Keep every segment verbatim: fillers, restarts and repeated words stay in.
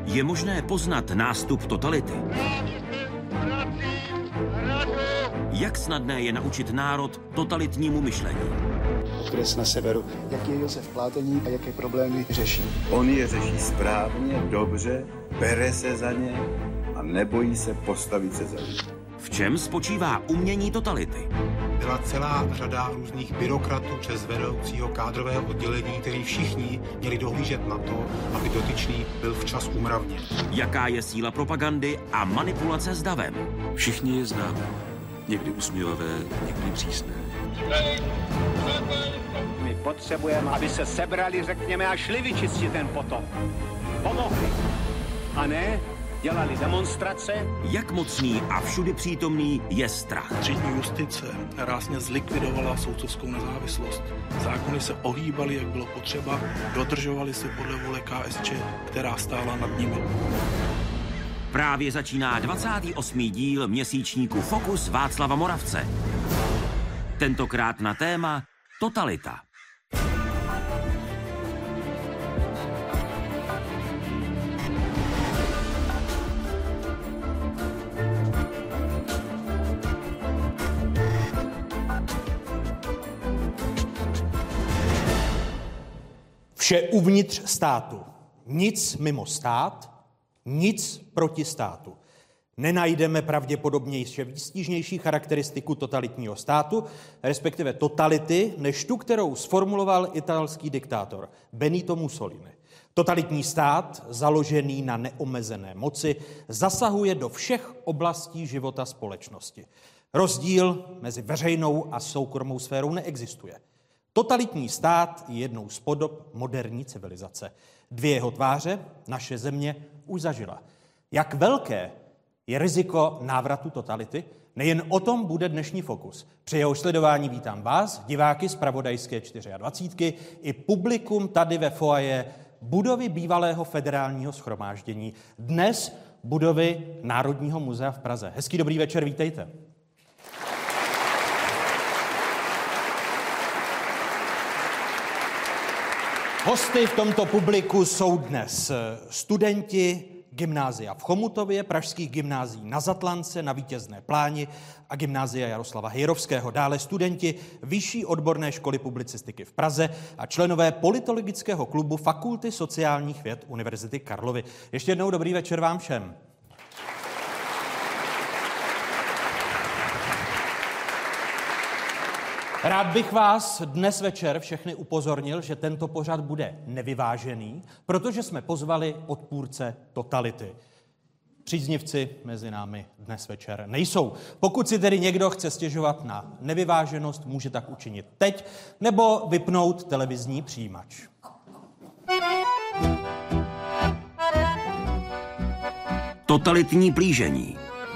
Je možné poznat nástup totality? Jak snadné je naučit národ totalitnímu myšlení? Okres na severu. Jaký je Josef Pláteník a jaké problémy řeší? On je řeší správně, dobře, bere se za ně a nebojí se postavit se za ně. V čem spočívá umění totality? Byla celá řada různých byrokratů přes vedoucího kádrového oddělení, kteří všichni měli dohlížet na to, aby dotyčný byl včas umravněn. Jaká je síla propagandy a manipulace s davem? Všichni je známe. Někdy usměvavé, někdy přísné. My potřebujeme, aby se sebrali, řekněme, a šli vyčistit ten potok. Pomohli. A ne dělali demonstrace. Jak mocný a všudy přítomný je strach? Třídní justice rázně zlikvidovala soudcovskou nezávislost. Zákony se ohýbaly, jak bylo potřeba, dodržovaly se podle vůle K S Č, která stála nad nimi. Právě začíná dvacátý osmý díl měsíčníku Fokus Václava Moravce. Tentokrát na téma totalita. Vše uvnitř státu, nic mimo stát, nic proti státu. Nenajdeme pravděpodobně ještě výstižnější charakteristiku totalitního státu, respektive totality, než tu, kterou sformuloval italský diktátor Benito Mussolini. Totalitní stát, založený na neomezené moci, zasahuje do všech oblastí života společnosti. Rozdíl mezi veřejnou a soukromou sférou neexistuje. Totalitní stát je jednou z podob moderní civilizace. Dvě jeho tváře naše země už zažila. Jak velké je riziko návratu totality? Nejen o tom bude dnešní Fokus. Při jeho sledování vítám vás, diváky z Pravodajské dvacítky čtyři i publikum tady ve foaje budovy bývalého federálního shromáždění, dnes budovy Národního muzea v Praze. Hezký dobrý večer, vítejte. Hosty v tomto publiku jsou dnes studenti gymnázia v Chomutově, pražských gymnázií na Zatlance, na Vítězné Pláni a gymnázia Jaroslava Hejrovského. Dále studenti Vyšší odborné školy publicistiky v Praze a členové politologického klubu Fakulty sociálních věd Univerzity Karlovy. Ještě jednou dobrý večer vám všem. Rád bych vás dnes večer všechny upozornil, že tento pořad bude nevyvážený, protože jsme pozvali odpůrce totality. Příznivci mezi námi dnes večer nejsou. Pokud si tedy někdo chce stěžovat na nevyváženost, může tak učinit teď, nebo vypnout televizní přijímač. Totalitní plížení.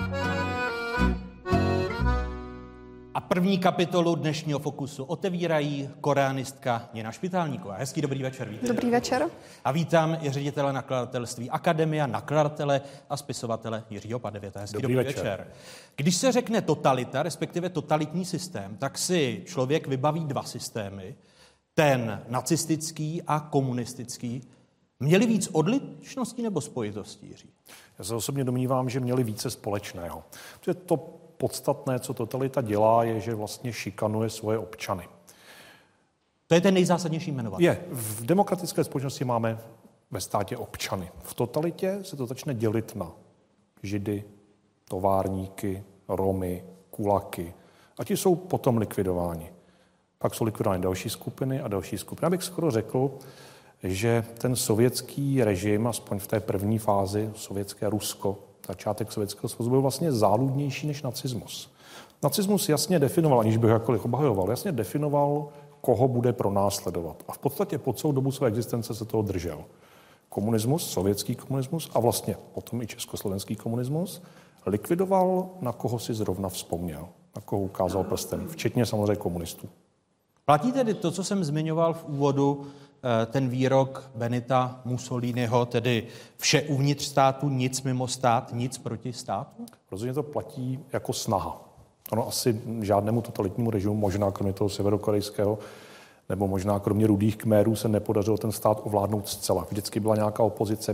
A první kapitolu dnešního Fokusu otevírají koreanistka Nina Špitálníková. Hezký dobrý večer. Vítejte. Dobrý večer. A vítám i ředitele nakladatelství Akademia, nakladatele a spisovatele Jiřího Padevěta. Hezký dobrý, dobrý večer. večer. Když se řekne totalita, respektive totalitní systém, tak si člověk vybaví dva systémy. Ten nacistický a komunistický. Měli víc odlišností nebo spojitostí, Jiří? Já se osobně domnívám, že měli více společného. Protože to podstatné, co totalita dělá, je, že vlastně šikanuje svoje občany. To je ten nejzásadnější jmenovat. Je. V demokratické společnosti máme ve státě občany. V totalitě se to začne dělit na Židy, továrníky, Romy, kulaky. A ti jsou potom likvidováni. Pak jsou likvidovány další skupiny a další skupiny. Já bych skoro řekl, že ten sovětský režim, aspoň v té první fázi, sovětské Rusko, začátek Sovětského svazu, byl vlastně záludnější než nacismus. Nacismus jasně definoval, aniž bych jakkoliv obhajoval, jasně definoval, koho bude pronásledovat. A v podstatě po celou dobu své existence se toho držel. Komunismus, sovětský komunismus a vlastně potom i československý komunismus likvidoval, na koho si zrovna vzpomněl, na koho ukázal prstem, včetně samozřejmě komunistů. Platí tedy to, co jsem zmiňoval v úvodu, ten výrok Benita Mussoliniho, tedy vše uvnitř státu, nic mimo stát, nic proti státu? Rozhodně to platí jako snaha. Ono asi žádnému totalitnímu režimu, možná kromě toho severokorejského, nebo možná kromě Rudých Khmerů se nepodařilo ten stát ovládnout zcela. Vždycky byla nějaká opozice, byť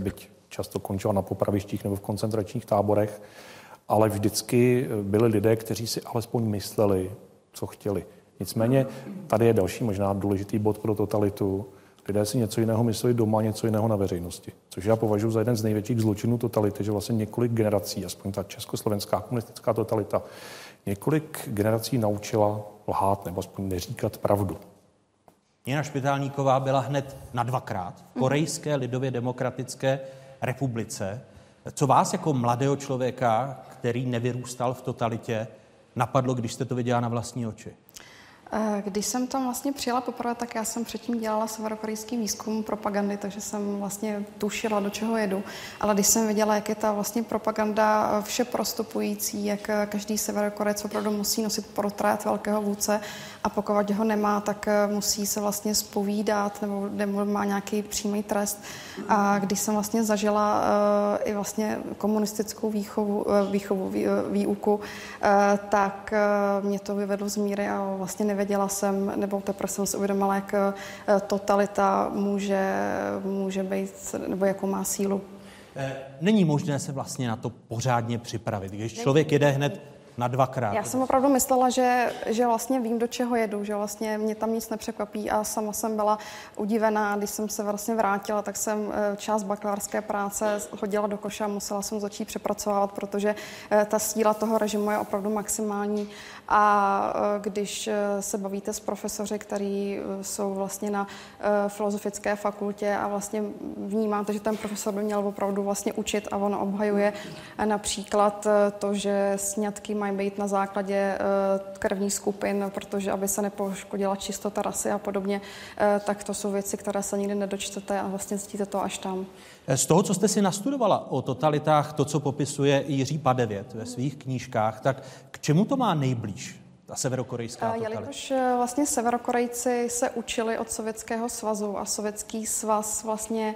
často končila na popravištích nebo v koncentračních táborech, ale vždycky byli lidé, kteří si alespoň mysleli, co chtěli. Nicméně tady je další možná důležitý bod pro totalitu. Lidé si něco jiného mysleli doma, něco jiného na veřejnosti. Což já považuji za jeden z největších zločinů totality, že vlastně několik generací, aspoň ta československá komunistická totalita, několik generací naučila lhát nebo aspoň neříkat pravdu. Nina Špitálníková byla hned na dvakrát v Korejské lidově demokratické republice. Co vás jako mladého člověka, který nevyrůstal v totalitě, napadlo, když jste to viděla na vlastní oči? Když jsem tam vlastně přijela poprvé, tak já jsem předtím dělala severokorejský výzkum propagandy, takže jsem vlastně tušila, do čeho jedu. Ale když jsem viděla, jak je ta vlastně propaganda vše prostupující, jak každý Severokorejec opravdu musí nosit portrét velkého vůdce a pokud ho nemá, tak musí se vlastně zpovídat nebo, nebo má nějaký přímý trest. A když jsem vlastně zažila uh, i vlastně komunistickou výchovu, uh, výchovu vý, uh, výuku, uh, tak uh, mě to vyvedlo z míry a vlastně nevěděla jsem, nebo teprve jsem si uvědomila, jak uh, totalita může, může být, nebo jakou má sílu. Není možné se vlastně na to pořádně připravit, když člověk jede hned na dvakrát. Já jsem opravdu myslela, že, že vlastně vím, do čeho jedu, že vlastně mě tam nic nepřekvapí a sama jsem byla udivená. Když jsem se vlastně vrátila, tak jsem část bakalářské práce hodila do koše a musela jsem začít přepracovávat, protože ta síla toho režimu je opravdu maximální. A když se bavíte s profesory, kteří jsou vlastně na filozofické fakultě a vlastně vnímáte, že ten profesor by měl opravdu vlastně učit a on obhajuje například to, že sňatky mají být na základě krevních skupin, protože aby se nepoškodila čistota rasy a podobně, tak to jsou věci, které se nikdy nedočtete a vlastně zjistíte to až tam. Z toho, co jste si nastudovala o totalitách, to, co popisuje Jiří Padevět ve svých knížkách, tak k čemu to má nejblíž, ta severokorejská totalita? Jelikož vlastně Severokorejci se učili od Sovětského svazu a Sovětský svaz vlastně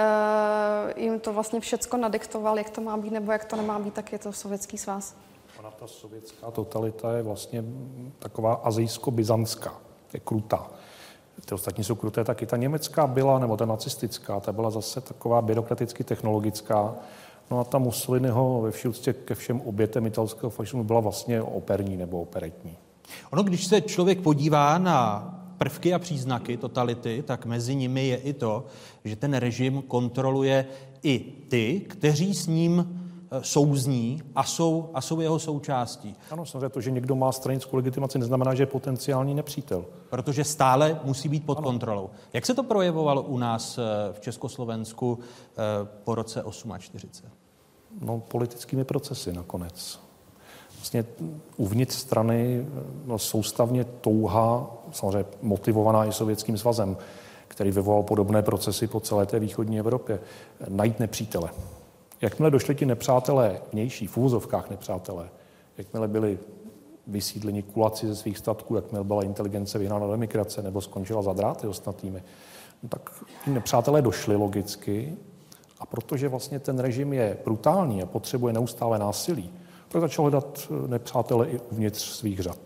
uh, jim to vlastně všecko nadiktoval, jak to má být nebo jak to nemá být, tak je to Sovětský svaz. Ona ta sovětská totalita je vlastně taková azijsko-byzantská, je krutá. Ty ostatní jsou kruté, tak i ta německá byla, nebo ta nacistická, ta byla zase taková byrokraticky technologická. No a ta Mussoliniho ve vší úctě ke všem obětem italského fašismu byla vlastně operní nebo operetní. Ono, když se člověk podívá na prvky a příznaky totality, tak mezi nimi je i to, že ten režim kontroluje i ty, kteří s ním souzní a jsou, a jsou jeho součástí. Ano, samozřejmě to, že někdo má stranickou legitimaci, neznamená, že je potenciální nepřítel. Protože stále musí být pod ano. kontrolou. Jak se to projevovalo u nás v Československu po roce čtyřicet osm? No, politickými procesy nakonec. Vlastně uvnitř strany no, soustavně touha, samozřejmě motivovaná i Sovětským svazem, který vyvolal podobné procesy po celé té východní Evropě, najít nepřítele. Jakmile došli ti nepřátelé vnější, v úvozovkách nepřátelé, jakmile byli vysídleni kulaci ze svých statků, jakmile byla inteligence vyhnána do emigrace nebo skončila za dráty ostatními, no tak ti nepřátelé došli logicky a protože vlastně ten režim je brutální a potřebuje neustále násilí, tak začal hledat nepřátele i uvnitř svých řad.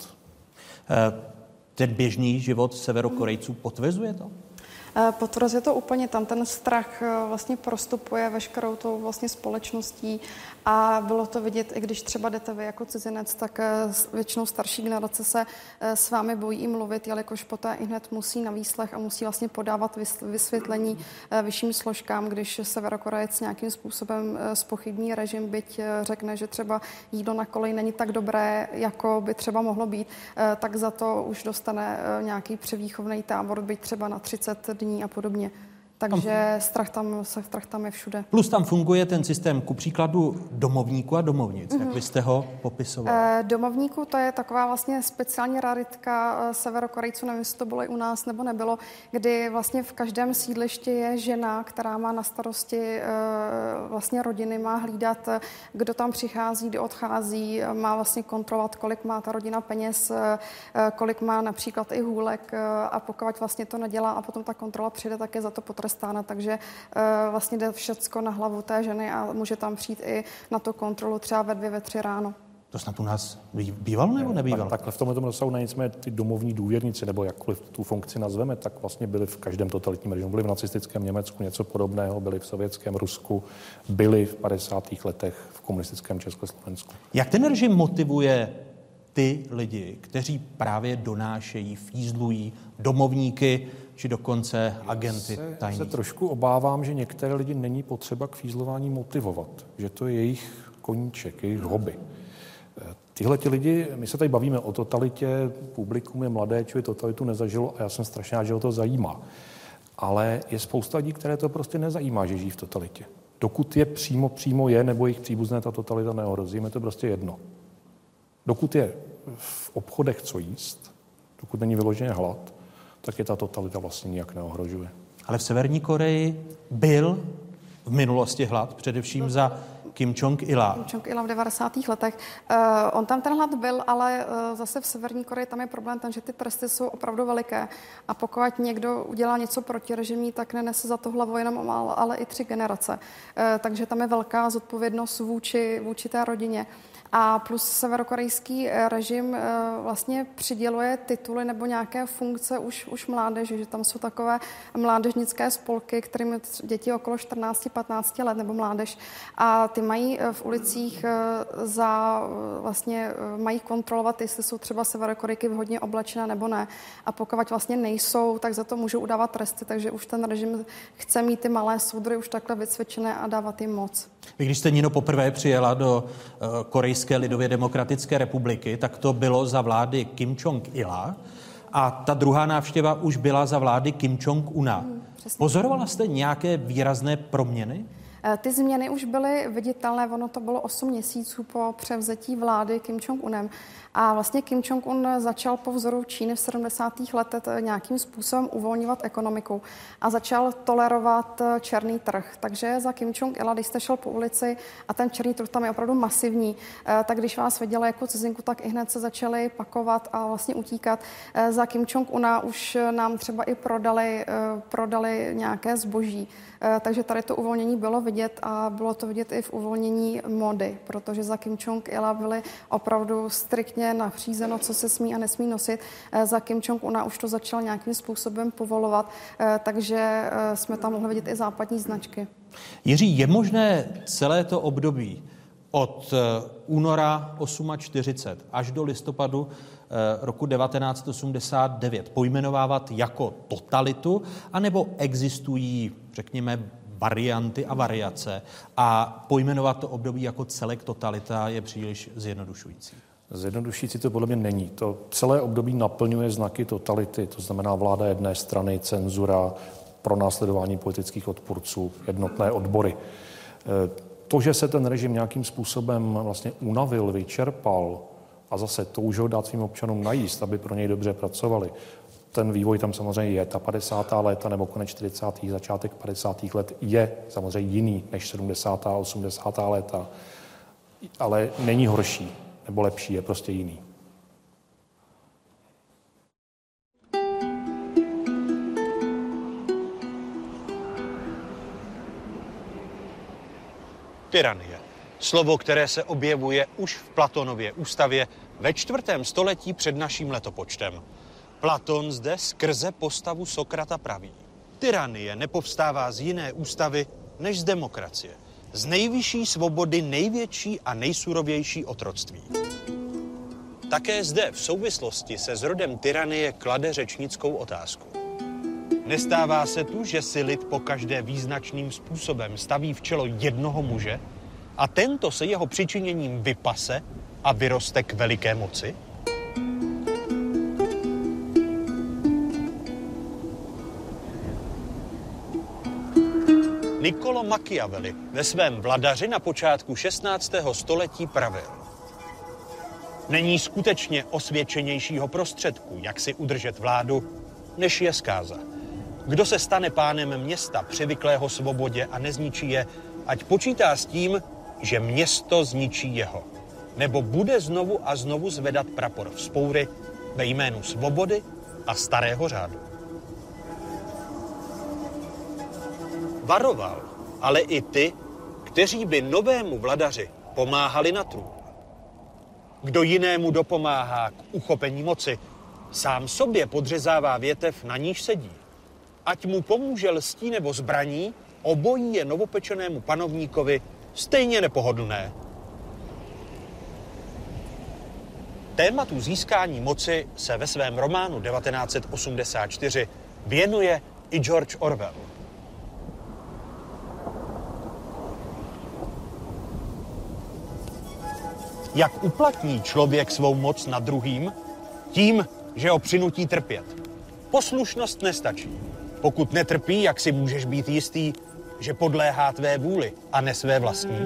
Ten běžný život Severokorejců potvrzuje to? Potvrzuje to úplně, tam ten strach vlastně prostupuje veškerou tou vlastně společností a bylo to vidět, i když třeba jdete vy jako cizinec, tak většinou starší generace se s vámi bojí i mluvit, jelikož poté i hned musí na výslech a musí vlastně podávat vysvětlení vyšším složkám, když Severokorejec nějakým způsobem zpochybní režim, byť řekne, že třeba jídlo na koleji není tak dobré, jako by třeba mohlo být, tak za to už dostane nějaký převýchovný tábor, byť třeba na třicet dní a podobně. Takže strach tam, strach tam je všude. Plus tam funguje ten systém, ku příkladu domovníku a domovnic, mm-hmm. jak vy jste ho popisoval. E, domovníku to je taková vlastně speciální raritka Severokorejců, nevím, jestli to bylo i u nás nebo nebylo, kdy vlastně v každém sídlišti je žena, která má na starosti e, vlastně rodiny, má hlídat, kdo tam přichází, kdo odchází, má vlastně kontrolovat, kolik má ta rodina peněz, e, kolik má například i hůlek e, a pokud vlastně to nedělá a potom ta kontrola přijde, tak je za to potrestána. Takže uh, vlastně jde všecko na hlavu té ženy a může tam přijít i na tu kontrolu třeba ve dvě, ve tři ráno. To snad u nás bývalo nebo nebývalo? Tak, takhle v tomhle dosahu na nicméně ty domovní důvěrníci, nebo jakkoliv tu funkci nazveme, tak vlastně byli v každém totalitním režimu. Byli v nacistickém Německu něco podobného, byli v sovětském Rusku, byli v padesátých letech v komunistickém Československu. Jak ten režim motivuje ty lidi, kteří právě donášejí, fízlují domovníky, či dokonce agenty tajných? Já se trošku obávám, že některé lidi není potřeba k fízlování motivovat, že to je jejich koníček, jejich hobby. Tyhle ti lidi, my se tady bavíme o totalitě, publikum je mladé, čili totalitu nezažilo a já jsem strašně rád, že ho to zajímá. Ale je spousta lidí, které to prostě nezajímá, že žijí v totalitě. Dokud je přímo, přímo je, nebo jejich příbuzné ta totalita neohrozí, je to prostě jedno. Dokud je v obchodech co jíst, dokud není vyloženě hlad, tak je ta totalita vlastně nijak neohrožuje. Ale v Severní Koreji byl v minulosti hlad, především za Kim Jong-ila. Kim Jong-ila v devadesátých letech. Uh, on tam ten hlad byl, ale uh, zase v Severní Koreji tam je problém ten, že ty tresty jsou opravdu veliké. A pokud někdo udělá něco protirežimní, tak nenese za to hlavu jenom ale, ale i tři generace. Uh, takže tam je velká zodpovědnost vůči, vůči té rodině. A plus severokorejský režim vlastně přiděluje tituly nebo nějaké funkce už, už mládeži, že tam jsou takové mládežnické spolky, kterým děti okolo čtrnáct patnáct let nebo mládež a ty mají v ulicích za vlastně mají kontrolovat, jestli jsou třeba Severokorejky vhodně oblečené nebo ne. A pokud vlastně nejsou, tak za to můžou udávat tresty, takže už ten režim chce mít ty malé soudry už takhle vycvičené a dávat jim moc. Vy, když jste, Nino, poprvé přijela do uh, Korejské lidově demokratické republiky, tak to bylo za vlády Kim Jong-ila a ta druhá návštěva už byla za vlády Kim Jong-una. Hmm, Pozorovala jste nějaké výrazné proměny? Ty změny už byly viditelné, ono to bylo osm měsíců po převzetí vlády Kim Jong-unem. A vlastně Kim Jong-un začal po vzoru Číny v sedmdesátých letech nějakým způsobem uvolňovat ekonomiku a začal tolerovat černý trh. Takže za Kim Jong-ila, když jste šel po ulici a ten černý trh tam je opravdu masivní, tak když vás viděli jako cizinku, tak i hned se začali pakovat a vlastně utíkat. Za Kim Jong-una už nám třeba i prodali, prodali nějaké zboží. Takže tady to uvolnění bylo vidět a bylo to vidět i v uvolnění mody, protože za Kim Jong-ila byly opravdu striktně nařízeno, co se smí a nesmí nosit. Za Kim Jong-una už to začal nějakým způsobem povolovat, takže jsme tam mohli vidět i západní značky. Jiří, je možné celé to období od února čtyřicet osm až do listopadu roku devatenáct osmdesát devět pojmenovávat jako totalitu, anebo existují, řekněme, varianty a variace a pojmenovat to období jako celek totalita je příliš zjednodušující? Zjednodušující to podle mě není. To celé období naplňuje znaky totality, to znamená vláda jedné strany, cenzura, pronásledování politických odpůrců, jednotné odbory. To, že se ten režim nějakým způsobem vlastně unavil, vyčerpal a zase toužil dát svým občanům najíst, aby pro něj dobře pracovali, ten vývoj tam samozřejmě je. Ta padesátá léta nebo konec čtyřicátých začátek padesátých let je samozřejmě jiný než sedmdesátá osmdesátá léta, ale není horší nebo lepší, je prostě jiný. Tyranie. Slovo, které se objevuje už v Platonově ústavě ve čtvrtém století před naším letopočtem. Platon zde skrze postavu Sokrata praví: tyranie nepovstává z jiné ústavy než z demokracie. Z nejvyšší svobody největší a nejsurovější otroctví. Také zde v souvislosti se zrodem tyranie klade řečnickou otázku. Nestává se tu, že si lid pokaždé význačným způsobem staví v čelo jednoho muže a tento se jeho přičiněním vypase a vyroste k veliké moci? Niccolo Machiavelli ve svém Vladaři na počátku šestnáctého století pravil: není skutečně osvědčenějšího prostředku, jak si udržet vládu, než je zkáza. Kdo se stane pánem města přivyklého svobodě a nezničí je, ať počítá s tím, že město zničí jeho. Nebo bude znovu a znovu zvedat prapor vzpoury ve jménu svobody a starého řádu. Varoval ale i ty, kteří by novému vladaři pomáhali na trůn. Kdo jinému dopomáhá k uchopení moci, sám sobě podřezává větev, na níž sedí. Ať mu pomůže lstí nebo zbraní, obojí je novopečenému panovníkovi stejně nepohodlné. Tématu získání moci se ve svém románu devatenáct set osmdesát čtyři věnuje i George Orwell. Jak uplatní člověk svou moc nad druhým? Tím, že ho přinutí trpět. Poslušnost nestačí. Pokud netrpí, jak si můžeš být jistý, že podléhá tvé vůli a ne své vlastní?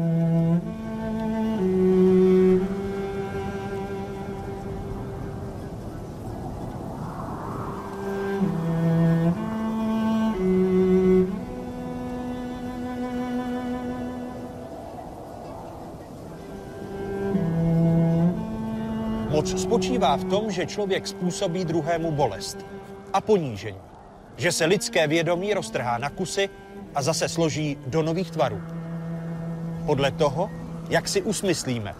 Moc spočívá v tom, že člověk způsobí druhému bolest a ponížení. Že se lidské vědomí roztrhá na kusy a zase složí do nových tvarů. Podle toho, jak si usmyslíme.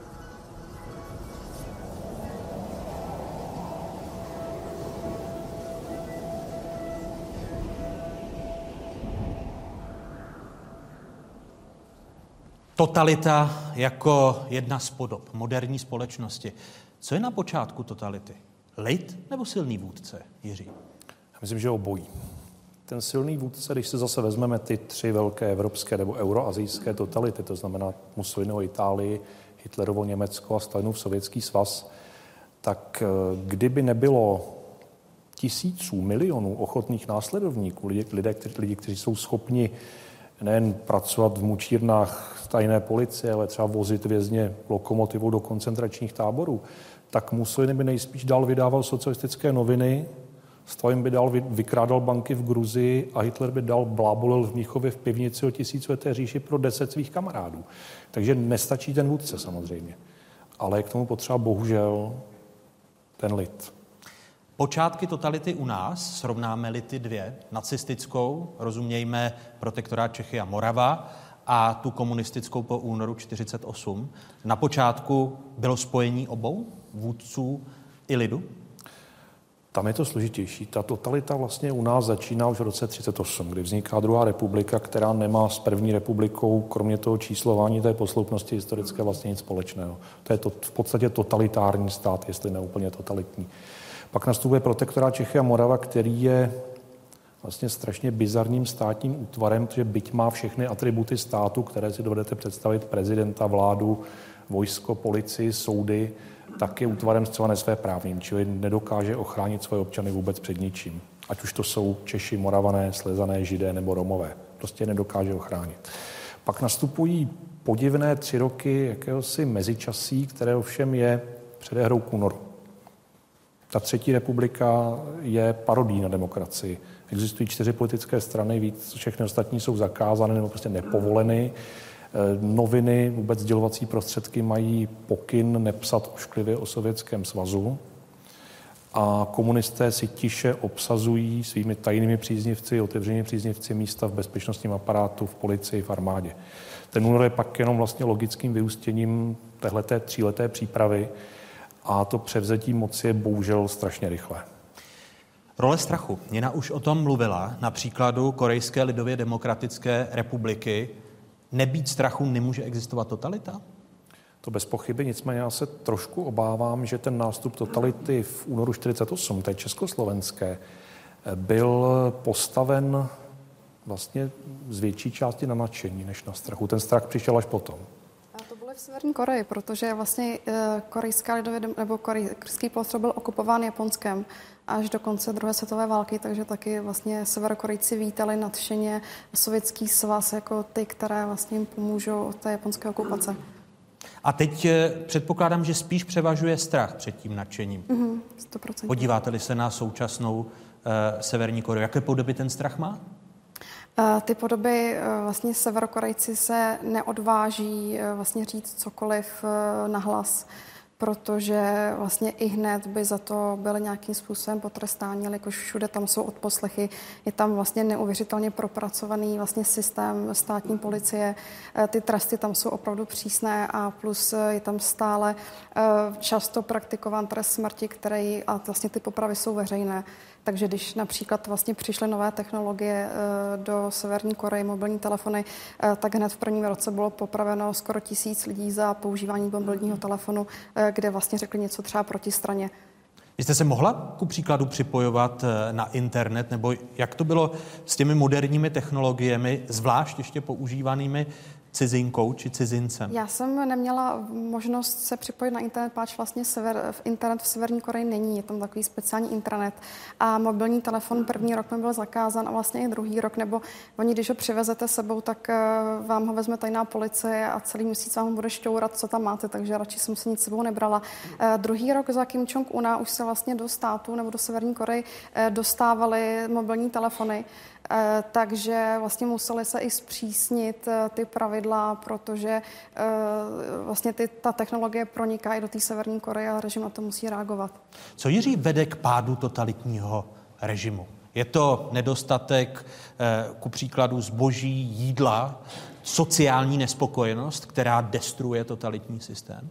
Totalita jako jedna z podob moderní společnosti. Co je na počátku totality? Lid nebo silný vůdce, Jiří? Já myslím, že obojí. Ten silný vůdce, když si zase vezmeme ty tři velké evropské nebo euroazijské totality, to znamená Mussoliniho Itálii, Hitlerovo Německo a Stalinův Sovětský svaz, tak kdyby nebylo tisíců, milionů ochotných následovníků, lidé, lidé, lidi, kteří jsou schopni nejen pracovat v mučírnách tajné policie, ale třeba vozit vězně lokomotivou do koncentračních táborů, tak Mussolini by nejspíš dál vydával socialistické noviny, Stalin by dál vykrádal banky v Gruzii a Hitler by dál blábolil v Mnichově v pivnici o tisícileté říši pro deset svých kamarádů. Takže nestačí ten vůdce samozřejmě. Ale je k tomu potřeba bohužel ten lid. Počátky totality u nás, srovnáme-li ty dvě, nacistickou, rozumějme protektorát Čechy a Morava, a tu komunistickou po únoru čtyřicet osm. Na počátku bylo spojení obou vůdců i lidu? Tam je to složitější. Ta totalita vlastně u nás začíná už v roce třicet osm, kdy vzniká druhá republika, která nemá s první republikou, kromě toho číslování té posloupnosti historické, vlastně nic společného. To je to, v podstatě totalitární stát, jestli ne úplně totalitní. Pak nastupuje protektorát Čechy a Morava, který je vlastně strašně bizarním státním útvarem, protože byť má všechny atributy státu, které si dovedete představit, prezidenta, vládu, vojsko, policii, soudy, tak je útvarem zcela nesvéprávným, čili nedokáže ochránit svoje občany vůbec před ničím. Ať už to jsou Češi, Moravané, Slezané, Židé nebo Romové. Prostě nedokáže ochránit. Pak nastupují podivné tři roky jakéhosi mezičasí, které ovšem je předehrou k únoru. Ta třetí republika je parodí na demokracii. Existují čtyři politické strany, víc, všechny ostatní jsou zakázány nebo prostě nepovoleny. Noviny, vůbec sdělovací prostředky mají pokyn nepsat ošklivě o Sovětském svazu a komunisté si tiše obsazují svými tajnými příznivci, otevřenými příznivci místa v bezpečnostním aparátu, v policii, v armádě. Ten únor je pak jenom vlastně logickým vyústěním téhleté tříleté přípravy a to převzetí moci je bohužel strašně rychlé. Role strachu. Nina už o tom mluvila na příkladu Korejské lidově demokratické republiky. Nebýt strachu, nemůže existovat totalita? To bez pochyby, nicméně já se trošku obávám, že ten nástup totality v únoru čtyřicet osm, té československé, byl postaven vlastně z větší části na nadšení než na strachu. Ten strach přišel až potom. A to bylo v Severní Koreji, protože vlastně korejská lidově, nebo korejský poloostrov byl okupován Japonskem až do konce druhé světové války, takže taky vlastně Severokorejci vítali nadšeně Sovětský svaz jako ty, které vlastně jim pomůžou od té japonské okupace. A teď předpokládám, že spíš převažuje strach před tím nadšením. Mm-hmm, sto procent. Podíváte-li se na současnou uh, Severní Koreu, jaké podoby ten strach má? Uh, ty podoby, uh, vlastně Severokorejci se neodváží uh, vlastně říct cokoliv uh, nahlas, protože vlastně i hned by za to byly nějakým způsobem potrestáni, jelikož všude tam jsou odposlechy, je tam vlastně neuvěřitelně propracovaný vlastně systém státní policie, ty tresty tam jsou opravdu přísné a plus je tam stále často praktikován trest smrti, který a vlastně ty popravy jsou veřejné. Takže když například vlastně přišly nové technologie do Severní Koreje, mobilní telefony, tak hned v prvním roce bylo popraveno skoro tisíc lidí za používání mobilního telefonu, kde vlastně řekli něco třeba proti straně. Vy jste se mohla ku příkladu připojovat na internet, nebo jak to bylo s těmi moderními technologiemi, zvlášť ještě používanými cizinkou či cizincem? Já jsem neměla možnost se připojit na internet, páč vlastně sever, v internet v Severní Koreji není, je tam takový speciální intranet a mobilní telefon první rok mi byl zakázán a vlastně i druhý rok, nebo oni, když ho přivezete sebou, tak vám ho vezme tajná policie a celý měsíc vám ho bude šťourat, co tam máte, takže radši jsem si nic sebou nebrala. Druhý rok za Kim Jong-una už se vlastně do státu nebo do Severní Koreji dostávaly mobilní telefony, takže vlastně museli se i zpřísnit ty pravidla, protože vlastně ty, ta technologie proniká i do té Severní Koreje a režim na to musí reagovat. Co, Jiří, vede k pádu totalitního režimu? Je to nedostatek ku příkladu zboží, jídla, sociální nespokojenost, která destruuje totalitní systém?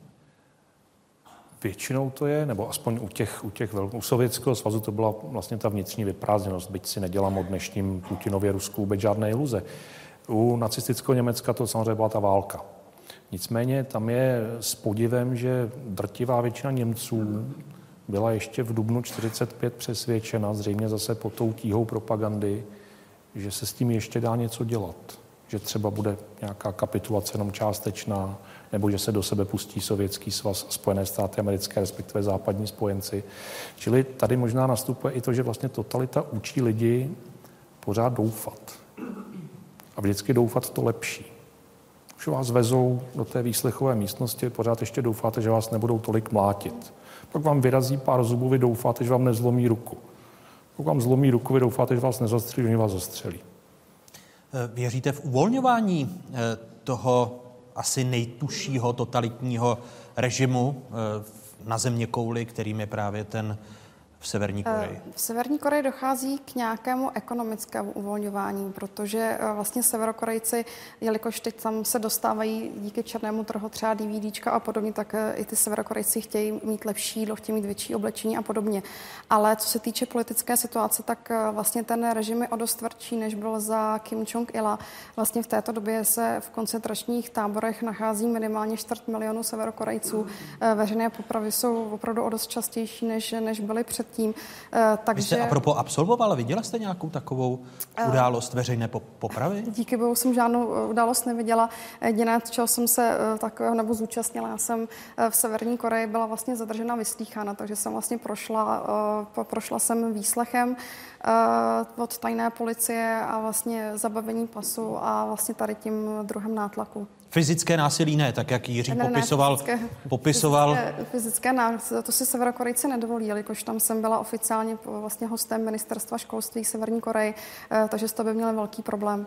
Většinou to je, nebo aspoň u těch, u těch velkých, u Sovětského svazu to byla vlastně ta vnitřní vyprázdněnost, byť si nedělám o dnešním Putinově Rusku vůbec žádné iluze. U nacistického Německa to samozřejmě byla ta válka. Nicméně tam je s podivem, že drtivá většina Němců byla ještě v dubnu čtyřicet pět přesvědčena, zřejmě zase pod tou tíhou propagandy, že se s tím ještě dá něco dělat. Že třeba bude nějaká kapitulace jenom částečná, nebo že se do sebe pustí Sovětský svaz a Spojené státy americké, respektive západní spojenci. Čili tady možná nastupuje i to, že vlastně totalita učí lidi pořád doufat. A vždycky doufat v to lepší. Když vás vezou do té výslechové místnosti, pořád ještě doufáte, že vás nebudou tolik mlátit. Pak vám vyrazí pár zubů, vy doufáte, že vám nezlomí ruku. Pak vám zlomí ruku, vy doufáte, že vás nezastřelí, že oni vás zastřelí. Věříte v uvolňování toho asi nejtužšího totalitního režimu na zeměkouli, kterým je právě ten v Severní Koreji? V Severní Koreji dochází k nějakému ekonomickému uvolňování, protože vlastně Severokorejci, jelikož teď tam se dostávají díky černému trhu třeba DVDčka a podobně, tak i ty Severokorejci chtějí mít lepší jídlo, chtějí mít větší oblečení a podobně. Ale co se týče politické situace, tak vlastně ten režim je o dost tvrdší, než byl za Kim Jong-ila. Vlastně v této době se v koncentračních táborech nachází minimálně čtvrt milionu Severokorejců. Veřejné popravy jsou opravdu o dost častější, než, než byly před tím. Takže... Vy jste apropo absolvovala, viděla jste nějakou takovou událost veřejné popravy? Díky bohu jsem žádnou událost neviděla. Jediné, čeho jsem se takového nebo zúčastnila, já jsem v Severní Koreji byla vlastně zadržena, vyslýchána, takže jsem vlastně prošla, prošla jsem výslechem od tajné policie a vlastně zabavení pasu a vlastně tady tím druhem nátlaku. Fyzické násilí ne, tak jak Jiří ne, popisoval. Ne, fyzické, popisoval... Fyzické, fyzické násilí, to si Severokorejci nedovolí, jelikož tam jsem byla oficiálně vlastně hostem ministerstva školství Severní Koreji, takže z toho by měl velký problém.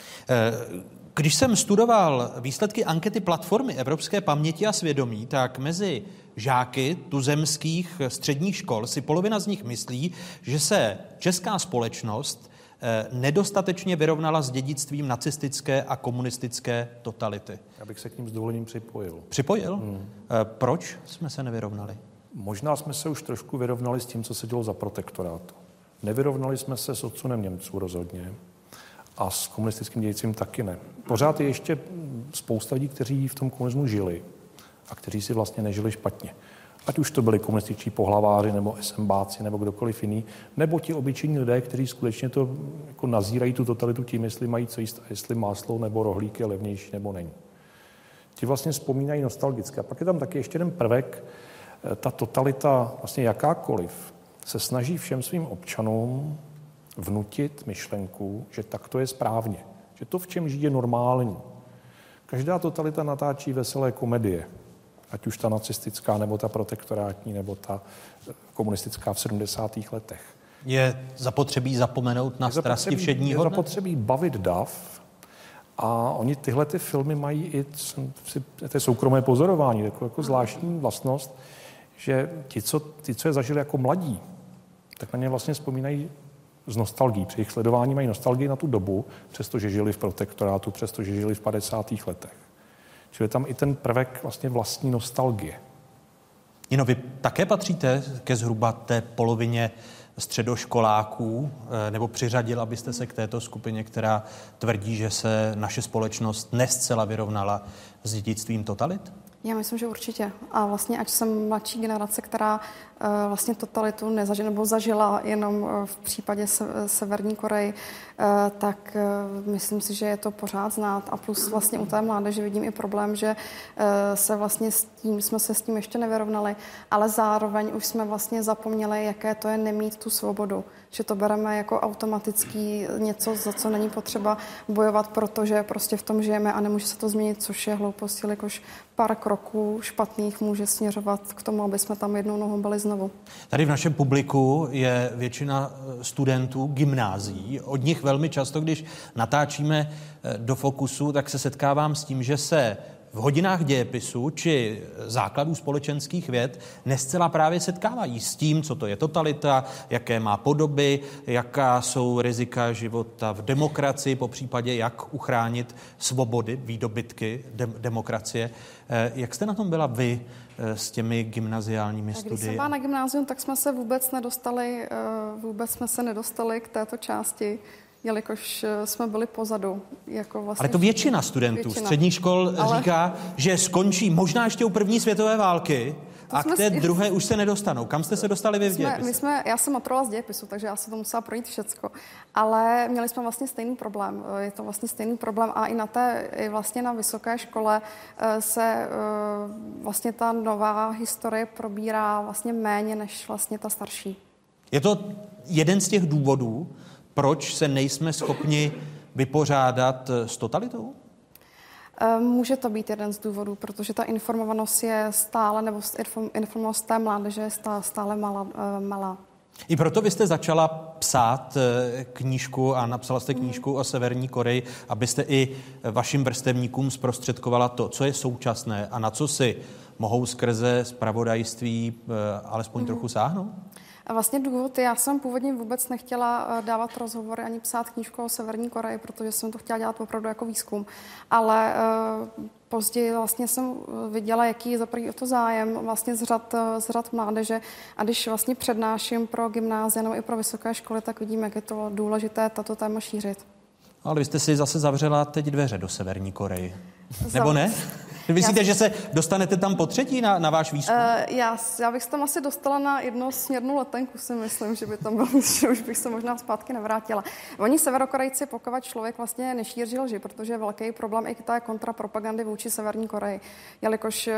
Když jsem studoval výsledky ankety platformy Evropské paměti a svědomí, tak mezi žáky tuzemských středních škol si polovina z nich myslí, že se česká společnost nedostatečně vyrovnala s dědictvím nacistické a komunistické totality. Já bych se k ním s dovolením připojil. Připojil? Hmm. Proč jsme se nevyrovnali? Možná jsme se už trošku vyrovnali s tím, co se dělo za protektorátu. Nevyrovnali jsme se s odsunem Němců rozhodně a s komunistickým dědictvím taky ne. Pořád je ještě spousta lidí, kteří v tom komunismu žili a kteří si vlastně nežili špatně. Ať už to byli komunističtí pohlaváři nebo SMBáci nebo kdokoliv jiný, nebo ti obyčejní lidé, kteří skutečně to jako nazírají tu totalitu tím, jestli mají co jíst a jestli máslo nebo rohlík je levnější nebo není. Ti vlastně vzpomínají nostalgicky. A pak je tam taky ještě jeden prvek, ta totalita vlastně jakákoliv se snaží všem svým občanům vnutit myšlenku, že tak to je správně, že to, v čem žijí, je normální. Každá totalita natáčí veselé komedie, ať už ta nacistická, nebo ta protektorátní, nebo ta komunistická v sedmdesátých letech. Je zapotřebí zapomenout na strasti všedního dne? Je zapotřebí bavit dav A oni tyhle ty filmy mají i ty soukromé pozorování, jako, jako zvláštní vlastnost, že ti co, ti, co je zažili jako mladí, tak na ně vlastně vzpomínají z nostalgií. Při jejich sledování mají nostalgii na tu dobu, přestože žili v protektorátu, přestože žili v padesátých letech. Čili je tam i ten prvek vlastně vlastní nostalgie. Jino, vy také patříte ke zhruba té polovině středoškoláků, nebo přiřadila byste se k této skupině, která tvrdí, že se naše společnost nescela vyrovnala s dědictvím totalit? Já myslím, že určitě. A vlastně, ať jsem mladší generace, která uh, vlastně totalitu nezažila, nebo zažila jenom uh, v případě se, Severní Koreji, uh, tak uh, myslím si, že je to pořád znát. A plus vlastně u té mládeže vidím i problém, že uh, se vlastně s tím, jsme se s tím ještě nevyrovnali, ale zároveň už jsme vlastně zapomněli, jaké to je nemít tu svobodu. Že to bereme jako automatický něco, za co není potřeba bojovat, protože prostě v tom žijeme a nemůže se to změnit, což je hloupost, jelikož pár kroků špatných může směřovat k tomu, aby jsme tam jednou nohou byli znovu. Tady v našem publiku je většina studentů gymnázií. Od nich velmi často, když natáčíme do Fokusu, tak se setkávám s tím, že se v hodinách dějepisu či základů společenských věd nescela právě setkávají s tím, co to je totalita, jaké má podoby, jaká jsou rizika života v demokracii, popřípadě jak uchránit svobody, výdobytky dem- demokracie. Jak jste na tom byla vy s těmi gymnaziálními studii? Když jsem byla na gymnázium, tak jsme se vůbec nedostali, vůbec jsme se nedostali k této části, jelikož jsme byli pozadu. Jako vlastně ale to většina studentů většina. středních škol ale... říká, že skončí možná ještě u první světové války to a k té si... druhé už se nedostanou. Kam jste se dostali vy v dějepise? My jsme, já jsem maturovala z dějepisu, takže já se to musela projít všecko. Ale měli jsme vlastně stejný problém. Je to vlastně stejný problém a i na té, i vlastně na vysoké škole se vlastně ta nová historie probírá vlastně méně než vlastně ta starší. Je to jeden z těch důvodů, proč se nejsme schopni vypořádat s totalitou? Může to být jeden z důvodů, protože ta informovanost je stále, nebo informovanost té mládeže je stále malá. malá. I proto vy jste začala psát knížku a napsala jste knížku mm. o Severní Koreji, abyste i vašim vrstevníkům zprostředkovala to, co je současné a na co si mohou skrze zpravodajství alespoň mm. trochu sáhnout? A vlastně důvod, já jsem původně vůbec nechtěla dávat rozhovory ani psát knížku o Severní Koreji, protože jsem to chtěla dělat opravdu jako výzkum. Ale uh, později vlastně jsem viděla, jaký je za první o to zájem vlastně z řad, z řad mládeže. A když vlastně přednáším pro gymnázia nebo i pro vysoké školy, tak vidím, jak je to důležité tato téma šířit. Ale vy jste si zase zavřela teď dveře do Severní Koreji. Nebo ne? Vy myslíte, já... že se dostanete tam po třetí na, na váš výzkum? Uh, já, já bych se tam asi dostala na jednosměrnou letenku, si myslím, že by tam bylo, že už bych se možná zpátky nevrátila. Oni Severokorejci, pokud člověk vlastně nešíří lži, protože je velký problém i té kontrapropagandy vůči Severní Koreji, jelikož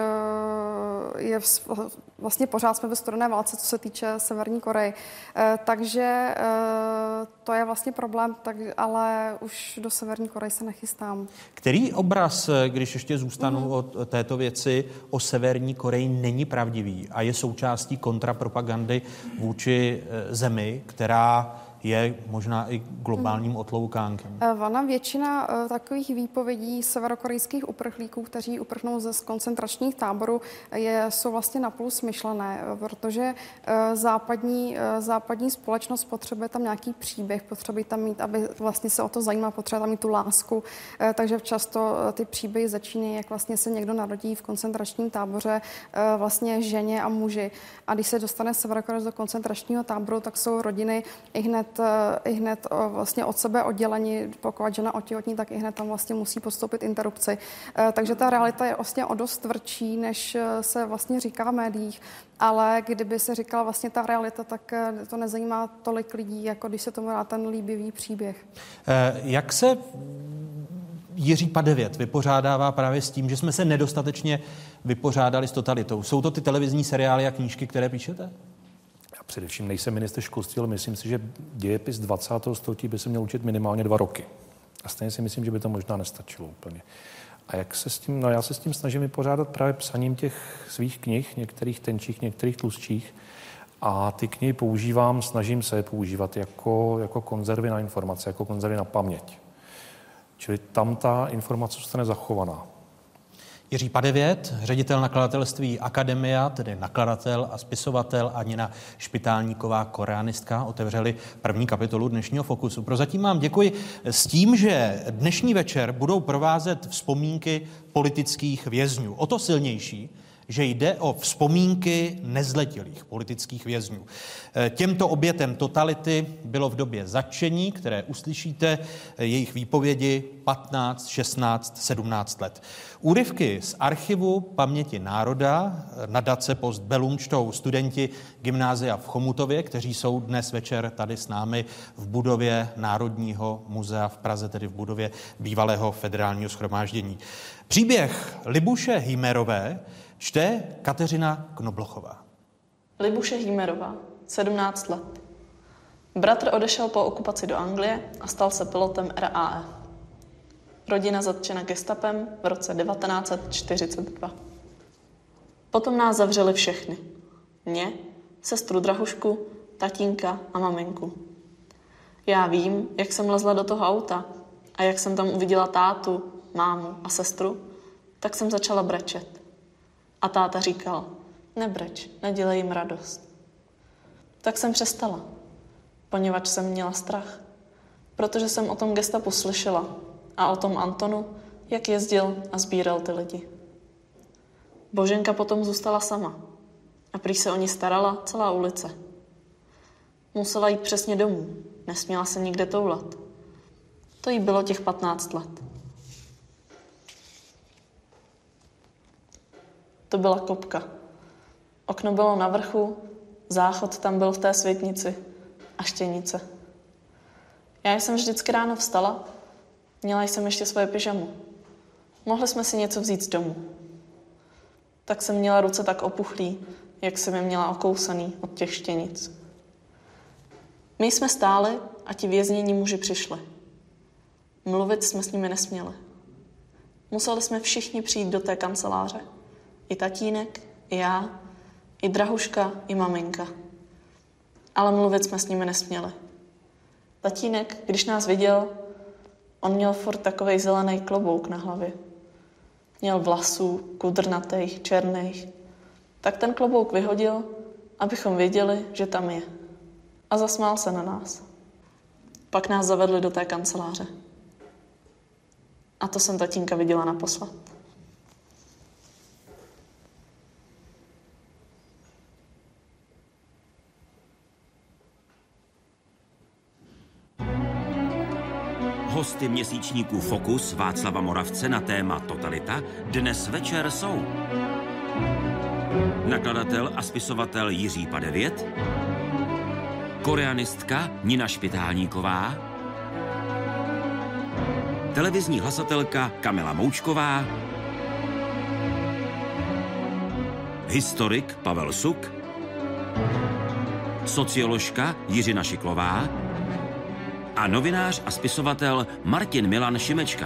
uh, je v, vlastně pořád jsme ve studené válce, co se týče Severní Koreji. Uh, takže uh, to je vlastně problém, tak, ale už do Severní Koreji se nechystám. Který obraz, když ještě zůstanu mm. od této věci, o Severní Koreji není pravdivý a je součástí kontrapropagandy vůči zemi, která je možná i globálním otloukánkem? Ona většina takových výpovědí severokorejských uprchlíků, kteří uprchnou ze koncentračních táborů, je, jsou vlastně napůl smyšlené, protože západní, západní společnost potřebuje tam nějaký příběh, potřebuje tam mít, aby vlastně se o to zajímá, potřebuje tam mít tu lásku, takže často ty příběhy začínají, jak vlastně se někdo narodí v koncentračním táboře, vlastně ženě a muži. A když se dostane Severokorejec do koncentračního táboru, tak jsou rodiny i hned i hned vlastně od sebe oddělení, pokud žena otěhotní, tak i hned tam vlastně musí podstoupit interrupci. Takže ta realita je vlastně o dost tvrdší, než se vlastně říká v médiích, ale kdyby se říkala vlastně ta realita, tak to nezajímá tolik lidí, jako když se tomu dá ten líbivý příběh. Jak se Jiří Padevět vypořádává právě s tím, že jsme se nedostatečně vypořádali s totalitou? Jsou to ty televizní seriály a knížky, které píšete? Především nejsem ministr školství, ale myslím si, že dějepis dvacátého století by se měl učit minimálně dva roky. A stejně si myslím, že by to možná nestačilo úplně. A jak se s tím, no já se s tím snažím vypořádat právě psaním těch svých knih, některých tenčích, některých tlustších. A ty knihy používám, snažím se je používat jako, jako konzervy na informace, jako konzervy na paměť. Čili tam ta informace zůstane zachovaná. Jiří Padevět, ředitel nakladatelství Akademia, tedy nakladatel a spisovatel, a Nina Špitálníková, koreanistka, otevřeli první kapitolu dnešního Fokusu. Prozatím vám děkuji s tím, že dnešní večer budou provázet vzpomínky politických vězňů. O to silnější, že jde o vzpomínky nezletilých politických vězňů. Těmto obětem totality bylo v době zatčení, které uslyšíte, jejich výpovědi patnáct, šestnáct, sedmnáct let. Úryvky z archivu Paměti národa nadace Post Bellum čtou studenti gymnázia v Chomutově, kteří jsou dnes večer tady s námi v budově Národního muzea v Praze, tedy v budově bývalého federálního shromáždění. Příběh Libuše Hýmerové čte Kateřina Knoblochová. Libuše Hýmerová, sedmnáct let. Bratr odešel po okupaci do Anglie a stal se pilotem R A F. Rodina zatčena gestapem v roce devatenáct set čtyřicet dva. Potom nás zavřeli všechny. Mě, sestru Drahušku, tatínka a maminku. Já vím, jak jsem lezla do toho auta a jak jsem tam uviděla tátu, mámu a sestru, tak jsem začala brečet. A táta říkal, nebreč, nedělej jim radost. Tak jsem přestala, poněvadž jsem měla strach, protože jsem o tom gestapu slyšela a o tom Antonu, jak jezdil a sbíral ty lidi. Boženka potom zůstala sama a prý se o ní starala celá ulice. Musela jít přesně domů, nesměla se nikde toulat. To jí bylo těch patnáct let. To byla kopka. Okno bylo na vrchu, záchod tam byl v té světnici a štěnice. Já jsem vždycky ráno vstala, měla jsem ještě svoje pyžamo. Mohli jsme si něco vzít z domu. Tak jsem měla ruce tak opuchlý, jak jsem je měla okousaný od těch štěnic. My jsme stáli a ti věznění muži přišli. Mluvit jsme s nimi nesměli. Museli jsme všichni přijít do té kanceláře. I tatínek, i já, i Drahuška, i maminka. Ale mluvit jsme s nimi nesměli. Tatínek, když nás viděl, on měl furt takovej zelený klobouk na hlavě. Měl vlasů, kudrnatých, černých. Tak ten klobouk vyhodil, abychom věděli, že tam je. A zasmál se na nás. Pak nás zavedli do té kanceláře. A to jsem tatínka viděla naposled. Hosty měsíčníku Fokus Václava Moravce na téma totalita dnes večer jsou nakladatel a spisovatel Jiří Padevět, koreanistka Nina Špitálníková, televizní hlasatelka Kamila Moučková, historik Pavel Suk, socioložka Jiřina Šiklová a novinář a spisovatel Martin Milan Šimečka.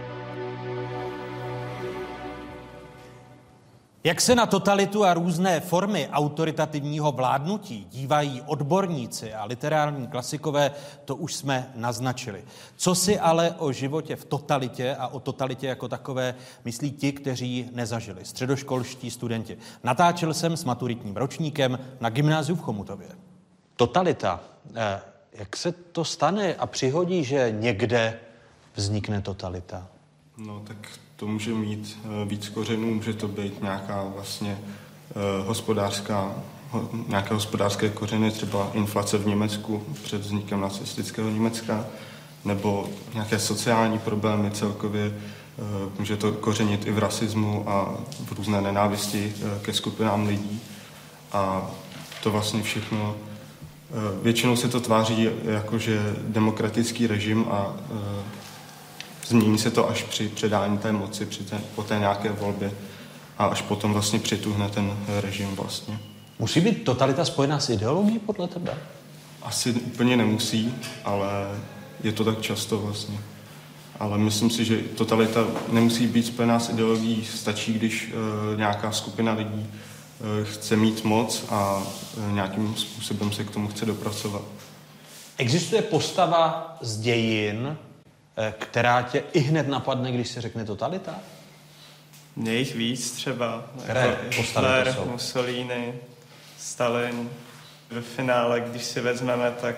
Jak se na totalitu a různé formy autoritativního vládnutí dívají odborníci a literární klasikové, to už jsme naznačili. Co si ale o životě v totalitě a o totalitě jako takové myslí ti, kteří nezažili, středoškolští studenti? Natáčel jsem s maturitním ročníkem na gymnáziu v Chomutově. Totalita. Eh, jak se to stane a přihodí, že někde vznikne totalita? No tak to může mít uh, víc kořenů, může to být nějaká vlastně uh, hospodářská, ho, nějaké hospodářské kořeny, třeba inflace v Německu před vznikem nacistického Německa, nebo nějaké sociální problémy celkově, uh, může to kořenit i v rasismu a v různé nenávisti uh, ke skupinám lidí. A to vlastně všechno, uh, většinou se to tváří jako, že demokratický režim a uh, změní se to až při předání té moci, při té, po té nějaké volbě a až potom vlastně přituhne ten režim vlastně. Musí být totalita spojená s ideologií podle tebe? Asi úplně nemusí, ale je to tak často vlastně. Ale myslím si, že totalita nemusí být spojená s ideologií, stačí, když uh, nějaká skupina lidí uh, chce mít moc a uh, nějakým způsobem se k tomu chce dopracovat. Existuje postava z dějin, která tě i hned napadne, když se řekne totalita? Je jich víc třeba. Které jako Hitler, jsou? Mussolini, Stalin. Ve finále, když si vezmeme, tak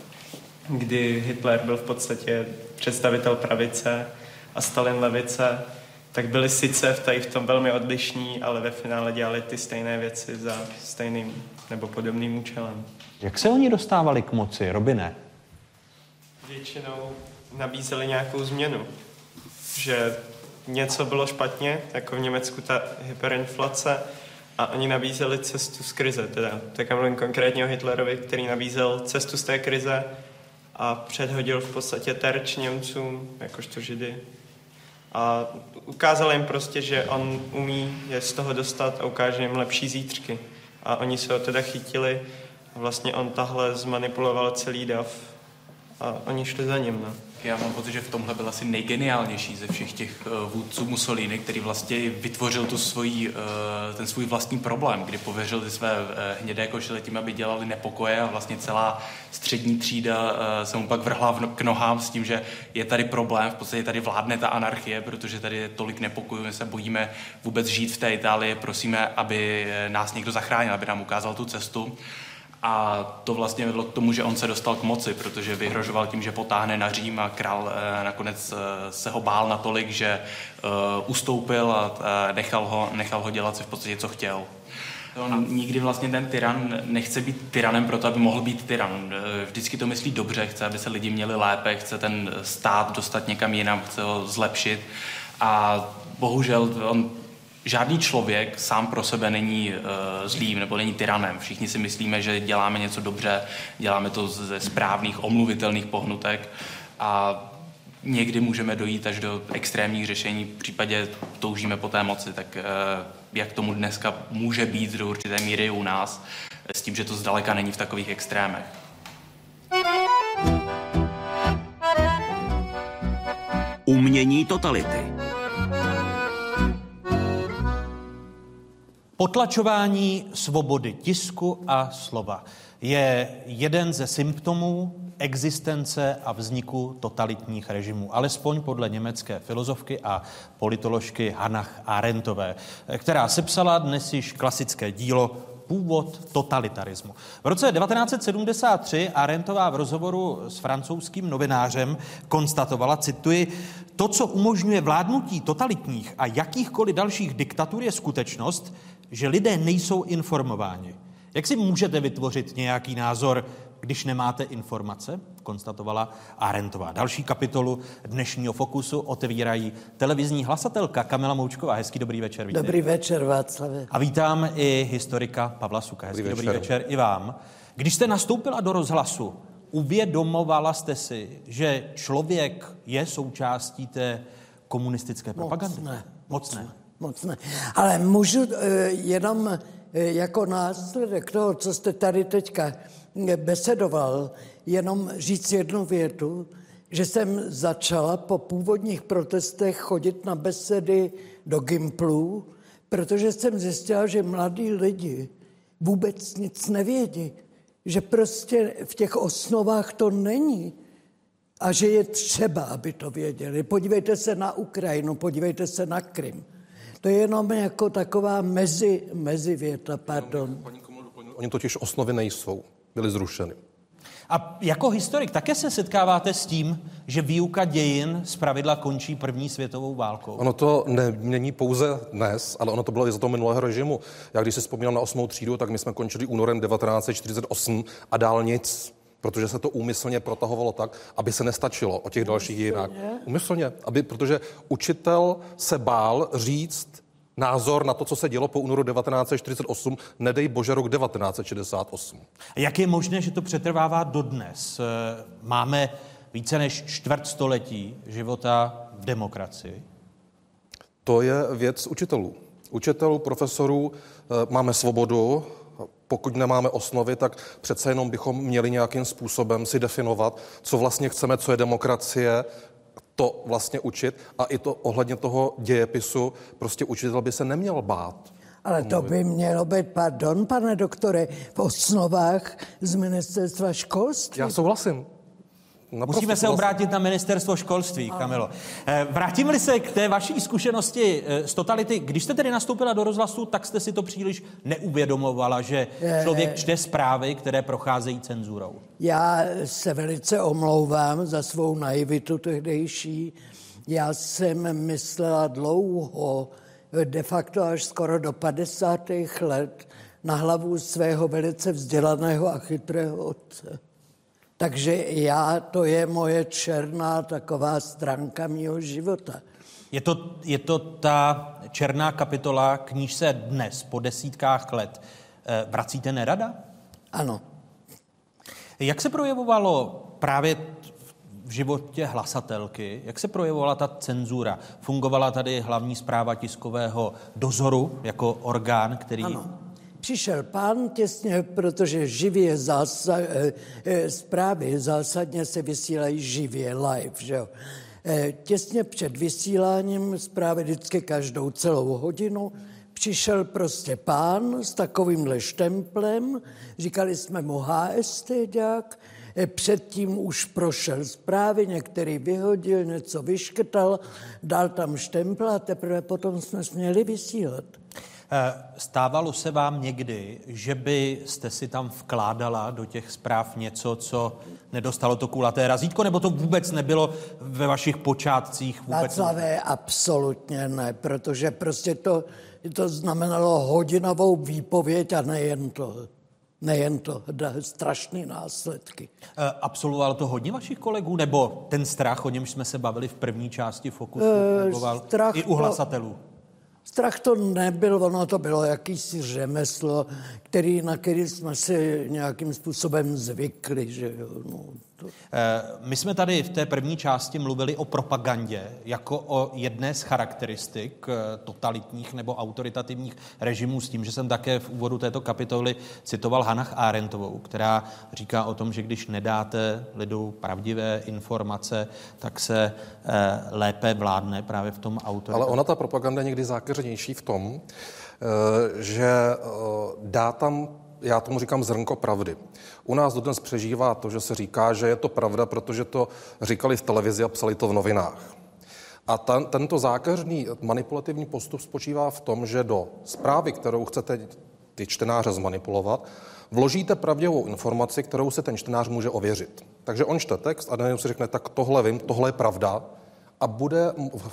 kdy Hitler byl v podstatě představitel pravice a Stalin levice, tak byli sice v, tady v tom velmi odlišní, ale ve finále dělali ty stejné věci za stejným nebo podobným účelem. Jak se oni dostávali k moci, Robine? Většinou nabízeli nějakou změnu, že něco bylo špatně, jako v Německu ta hyperinflace, a oni nabízeli cestu z krize. Teda. Tak já mluvím konkrétně o Hitlerovi, který nabízel cestu z té krize a předhodil v podstatě terč Němcům, jakožto Židy. A ukázal jim prostě, že on umí je z toho dostat a ukáže jim lepší zítřky. A oni se ho teda chytili a vlastně on tahle zmanipuloval celý dav a oni šli za ním. No. Já mám pocit, že v tomhle byl asi nejgeniálnější ze všech těch uh, vůdců Mussolini, který vlastně vytvořil tu svojí, uh, ten svůj vlastní problém, kdy pověřil ty své uh, hnědé košile tím, aby dělali nepokoje a vlastně celá střední třída uh, se mu pak vrhla v no, k nohám s tím, že je tady problém, v podstatě tady vládne ta anarchie, protože tady je tolik nepokojů, my se bojíme vůbec žít v té Itálii, prosíme, aby nás někdo zachránil, aby nám ukázal tu cestu. A to vlastně vedlo k tomu, že on se dostal k moci, protože vyhrožoval tím, že potáhne na Řím a král eh, nakonec eh, se ho bál natolik, že eh, ustoupil a eh, nechal, ho, nechal ho dělat si v podstatě, co chtěl. On nikdy vlastně ten tyran nechce být tyranem proto, aby mohl být tyran. Vždycky to myslí dobře, chce, aby se lidi měli lépe, chce ten stát dostat někam jinam, chce ho zlepšit. A bohužel on žádný člověk sám pro sebe není uh, zlým nebo není tyranem. Všichni si myslíme, že děláme něco dobře, děláme to ze správných, omluvitelných pohnutek a někdy můžeme dojít až do extrémních řešení, v případě toužíme po té moci, tak uh, jak tomu dneska může být do určité míry u nás, s tím, že to zdaleka není v takových extrémech. Umění totality. Potlačování svobody tisku a slova je jeden ze symptomů existence a vzniku totalitních režimů, alespoň podle německé filozofky a politoložky Hannah Arendtové, která sepsala dnes již klasické dílo Původ totalitarismu. V roce devatenáct set sedmdesát tři Arendtová v rozhovoru s francouzským novinářem konstatovala, cituji, to, co umožňuje vládnutí totalitních a jakýchkoliv dalších diktatur, je skutečnost, že lidé nejsou informováni. Jak si můžete vytvořit nějaký názor, když nemáte informace? Konstatovala Arendtová. Další kapitolu dnešního Fokusu otevírají televizní hlasatelka Kamila Moučková. Hezký dobrý večer. Vítej. Dobrý večer, Václave. A vítám i historika Pavla Suka. Hezký dobrý, dobrý večer. večer i vám. Když jste nastoupila do rozhlasu, uvědomovala jste si, že člověk je součástí té komunistické propagandy? Moc ne. Moc ne. Moc ne. Ale můžu uh, jenom uh, jako následek toho, co jste tady teďka besedoval, jenom říct jednu větu, že jsem začala po původních protestech chodit na besedy do Gimplů, protože jsem zjistila, že mladí lidi vůbec nic nevědí, že prostě v těch osnovách to není a že je třeba, aby to věděli. Podívejte se na Ukrajinu, podívejte se na Krym. To je jenom jako taková mezi, mezivěta, pardon. Oni totiž osnovy nejsou, byly zrušeny. A jako historik také se setkáváte s tím, že výuka dějin zpravidla končí první světovou válkou? Ono to ne, není pouze dnes, ale ono to bylo i za toho minulého režimu. Já když si vzpomínám na osmou třídu, tak my jsme končili únorem devatenáct set čtyřicet osm a dál nic, protože se to úmyslně protahovalo tak, aby se nestačilo o těch dalších dějinách. Úmyslně, aby, protože učitel se bál říct názor na to, co se dělo po únoru devatenáct set čtyřicet osm, nedej bože rok devatenáct set šedesát osm. Jak je možné, že to přetrvává dodnes? Máme více než čtvrtstoletí života v demokracii. To je věc učitelů. Učitelů, profesorů, máme svobodu. Pokud nemáme osnovy, tak přece jenom bychom měli nějakým způsobem si definovat, co vlastně chceme, co je demokracie, to vlastně učit a i to ohledně toho dějepisu, prostě učitel by se neměl bát. Ale to by mělo být, pardon, pane doktore, v osnovách z ministerstva školství. Já souhlasím. Naprosto Musíme se obrátit na ministerstvo školství, Kamilo. Vrátím-li se k té vaší zkušenosti z totality, když jste tedy nastoupila do rozhlasu, tak jste si to příliš neuvědomovala, že člověk čte zprávy, které procházejí cenzurou. Já se velice omlouvám za svou naivitu tehdejší. Já jsem myslela dlouho, de facto až skoro do padesátých let, na hlavu svého velice vzdělaného a chytrého otce. Takže já, to je moje černá taková stránka mýho života. Je to, je to ta černá kapitola, k níž se dnes po desítkách let vracíte nerada? Ano. Jak se projevovalo právě v životě hlasatelky, jak se projevovala ta cenzura? Fungovala tady hlavní správa tiskového dozoru jako orgán, který... Ano. Přišel pán těsně, protože živě zása, e, e, zprávy zásadně se vysílají živě, live, že jo. E, těsně před vysíláním zprávy vždycky každou celou hodinu přišel prostě pán s takovýmhle štemplem, říkali jsme mu há es téďák, e, předtím už prošel zprávy, některý vyhodil, něco vyškrtal, dal tam štempl a teprve potom jsme směli vysílat. Stávalo se vám někdy, že byste si tam vkládala do těch zpráv něco, co nedostalo to kulaté razítko, nebo to vůbec nebylo ve vašich počátcích? Vůbec Václavé, absolutně ne, protože prostě to, to znamenalo hodinovou výpověď a nejen to. Nejen to, strašné následky. Absolvovalo to hodně vašich kolegů, nebo ten strach, o němž jsme se bavili v první části Fokusu, fungoval strach i u hlasatelů? Strach to nebyl, ono to bylo jakýsi řemeslo, který, na který jsme si nějakým způsobem zvykli. Že jo, no, to... My jsme tady v té první části mluvili o propagandě jako o jedné z charakteristik totalitních nebo autoritativních režimů, s tím, že jsem také v úvodu této kapitoly citoval Hannah Arendtovou, která říká o tom, že když nedáte lidu pravdivé informace, tak se lépe vládne právě v tom autoritativním. Ale ona ta propaganda je někdy zákeřnější v tom, že dá tam, já tomu říkám zrnko pravdy. U nás dodnes přežívá to, že se říká, že je to pravda, protože to říkali v televizi a psali to v novinách. A ten, tento zákeřný manipulativní postup spočívá v tom, že do zprávy, kterou chcete ty čtenáře zmanipulovat, vložíte pravdivou informaci, kterou se ten čtenář může ověřit. Takže on čte text a najednou si řekne, tak tohle vím, tohle je pravda, a bude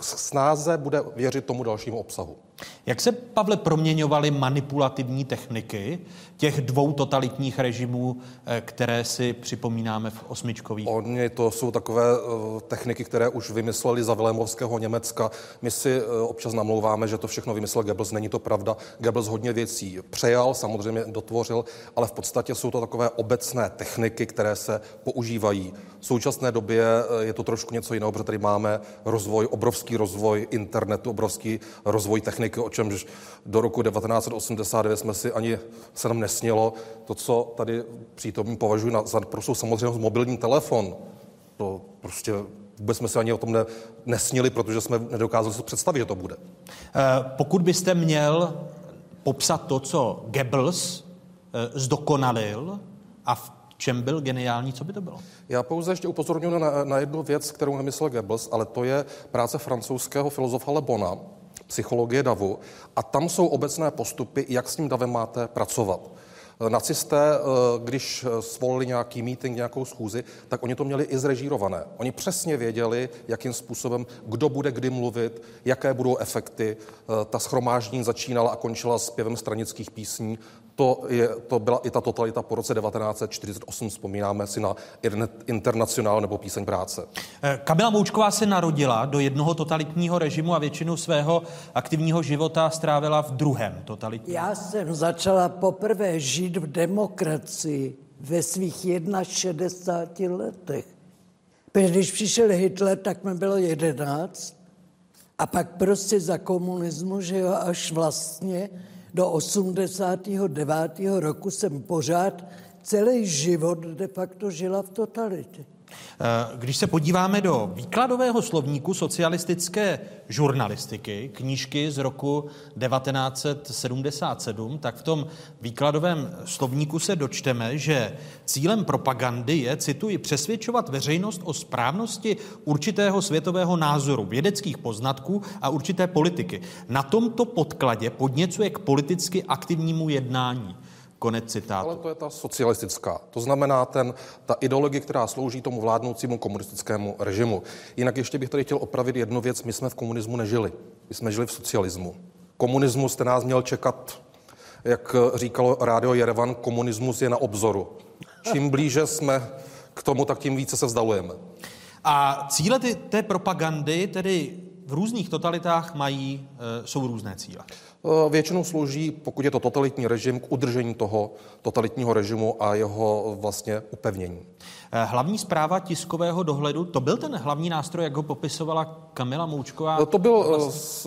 snáze bude věřit tomu dalšímu obsahu. Jak se, Pavle, proměňovaly manipulativní techniky těch dvou totalitních režimů, které si připomínáme v osmičkových? Oni to jsou takové uh, techniky, které už vymysleli za Vilémovského Německa. My si uh, občas namlouváme, že to všechno vymyslel Goebbels. Není to pravda. Goebbels hodně věcí přejal, samozřejmě dotvořil, ale v podstatě jsou to takové obecné techniky, které se používají. V současné době uh, je to trošku něco jiného, protože tady máme rozvoj, obrovský rozvoj internetu, obrovský rozvoj techniky, o čemž do roku devatenáct set osmdesát devět jsme si ani se nám nesnělo. To, co tady přítomní považuji za prostou samozřejmě mobilní telefon, to prostě vůbec jsme si ani o tom ne, nesnili, protože jsme nedokázali si představit, že to bude. Pokud byste měl popsat to, co Goebbels zdokonalil a v čem byl geniální, co by to bylo? Já pouze ještě upozorňuji na, na jednu věc, kterou nemyslel Goebbels, ale to je práce francouzského filozofa Le Bona, Psychologie davu, a tam jsou obecné postupy, jak s tím davem máte pracovat. Nacisté, když svolili nějaký meeting, nějakou schůzi, tak oni to měli i zrežírované. Oni přesně věděli, jakým způsobem, kdo bude kdy mluvit, jaké budou efekty. Ta shromáždění začínala a končila zpěvem stranických písní. To, je, to byla i ta totalita po roce devatenáct set čtyřicet osm, vzpomínáme si na Internacionál nebo Píseň práce. Kamila Moučková se narodila do jednoho totalitního režimu a většinu svého aktivního života strávila v druhém totalitním. Já jsem začala poprvé žít v demokracii ve svých šedesáti jedné letech. Protože když přišel Hitler, tak mi bylo jedenáct a pak prostě za komunismu, že jo, až vlastně do osmdesátého devátého roku jsem pořád celý život de facto žila v totalitě. Když se podíváme do výkladového slovníku socialistické žurnalistiky, knížky z roku devatenáct set sedmdesát sedm, tak v tom výkladovém slovníku se dočteme, že cílem propagandy je, cituji, přesvědčovat veřejnost o správnosti určitého světového názoru, vědeckých poznatků a určité politiky. Na tomto podkladě podněcuje k politicky aktivnímu jednání. Konec citátu. Ale to je ta socialistická. To znamená ten, ta ideologie, která slouží tomu vládnoucímu komunistickému režimu. Jinak ještě bych tady chtěl opravit jednu věc. My jsme v komunismu nežili. My jsme žili v socialismu. Komunismus jste nás měl čekat, jak říkalo rádio Jerevan, komunismus je na obzoru. Čím blíže jsme k tomu, tak tím více se vzdalujeme. A cíle ty, té propagandy tedy v různých totalitách mají, jsou různé cíle. Většinou slouží, pokud je to totalitní režim, k udržení toho totalitního režimu a jeho vlastně upevnění. Hlavní správa tiskového dohledu, to byl ten hlavní nástroj, jak ho popisovala Kamila Moučková? To byl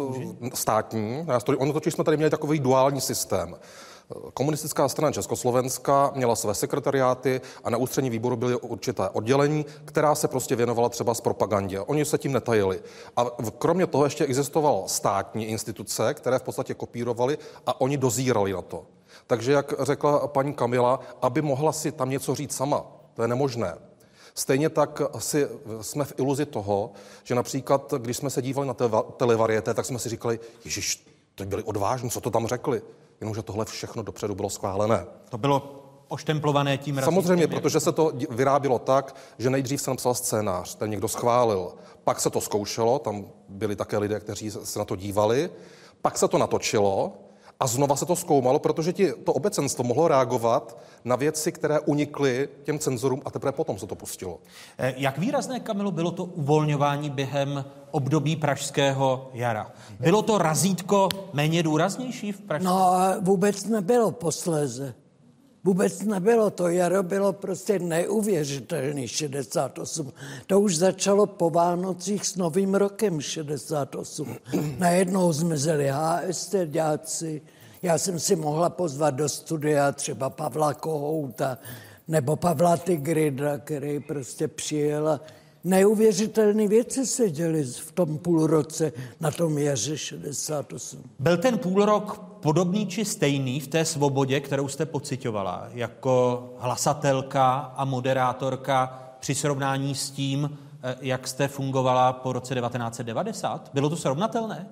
státní nástroj. Ono totiž jsme tady měli takový duální systém. Komunistická strana Československa měla své sekretariáty a na ústřední výboru byly určité oddělení, která se prostě věnovala třeba z propagandě. Oni se tím netajili. A kromě toho ještě existovala státní instituce, které v podstatě kopírovaly a oni dozírali na to. Takže, jak řekla paní Kamila, aby mohla si tam něco říct sama, to je nemožné. Stejně tak si jsme v iluzi toho, že například, když jsme se dívali na televariété, tak jsme si říkali, ježiš, to byli odvážní, co to tam řekli. Jenomže tohle všechno dopředu bylo schválené. To bylo oštemplované tím razítkem? Samozřejmě, protože se to vyrábělo tak, že nejdřív se napsal scénář, ten někdo schválil. Pak se to zkoušelo, tam byli také lidé, kteří se na to dívali. Pak se to natočilo a znova se to zkoumalo, protože ti, to obecenstvo mohlo reagovat na věci, které unikly těm cenzorům a teprve potom se to pustilo. Jak výrazné, Kamilo, bylo to uvolňování během období pražského jara? Bylo to razítko méně důraznější v Pražské? No, vůbec nebylo posléze. Vůbec nebylo. To jaro bylo prostě neuvěřitelný šedesát osm. To už začalo po Vánocích s Novým rokem šedesát osm. Najednou zmizeli há es té děláci. Já jsem si mohla pozvat do studia třeba Pavla Kohouta nebo Pavla Tigrida, který prostě přijel a neuvěřitelné věci se děly v tom půlroce na tom jaře šedesát osm. Byl ten půlrok podobný či stejný v té svobodě, kterou jste pociťovala jako hlasatelka a moderátorka při srovnání s tím, jak jste fungovala po roce devatenáct set devadesát? Bylo to srovnatelné?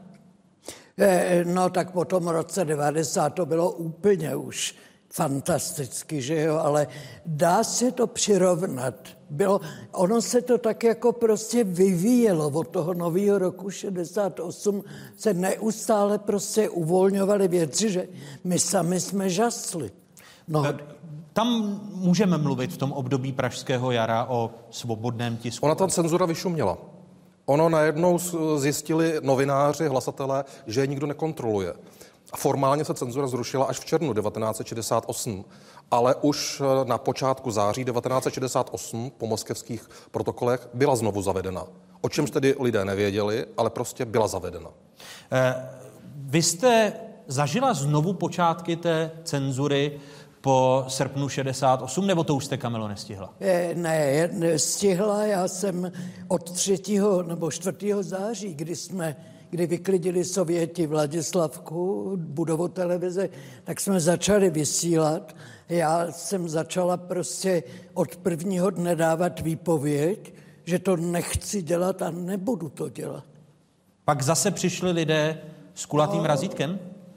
No tak po tom roce devadesát to bylo úplně už fantasticky, že jo, ale dá se to přirovnat. Bylo, ono se to tak jako prostě vyvíjelo od toho nového roku šedesát osm, se neustále prostě uvolňovaly věci, že my sami jsme žasli. No. Tam můžeme mluvit v tom období pražského jara o svobodném tisku. Ona ta cenzura vyšuměla. Ono najednou zjistili novináři, hlasatelé, že je nikdo nekontroluje. A formálně se cenzura zrušila až v červnu devatenáct set šedesát osm, ale už na počátku září devatenáct set šedesát osm po moskevských protokolech byla znovu zavedena. O čemž tedy lidé nevěděli, ale prostě byla zavedena. Eh, vy jste zažila znovu počátky té cenzury po srpnu šedesát osm, nebo to už jste, Kamilo, nestihla? Ne, nestihla. Já jsem od třetího nebo čtvrtého září, kdy jsme kdy vyklidili Sověti Vladislavku, budovu televize, tak jsme začali vysílat. Já jsem začala prostě od prvního dne dávat výpověď, že to nechci dělat a nebudu to dělat. Pak zase přišli lidé s kulatým no, razítkem?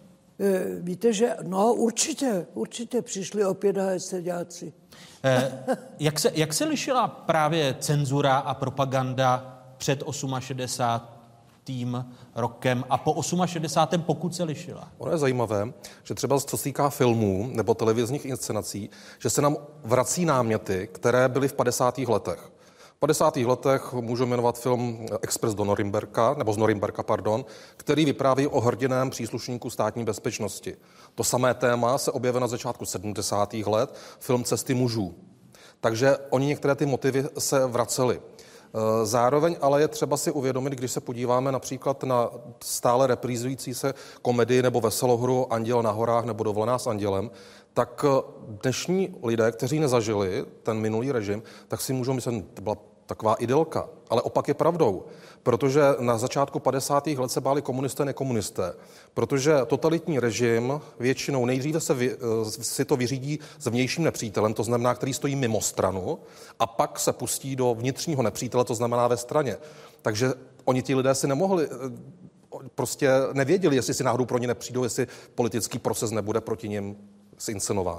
Víte, že no určitě, určitě přišli opět há es éďáci. Eh, jak, se, jak se lišila právě cenzura a propaganda před šedesátým osmým rokem a po šedesátém osmém pokud se lišila? Ono je zajímavé, že třeba co se týká filmů nebo televizních inscenací, že se nám vrací náměty, které byly v padesátých letech. V padesátých letech můžu jmenovat film Expres do Norimberka, nebo z Norimberka, pardon, který vypráví o hrdiném příslušníku státní bezpečnosti. To samé téma se objevilo na začátku sedmdesátých let, film Cesty mužů. Takže oni některé ty motivy se vracely. Zároveň ale je třeba si uvědomit, když se podíváme například na stále reprízující se komedii nebo veselohru Anděl na horách nebo Dovolená s andělem, tak dnešní lidé, kteří nezažili ten minulý režim, tak si můžou myslet, to byla taková idylka. Ale opak je pravdou, protože na začátku padesátých let se báli komunisté, nekomunisté, protože totalitní režim většinou nejdříve se vy, si to vyřídí s vnějším nepřítelem, to znamená, který stojí mimo stranu, a pak se pustí do vnitřního nepřítele, to znamená ve straně. Takže oni ti lidé si nemohli, prostě nevěděli, jestli si náhodou pro ně nepřijdou, jestli politický proces nebude proti nim zinscenován.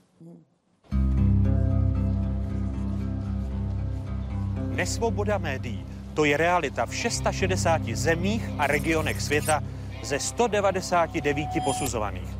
Nesvoboda médií, to je realita v šedesát šest zemích a regionech světa ze sto devadesát devět posuzovaných.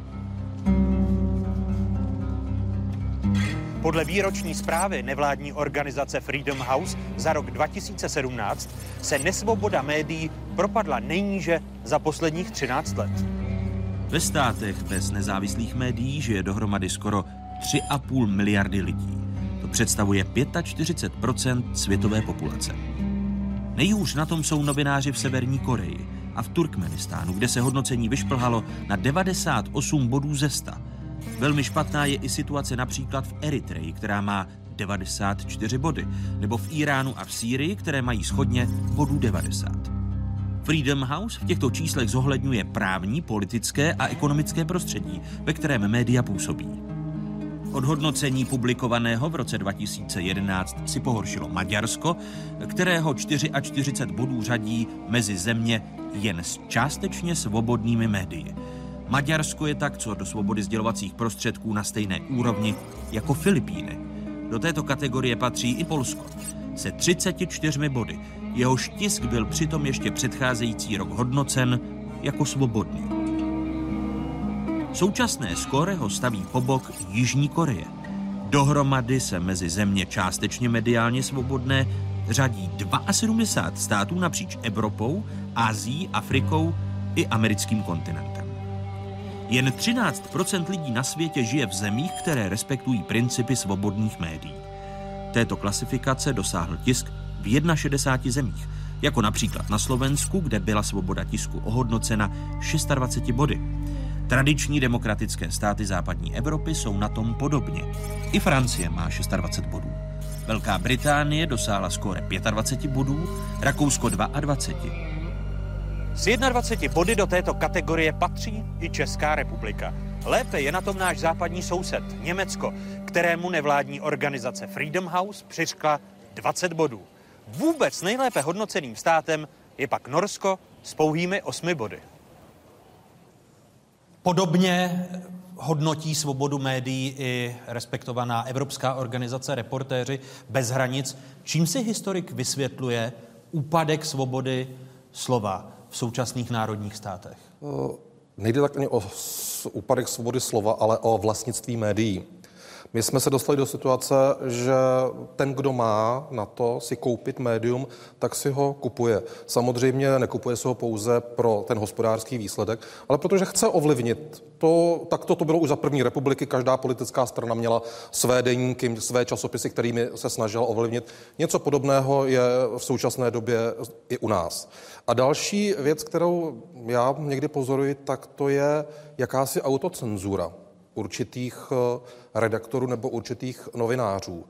Podle výroční zprávy nevládní organizace Freedom House za rok dva tisíce sedmnáct se nesvoboda médií propadla nejníže za posledních třináct let. Ve státech bez nezávislých médií žije dohromady skoro tři a půl miliardy lidí. To představuje čtyřicet pět procent světové populace. Nejhůř na tom jsou novináři v Severní Koreji a v Turkmenistánu, kde se hodnocení vyšplhalo na devadesát osm bodů ze sta. Velmi špatná je i situace například v Eritreji, která má devadesát čtyři body, nebo v Iránu a v Sýrii, které mají shodně bodů devadesát. Freedom House v těchto číslech zohledňuje právní, politické a ekonomické prostředí, ve kterém média působí. Od hodnocení publikovaného v roce dva tisíce jedenáct si pohoršilo Maďarsko, kterého čtyřicet čtyři bodů řadí mezi země jen s částečně svobodnými médii. Maďarsko je tak co do svobody sdělovacích prostředků na stejné úrovni jako Filipíny. Do této kategorie patří i Polsko se třiceti čtyřmi body. Jehož tisk byl přitom ještě předcházející rok hodnocen jako svobodný. Současné skóre ho staví po bok Jižní Koreje. Dohromady se mezi země částečně mediálně svobodné řadí sedmdesát dva států napříč Evropou, Asií, Afrikou i americkým kontinentem. Jen třináct procent lidí na světě žije v zemích, které respektují principy svobodných médií. Této klasifikace dosáhl tisk v šedesáti jedna zemích, jako například na Slovensku, kde byla svoboda tisku ohodnocena dvaceti šesti body. Tradiční demokratické státy západní Evropy jsou na tom podobně. I Francie má dvacet šest bodů. Velká Británie dosáhla skóre dvacet pět bodů, Rakousko dvacet dva. S dvaceti jedna body do této kategorie patří i Česká republika. Lépe je na tom náš západní soused, Německo, kterému nevládní organizace Freedom House přiřkla dvacet bodů. Vůbec nejlépe hodnoceným státem je pak Norsko s pouhými osmi body. Podobně hodnotí svobodu médií i respektovaná evropská organizace Reportéři bez hranic. Čím si historik vysvětluje úpadek svobody slova v současných národních státech? Nejde tak ani o úpadek svobody slova, ale o vlastnictví médií. My jsme se dostali do situace, že ten, kdo má na to si koupit médium, tak si ho kupuje. Samozřejmě nekupuje si ho pouze pro ten hospodářský výsledek, ale protože chce ovlivnit. To, tak to, to bylo už za první republiky. Každá politická strana měla své deníky, své časopisy, kterými se snažila ovlivnit. Něco podobného je v současné době i u nás. A další věc, kterou já někdy pozoruji, tak to je jakási autocenzura určitých redaktorů nebo určitých novinářů.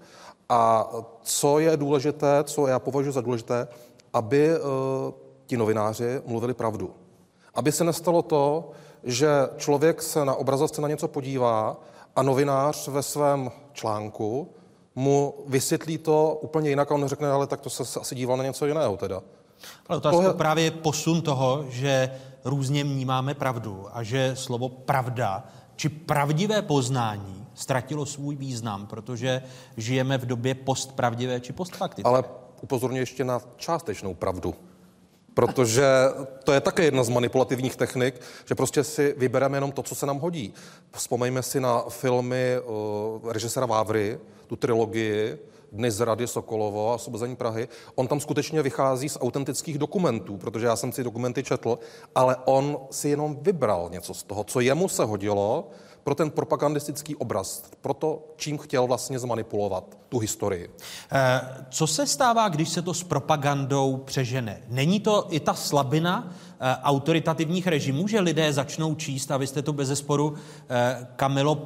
A co je důležité, co já považuji za důležité, aby uh, ti novináři mluvili pravdu. Aby se nestalo to, že člověk se na obrazovce na něco podívá a novinář ve svém článku mu vysvětlí to úplně jinak a on řekne, ale tak to se asi díval na něco jiného teda. Ale otázka je právě posun toho, že různě vnímáme pravdu a že slovo pravda či pravdivé poznání ztratilo svůj význam, protože žijeme v době postpravdivé či postfaktické. Ale upozorňuji ještě na částečnou pravdu. Protože to je také jedna z manipulativních technik, že prostě si vybereme jenom to, co se nám hodí. Vzpomeňme si na filmy uh, režiséra Vávry, tu trilogii Dny zrady, Sokolovo a Osvobození Prahy. On tam skutečně vychází z autentických dokumentů, protože já jsem si dokumenty četl, ale on si jenom vybral něco z toho, co jemu se hodilo pro ten propagandistický obraz, pro to, čím chtěl vlastně zmanipulovat tu historii. E, co se stává, když se to s propagandou přežene? Není to i ta slabina e, autoritativních režimů, že lidé začnou číst, a vy jste to bezesporu, e, Kamilo,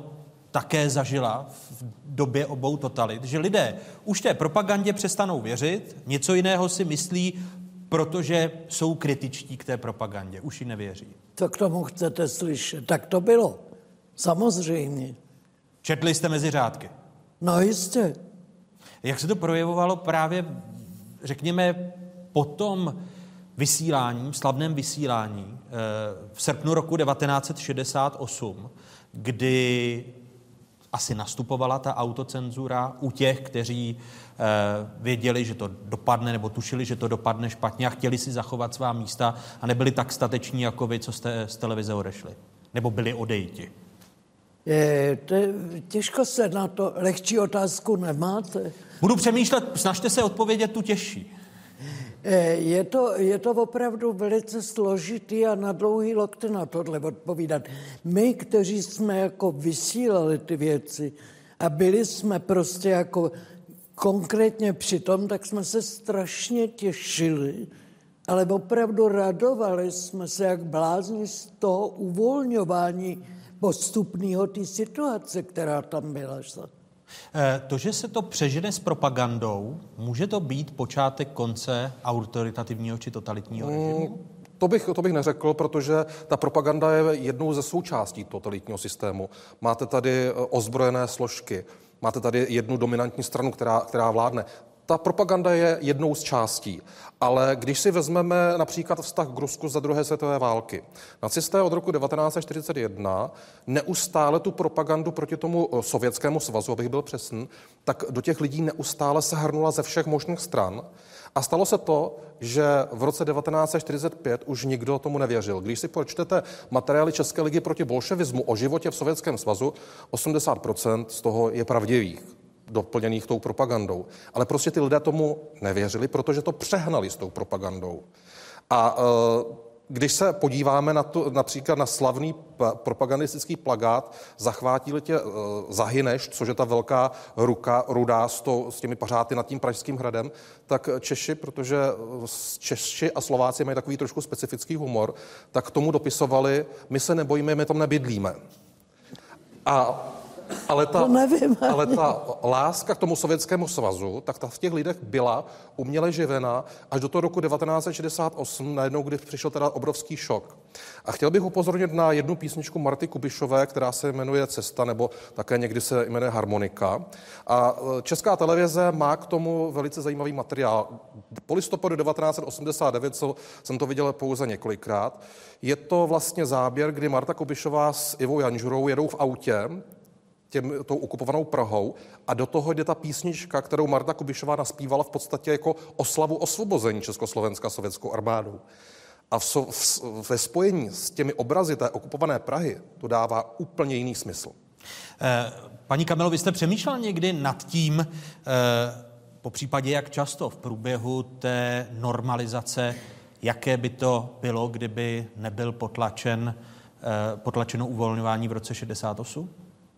také zažila v době obou totalit, že lidé už té propagandě přestanou věřit, něco jiného si myslí, protože jsou kritičtí k té propagandě, už ji nevěří. Co k tomu chcete slyšet? Tak to bylo. Samozřejmě. Četli jste mezi řádky? No jistě. Jak se to projevovalo právě, řekněme, po tom vysílání, slavném vysílání v srpnu roku devatenáct set šedesát osm, kdy asi nastupovala ta autocenzura u těch, kteří eh, věděli, že to dopadne, nebo tušili, že to dopadne špatně a chtěli si zachovat svá místa a nebyli tak stateční jako vy, co jste z televize odešli. Nebo byli odejti. Je, to, těžko se na to, lehčí otázku nemáte. Budu přemýšlet, snažte se odpovědět tu těžší. Je to, je to opravdu velice složitý a na dlouhý lokty na tohle odpovídat. My, kteří jsme jako vysílali ty věci a byli jsme prostě jako konkrétně při tom, tak jsme se strašně těšili, ale opravdu radovali jsme se jak blázni z toho uvolňování postupného té situace, která tam byla. To, že se to přežene s propagandou, může to být počátek konce autoritativního či totalitního režimu? To bych, to bych neřekl, protože ta propaganda je jednou ze součástí totalitního systému. Máte tady ozbrojené složky, máte tady jednu dominantní stranu, která, která vládne. Ta propaganda je jednou z částí, ale když si vezmeme například vztah k Rusku za druhé světové války, nacisté od roku devatenáct set čtyřicet jedna neustále tu propagandu proti tomu Sovětskému svazu, abych byl přesný, tak do těch lidí neustále se hrnula ze všech možných stran. A stalo se to, že v roce devatenáct set čtyřicet pět už nikdo tomu nevěřil. Když si pročtete materiály České ligy proti bolševismu o životě v Sovětském svazu, osmdesát procent z toho je pravdivých, doplněných tou propagandou. Ale prostě ty lidé tomu nevěřili, protože to přehnali s tou propagandou. A e, když se podíváme na tu, například na slavný p- propagandistický plakát Zachvátili tě, e, zahyneš, což je ta velká ruka rudá s, to, s těmi pařáty nad tím Pražským hradem, tak Češi, protože Češi a Slováci mají takový trošku specifický humor, tak k tomu dopisovali, my se nebojíme, my tam nebydlíme. A Ale ta, ale ta láska k tomu Sovětskému svazu, tak ta v těch lidech byla uměle živena až do toho roku devatenáct set šedesát osm, najednou, kdy přišel teda obrovský šok. A chtěl bych upozornit na jednu písničku Marty Kubišové, která se jmenuje Cesta, nebo také někdy se jmenuje Harmonika. A Česká televize má k tomu velice zajímavý materiál. Po listopadu devatenáct set osmdesát devět, co jsem to viděl pouze několikrát, je to vlastně záběr, kdy Marta Kubišová s Ivou Janžurou jedou v autě těm, tou okupovanou Prahou a do toho jde ta písnička, kterou Marta Kubišová naspívala v podstatě jako oslavu osvobození Československa sovětskou armádou. A v, v, ve spojení s těmi obrazy té okupované Prahy to dává úplně jiný smysl. Eh, paní Kamilo, vy jste přemýšlela někdy nad tím, eh, po případě jak často v průběhu té normalizace, jaké by to bylo, kdyby nebyl potlačen, eh, potlačeno uvolňování v roce šedesát osm?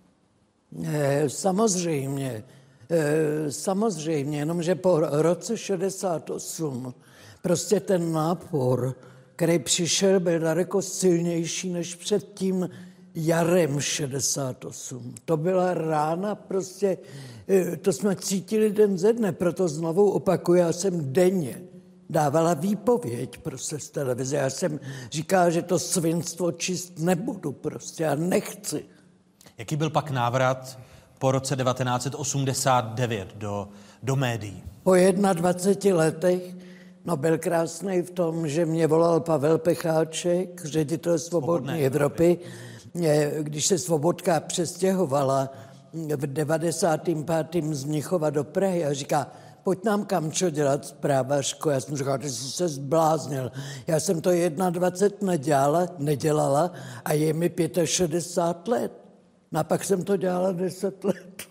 Samozřejmě, samozřejmě, jenomže po roce šedesát osm prostě ten nápor, který přišel, byl daleko silnější než před tím jarem šedesát osm. To byla rána, prostě, to jsme cítili den ze dne, proto znovu opakuju, já jsem denně dávala výpověď prostě z televize. Já jsem říkala, že to svinstvo číst nebudu prostě a nechci. Jaký byl pak návrat po roce devatenáct set osmdesát devět do, do médií? Po dvaceti jedna letech, no byl krásný v tom, že mě volal Pavel Pecháček, ředitel Svobodné Evropy, když se Svobodka přestěhovala v devadesátém pátém z Mnichova do Prahy a říká, pojď nám kamčo dělat zprávařko. Já jsem říkal, že jsi se zbláznil. Já jsem to dvacet jedna nedělala, nedělala a je mi šedesát pět let. No a pak jsem to dělala deset let.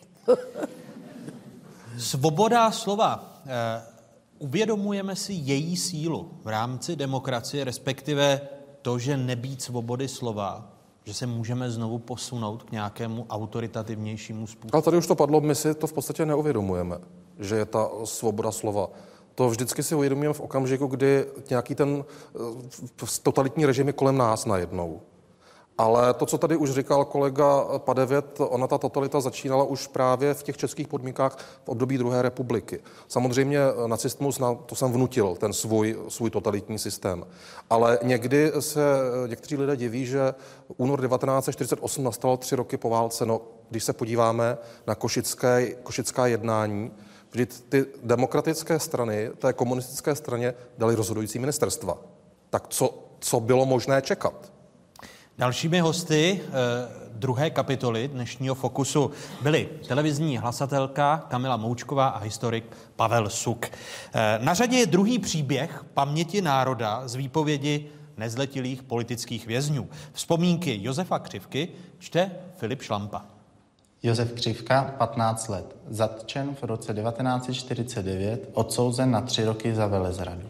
Svoboda slova. Eh, uvědomujeme si její sílu v rámci demokracie, respektive to, že nebýt svobody slova, že se můžeme znovu posunout k nějakému autoritativnější způsobu. Ale tady už to padlo, my si to v podstatě neuvědomujeme, že je ta svoboda slova. To vždycky si uvědomujeme v okamžiku, kdy nějaký ten totalitní režim je kolem nás najednou. Ale to, co tady už říkal kolega Padevět, ona ta totalita začínala už právě v těch českých podmínkách v období druhé republiky. Samozřejmě nacismus, na to jsem vnutil, ten svůj, svůj totalitní systém. Ale někdy se někteří lidé diví, že únor devatenáct set čtyřicet osm nastal tři roky po válce. No, když se podíváme na košické, košická jednání, vždyť ty demokratické strany, té komunistické straně dali rozhodující ministerstva. Tak co, co bylo možné čekat? Dalšími hosty eh, druhé kapitoly dnešního Fokusu byly televizní hlasatelka Kamila Moučková a historik Pavel Suk. Eh, na řadě je druhý příběh paměti národa z výpovědi nezletilých politických vězňů. Vzpomínky Josefa Křivky čte Filip Šlampa. Josef Křivka, patnáct let, zatčen v roce devatenáct set čtyřicet devět, odsouzen na tři roky za velezradu.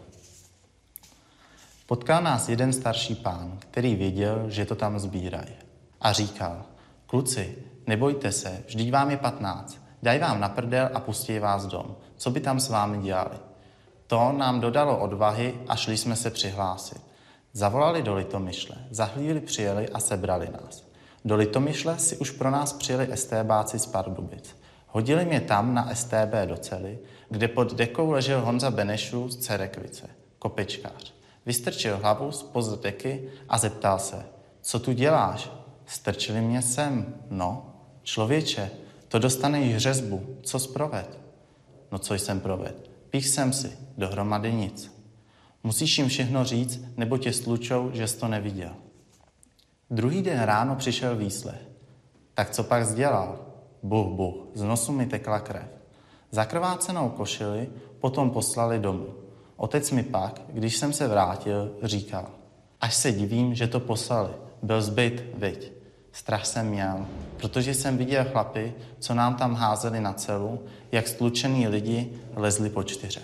Potkal nás jeden starší pán, který věděl, že to tam sbírají. A říkal, kluci, nebojte se, vždyť vám je patnáct, daj vám na prdel a pustí vás dom. Co by tam s vámi dělali? To nám dodalo odvahy a šli jsme se přihlásit. Zavolali do Litomyšle, za chvíli přijeli a sebrali nás. Do Litomyšle si už pro nás přijeli estébáci z Pardubic. Hodili mě tam na es té bé do cely, kde pod dekou ležel Honza Benešů z Cerekvice, kopečkář. Vystrčil hlavu zpoz deky a zeptal se, co tu děláš? Strčili mě sem. No, člověče, to dostaneš řezbu, co jsi proved? No co jsem proved? Pích jsem si, dohromady nic. Musíš jim všechno říct, nebo tě slučou, že jsi to neviděl. Druhý den ráno přišel výslech. Tak co pak sdělal? Buh, buh, z nosu mi tekla krev. Zakrvácenou košili potom poslali domů. Otec mi pak, když jsem se vrátil, říkal, až se divím, že to poslali. Byl zbyt, viď. Strach jsem měl, protože jsem viděl chlapy, co nám tam házeli na celu, jak stlučený lidi lezli po čtyřech.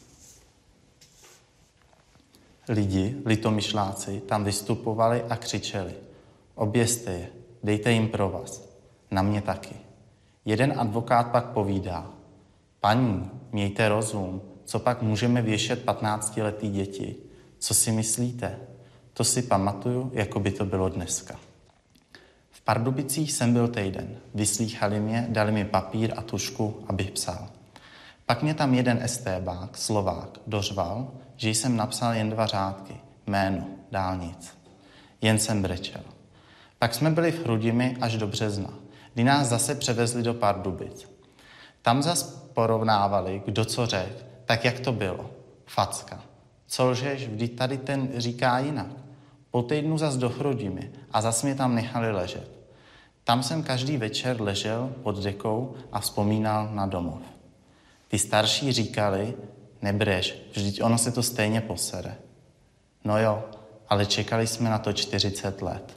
Lidi, litomyšláci, tam vystupovali a křičeli. Obězte je, dejte jim provaz. Na mě taky. Jeden advokát pak povídá. Paní, mějte rozum, co pak můžeme věšet patnáctiletý děti? Co si myslíte? To si pamatuju, jako by to bylo dneska. V Pardubicích jsem byl týden. Vyslýchali mě, dali mi papír a tužku, abych psal. Pak mě tam jeden estébák, Slovák, dořval, že jsem napsal jen dva řádky. Jméno, dál nic. Jen jsem brečel. Pak jsme byli v Chrudimi až do března, kdy nás zase převezli do Pardubic. Tam zas porovnávali, kdo co řekl, tak jak to bylo. Facka. Co lžeš, vždyť tady ten říká jinak. Po týdnu zas do Chrudimi a zas mě tam nechali ležet. Tam jsem každý večer ležel pod dekou a vzpomínal na domov. Ty starší říkali, nebrež, vždyť ono se to stejně posere. No jo, ale čekali jsme na to čtyřicet let.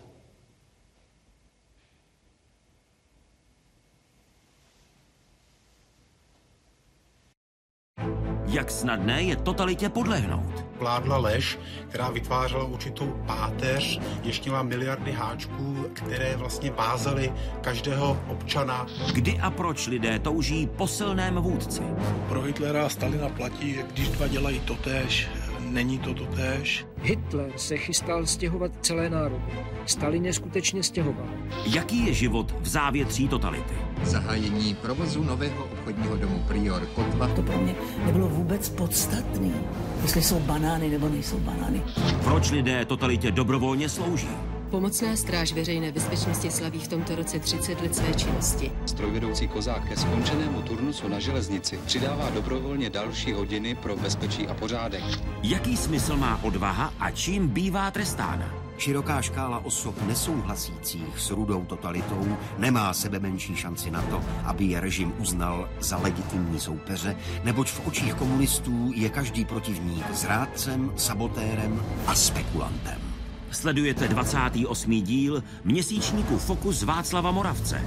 Jak snadné je totalitě podlehnout? Vládla lež, která vytvářela určitou páteř, ještě má miliardy háčků, které vlastně vázaly každého občana. Kdy a proč lidé touží po silném vůdci? Pro Hitlera a Stalina platí, když dva dělají totéž, není to totéž. Hitler se chystal stěhovat celé národy. Stalin je skutečně stěhoval. Jaký je život v závětří totality? Zahájení provozu nového obchodního domu Prior Kotva. To pro mě nebylo vůbec podstatný, jestli jsou banány nebo nejsou banány. Proč lidé totalitě dobrovolně slouží? Pomocná stráž veřejné bezpečnosti slaví v tomto roce třicet let své činnosti. Strojvedoucí Kozák ke skončenému turnusu na železnici přidává dobrovolně další hodiny pro bezpečí a pořádek. Jaký smysl má odvaha a čím bývá trestána? Široká škála osob nesouhlasících s rudou totalitou nemá sebe menší šanci na to, aby je režim uznal za legitimní soupeře, neboť v očích komunistů je každý protivník zrádcem, sabotérem a spekulantem. Sledujete dvacátý osmý díl měsíčníku Fokus Václava Moravce.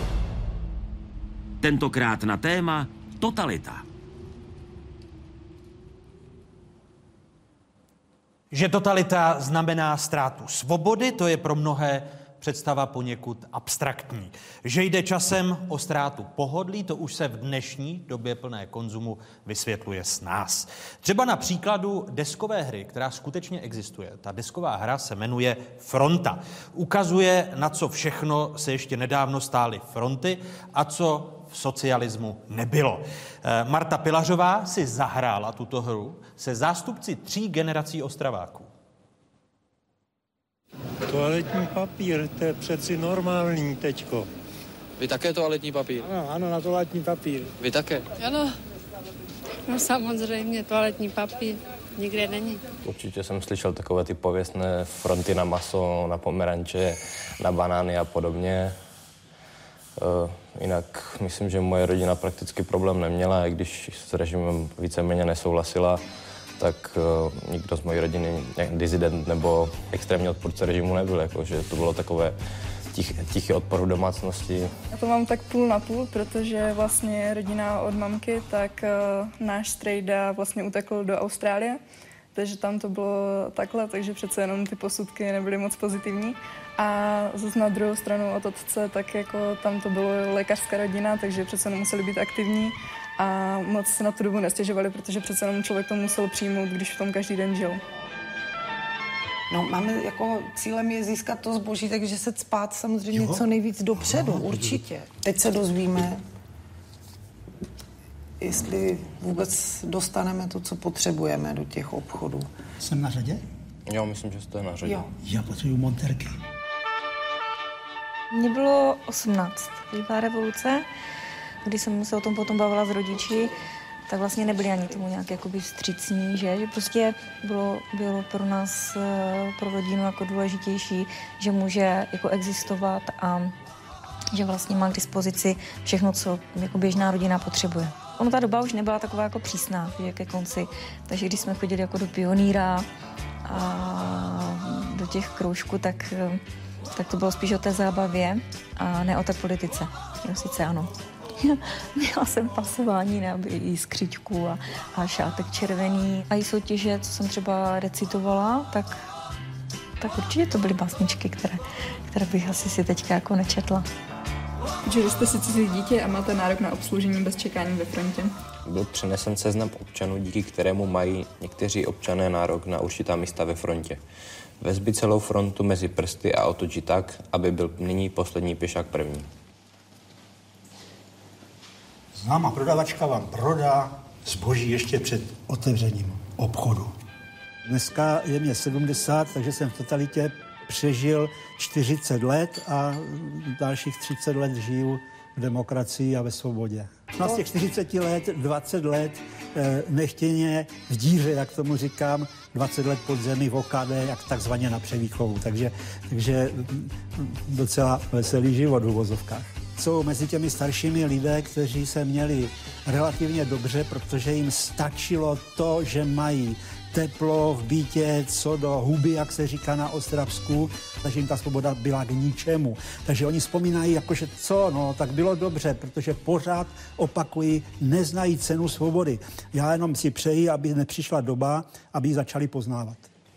Tentokrát na téma totalita. Že totalita znamená ztrátu svobody, to je pro mnohé představa poněkud abstraktní. Že jde časem o ztrátu pohodlí, to už se v dnešní době plné konzumu vysvětluje s nás. Třeba na příkladu deskové hry, která skutečně existuje. Ta desková hra se jmenuje Fronta. Ukazuje, na co všechno se ještě nedávno stály fronty a co v socialismu nebylo. Marta Pilařová si zahrála tuto hru se zástupci tří generací Ostraváků. Toaletní papír, to je přeci normální teďko. Vy také toaletní papír? Ano, ano, na toaletní papír. Vy také? Ano, no samozřejmě, toaletní papír nikde není. Určitě jsem slyšel takové ty pověstné fronty na maso, na pomeranče, na banány a podobně. Uh, jinak myslím, že moje rodina prakticky problém neměla, i když s režimem víceméně nesouhlasila, tak uh, nikdo z mojí rodiny disident nebo extrémní odpůrce režimu nebyl, jakože to bylo takové tich, tichý odpor v domácnosti. Já to mám tak půl na půl, protože vlastně rodina od mamky, tak uh, náš strejda vlastně utekl do Austrálie, takže tam to bylo takhle, takže přece jenom ty posudky nebyly moc pozitivní. A zase na druhou stranu od otce, tak jako tam to bylo lékařská rodina, takže přece jenom museli být aktivní a moc se na tu dobu nestěžovali, protože přece jenom člověk to musel přijmout, když v tom každý den žil. No, máme jako cílem je získat to zboží, takže se cpát samozřejmě jo? co nejvíc dopředu, Aha, určitě. Teď se dozvíme, jestli vůbec dostaneme to, co potřebujeme do těch obchodů. Jsem na řadě? Jo, myslím, že jste na řadě. Jo. Já potřebuji monterky. Mně bylo osmnáct. Byla revoluce, když jsem se o tom potom bavila s rodiči, tak vlastně nebyli ani tomu nějak jakoby vstřícní, že? Že prostě bylo, bylo pro nás, pro rodinu jako důležitější, že může jako existovat a že vlastně má k dispozici všechno, co jako běžná rodina potřebuje. Ono ta doba už nebyla taková jako přísná, že ke konci, takže když jsme chodili jako do pionýra a do těch kroužků, tak, tak to bylo spíš o té zábavě a ne o té politice. Jo, sice ano. Měla jsem pasování na jiskřičku a, a šátek červený. A i soutěže, co jsem třeba recitovala, tak, tak určitě to byly básničky, které, které bych asi si teďka jako nečetla. Že jste si cizí dítě a máte nárok na obsloužení bez čekání ve frontě. Byl přenesen seznam občanů, díky kterému mají někteří občané nárok na určitá místa ve frontě. Vezbi celou frontu mezi prsty a otočí tak, aby byl nyní poslední pěšák první. Známá prodavačka vám prodá zboží ještě před otevřením obchodu. Dneska je mě sedmdesát, takže jsem v totalitě přežil čtyřicet let a dalších třicet let žiju v demokracii a ve svobodě. Na z těch čtyřiceti let, dvacet let nechtěně v díře, jak tomu říkám, dvacet let pod zemi v O K D, jak takzvaně na převýchovu. Takže, takže docela veselý život v uvozovkách. Jsou mezi těmi staršími lidé, kteří se měli relativně dobře, protože jim stačilo to, že mají teplo v bytě, co do huby, jak se říká na Ostravsku, takže jim ta svoboda byla k ničemu. Takže oni vzpomínají, jakože co, no, tak bylo dobře, protože pořád, opakují, neznají cenu svobody. Já jenom si přeji, aby nepřišla doba, aby ji začali poznávat.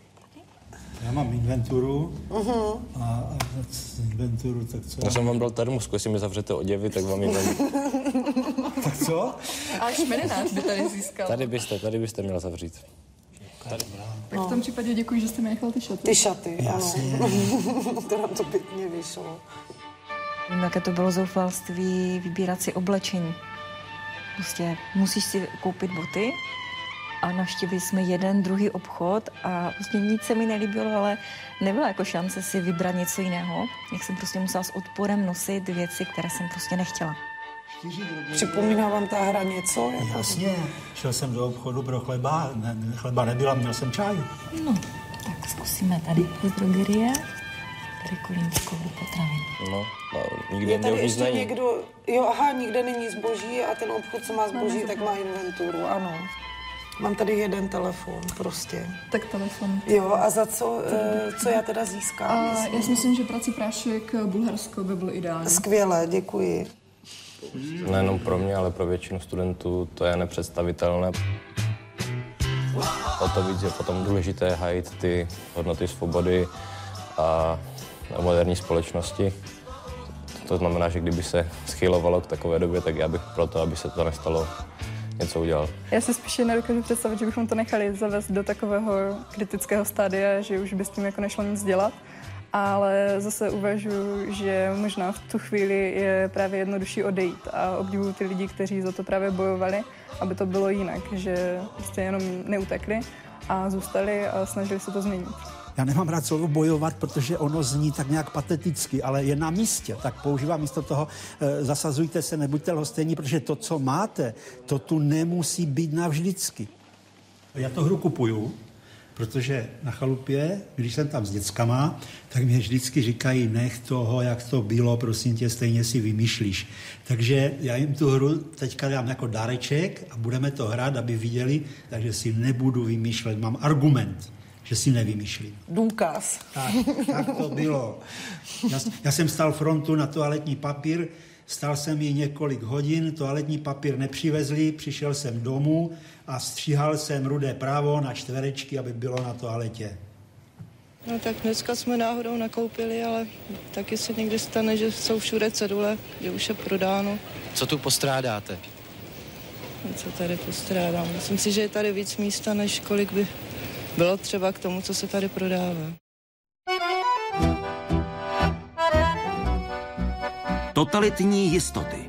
Já mám inventuru uh-huh. a, a inventuru, tak co? Já jsem vám dal termosku, jestli mi zavřete oděvy, tak vám inventuru. Tak co? A šmeninář by tady získal. Tady byste, tady byste měla zavřít. Tady. Tak v tom případě děkuji, že jste mi nechal ty šaty. Ty šaty, ano. To nám to pěkně vyšlo. Vím, jaké to bylo zoufalství vybírat si oblečení. Prostě musíš si koupit boty a navštívili jsme jeden, druhý obchod a prostě nic se mi nelíbilo, ale nebyla jako šance si vybrat něco jiného. Jak jsem prostě musela s odporem nosit věci, které jsem prostě nechtěla. Připomíná vám ta hra něco? Jako... Jasně, šel jsem do obchodu pro chleba, ne, chleba nebyla, měl jsem čaj. No, tak zkusíme tady z drogerie, tady kolínčkou do potravin. No, no nikde tady ještě někdo, jo, aha, nikde není zboží a ten obchod, co má zboží, tak má inventuru, ano. Mám tady jeden telefon, prostě. Tak telefon. Jo, a za co, co já teda získám? A já si myslím, že prací prášek Bulharsko by bylo ideální. Skvěle, děkuji. Nejenom pro mě, ale pro většinu studentů to je nepředstavitelné. O to víc je potom důležité hájit ty hodnoty svobody a moderní společnosti. To znamená, že kdyby se schylovalo k takové době, tak já bych proto, aby se to nestalo, něco udělal. Já si spíš nedokážu představit, že bychom to nechali zavést do takového kritického stádia, že už by s tím jako nešlo nic dělat. Ale zase uvažuji, že možná v tu chvíli je právě jednodušší odejít a obdivuju ty lidi, kteří za to právě bojovali, aby to bylo jinak, že prostě jenom neutekli a zůstali a snažili se to změnit. Já nemám rád slovo bojovat, protože ono zní tak nějak pateticky, ale je na místě. Tak používám místo toho, e, zasazujte se, nebuďte lhostejní, protože to, co máte, to tu nemusí být navždycky. Já tu hru kupuju, protože na chalupě, když jsem tam s dětskama, tak mě vždycky říkají, nech toho, jak to bylo, prosím tě, stejně si vymýšlíš. Takže já jim tu hru teďka dám jako dáreček a budeme to hrát, aby viděli, takže si nebudu vymýšlet, mám argument, že si nevymýšlím. Důkaz. Tak, tak to bylo. Já, já jsem stál frontu na toaletní papír, stál jsem ji několik hodin, toaletní papír nepřivezli, přišel jsem domů a stříhal jsem rudé právo na čtverečky, aby bylo na toaletě. No tak dneska jsme náhodou nakoupili, ale taky se někdy stane, že jsou všude cedule, že už je prodáno. Co tu postrádáte? Co tady postrádám? Myslím si, že je tady víc místa, než kolik by bylo třeba k tomu, co se tady prodává. Totalitní jistoty.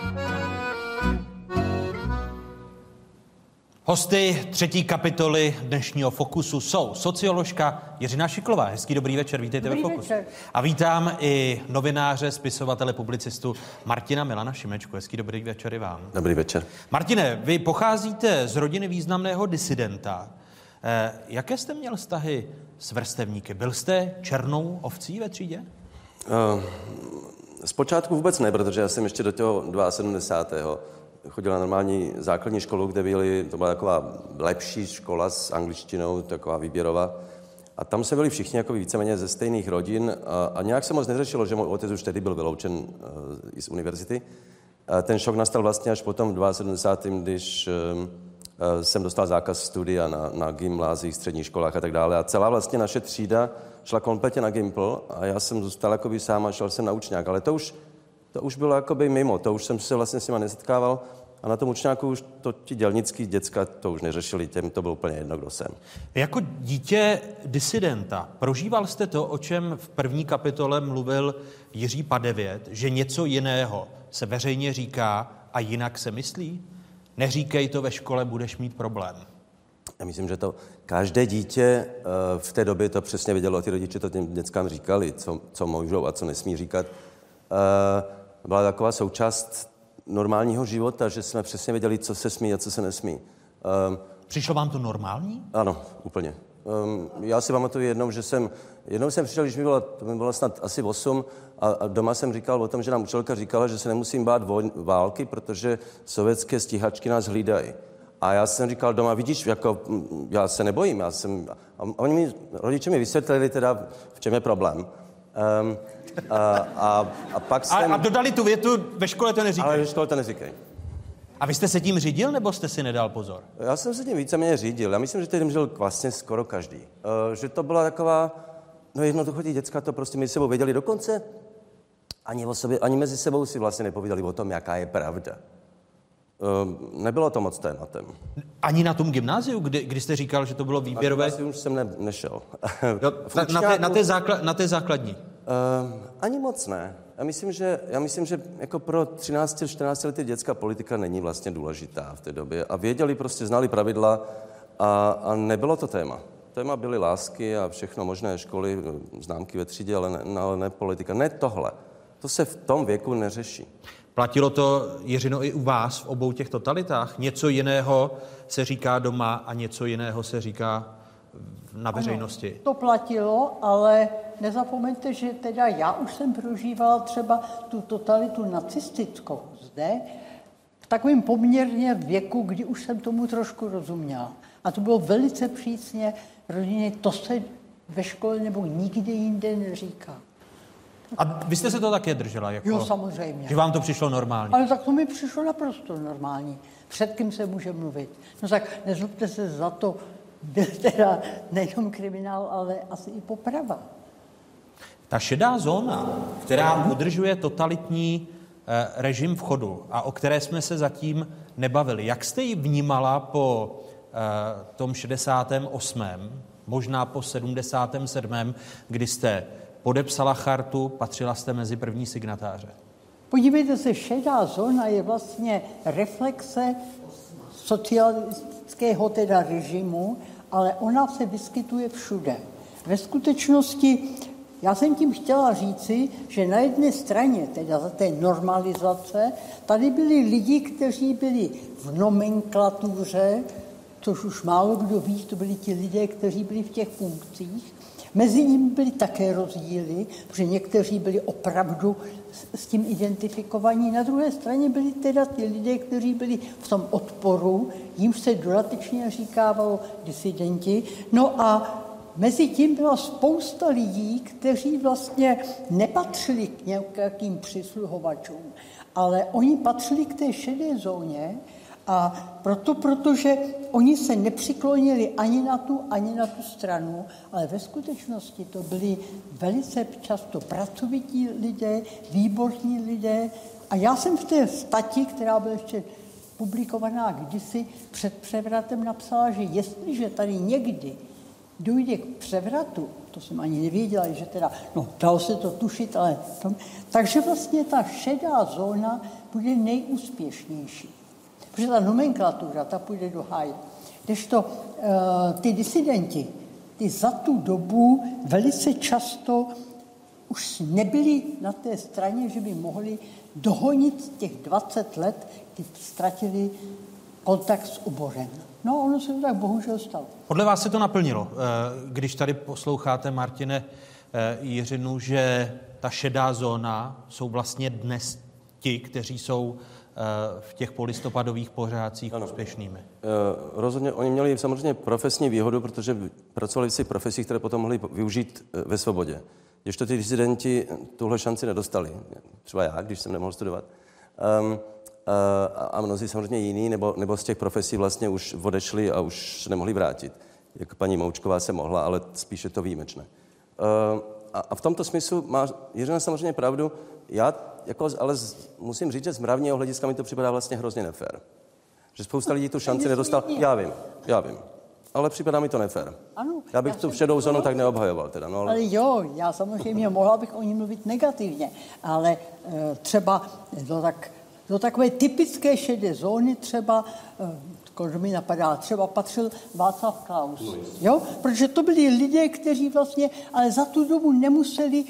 Hosty třetí kapitoly dnešního Fokusu jsou socioložka Jiřina Šiklová. Hezký dobrý večer, vítejte dobrý ve Fokusu. Večer. A vítám i novináře, spisovatele, publicistu Martina Milana Šimečku. Hezký dobrý večer i vám. Dobrý večer. Martine, vy pocházíte z rodiny významného disidenta. Eh, jaké jste měl vztahy s vrstevníky? Byl jste černou ovcí ve třídě? Uh, zpočátku vůbec ne, protože já jsem ještě do toho sedmdesátého chodil na normální základní školu, kde byly, to byla taková lepší škola s angličtinou, taková výběrová. A tam se byli všichni jako víceméně ze stejných rodin a, a nějak se moc neřešilo, že můj otec už tehdy byl vyloučen uh, i z univerzity. A ten šok nastal vlastně až potom v sedmdesátém druhém když uh, jsem dostal zákaz studia na, na gymnáziích, středních školách a tak dále. A celá vlastně naše třída šla kompletně na Gimpl a já jsem zůstal jakoby sám a šel jsem na učňák. Ale to už, to už bylo jakoby mimo, to už jsem se vlastně s nima nesetkával a na tom učňáku už to ti dělnický děcka to už neřešili, těm to bylo úplně jedno, kdo jsem. Jako dítě disidenta prožíval jste to, o čem v první kapitole mluvil Jiří Padevět, že něco jiného se veřejně říká a jinak se myslí? Neříkej to ve škole, budeš mít problém. Já myslím, že to každé dítě v té době to přesně vědělo a ty rodiče to těm dětskám říkali, co, co můžou a co nesmí říkat. Byla taková součást normálního života, že jsme přesně věděli, co se smí a co se nesmí. Přišlo vám to normální? Ano, úplně. Já si pamatuju jednou, že jsem, jednou jsem přišel, když mi bylo, to mi bylo snad asi osm, a, a doma jsem říkal o tom, že nám učitelka říkala, že se nemusím bát voj, války, protože sovětské stíhačky nás hlídají. A já jsem říkal doma, vidíš, jako, já se nebojím, já jsem, a oni mi, rodiče mi vysvětlili teda, v čem je problém. Um, a, a, a pak jsem... A, a dodali tu větu, ve škole to neříkají. Ale ve škole to neříkají. A vy jste se tím řídil, nebo jste si nedal pozor? Já jsem se tím víceméně řídil. Já myslím, že tím žil vlastně skoro každý. Uh, že to byla taková, no jednoducho ti děcka to prostě mezi sebou věděli. Dokonce ani, o sobě, ani mezi sebou si vlastně nepovídali o tom, jaká je pravda. Uh, nebylo to moc tématem. Ani na tom gymnáziu, kdy, kdy jste říkal, že to bylo výběrové? Na už jsem ne, nešel. Jo, na, na, té, na, té zákla, na té základní? Uh, ani moc ne. Já myslím, že, já myslím, že jako pro třináct čtrnáct letý dětská politika není vlastně důležitá v té době. A věděli, prostě znali pravidla a, a nebylo to téma. Téma byly lásky a všechno možné školy, známky ve třídě, ale ne, ale ne politika. Ne tohle. To se v tom věku neřeší. Platilo to, Jiřino, i u vás v obou těch totalitách? Něco jiného se říká doma a něco jiného se říká na veřejnosti? Ano, to platilo, ale nezapomeňte, že teda já už jsem prožívala třeba tu totalitu nacistickou zde v takovém poměrně věku, kdy už jsem tomu trošku rozuměla. A to bylo velice přísně rodině, to se ve škole nebo nikde jinde neříká. A vy jste se to také držela? Jako, jo, samozřejmě. Že vám to přišlo normální? Ale tak to mi přišlo naprosto normální. Před kým se může mluvit? No tak nezlobte se za to, byl teda nejenom kriminál, ale asi i poprava. Ta šedá zóna, která udržuje totalitní eh, režim v chodu a o které jsme se zatím nebavili, jak jste ji vnímala po eh, tom šedesátém osmém, možná po sedmdesátém sedmém, kdy jste podepsala chartu, patřila jste mezi první signatáře? Podívejte se, šedá zóna je vlastně reflexe socialistického teda režimu, ale ona se vyskytuje všude. Ve skutečnosti, já jsem tím chtěla říci, že na jedné straně, teda za té normalizace, tady byli lidi, kteří byli v nomenklatuře, což už málo kdo ví, to byli ti lidé, kteří byli v těch funkcích. Mezi nimi byly také rozdíly, protože někteří byli opravdu s tím identifikovaní. Na druhé straně byli teda ty lidé, kteří byli v tom odporu, jimž se dodatečně říkávalo disidenti. No a mezi tím byla spousta lidí, kteří vlastně nepatřili k nějakým přisluhovačům, ale oni patřili k té šedé zóně. A proto, protože oni se nepřiklonili ani na tu, ani na tu stranu, ale ve skutečnosti to byli velice často pracovití lidé, výborní lidé. A já jsem v té stati, která byla ještě publikovaná kdysi před převratem, napsala, že jestliže tady někdy dojde k převratu, to jsem ani nevěděla, že teda, no, dalo se to tušit, ale to, takže vlastně ta šedá zóna bude nejúspěšnější. Protože ta nomenklatura, ta půjde do háje. Kdežto uh, ty disidenti, ty za tu dobu velice často už nebyli na té straně, že by mohli dohonit těch dvacet let, kdy ztratili kontakt s oborem. No, ono se to tak bohužel stalo. Podle vás se to naplnilo, když tady posloucháte, Martine Jiřinu, že ta šedá zóna jsou vlastně dnes ti, kteří jsou v těch polistopadových pořádcích úspěšnými. Rozhodně oni měli samozřejmě profesní výhodu, protože pracovali v těch profesích, které potom mohli využít ve svobodě. Kdežto ty disidenti tuhle šanci nedostali. Třeba já, když jsem nemohl studovat. Um, a, a mnozí samozřejmě jiní, nebo, nebo z těch profesí vlastně už odešli a už nemohli vrátit. Jak paní Moučková se mohla, ale spíše to výjimečné. Uh, a, a v tomto smyslu má Jiřina samozřejmě pravdu. Já jako, ale z, musím říct, že z mravního hlediska mi to připadá vlastně hrozně nefér. Že spousta lidí tu šanci nedostal. Já vím, já vím. Ale připadá mi to nefér. Ano, já bych já tu šedou zónu tak neobhajoval. Teda, no, ale... ale jo, já samozřejmě mohla bych o ní mluvit negativně, ale e, třeba do, tak, do takové typické šedé zóny třeba, e, mi napadá, třeba patřil Václav Klaus. No, jo? Protože to byli lidé, kteří vlastně, ale za tu dobu nemuseli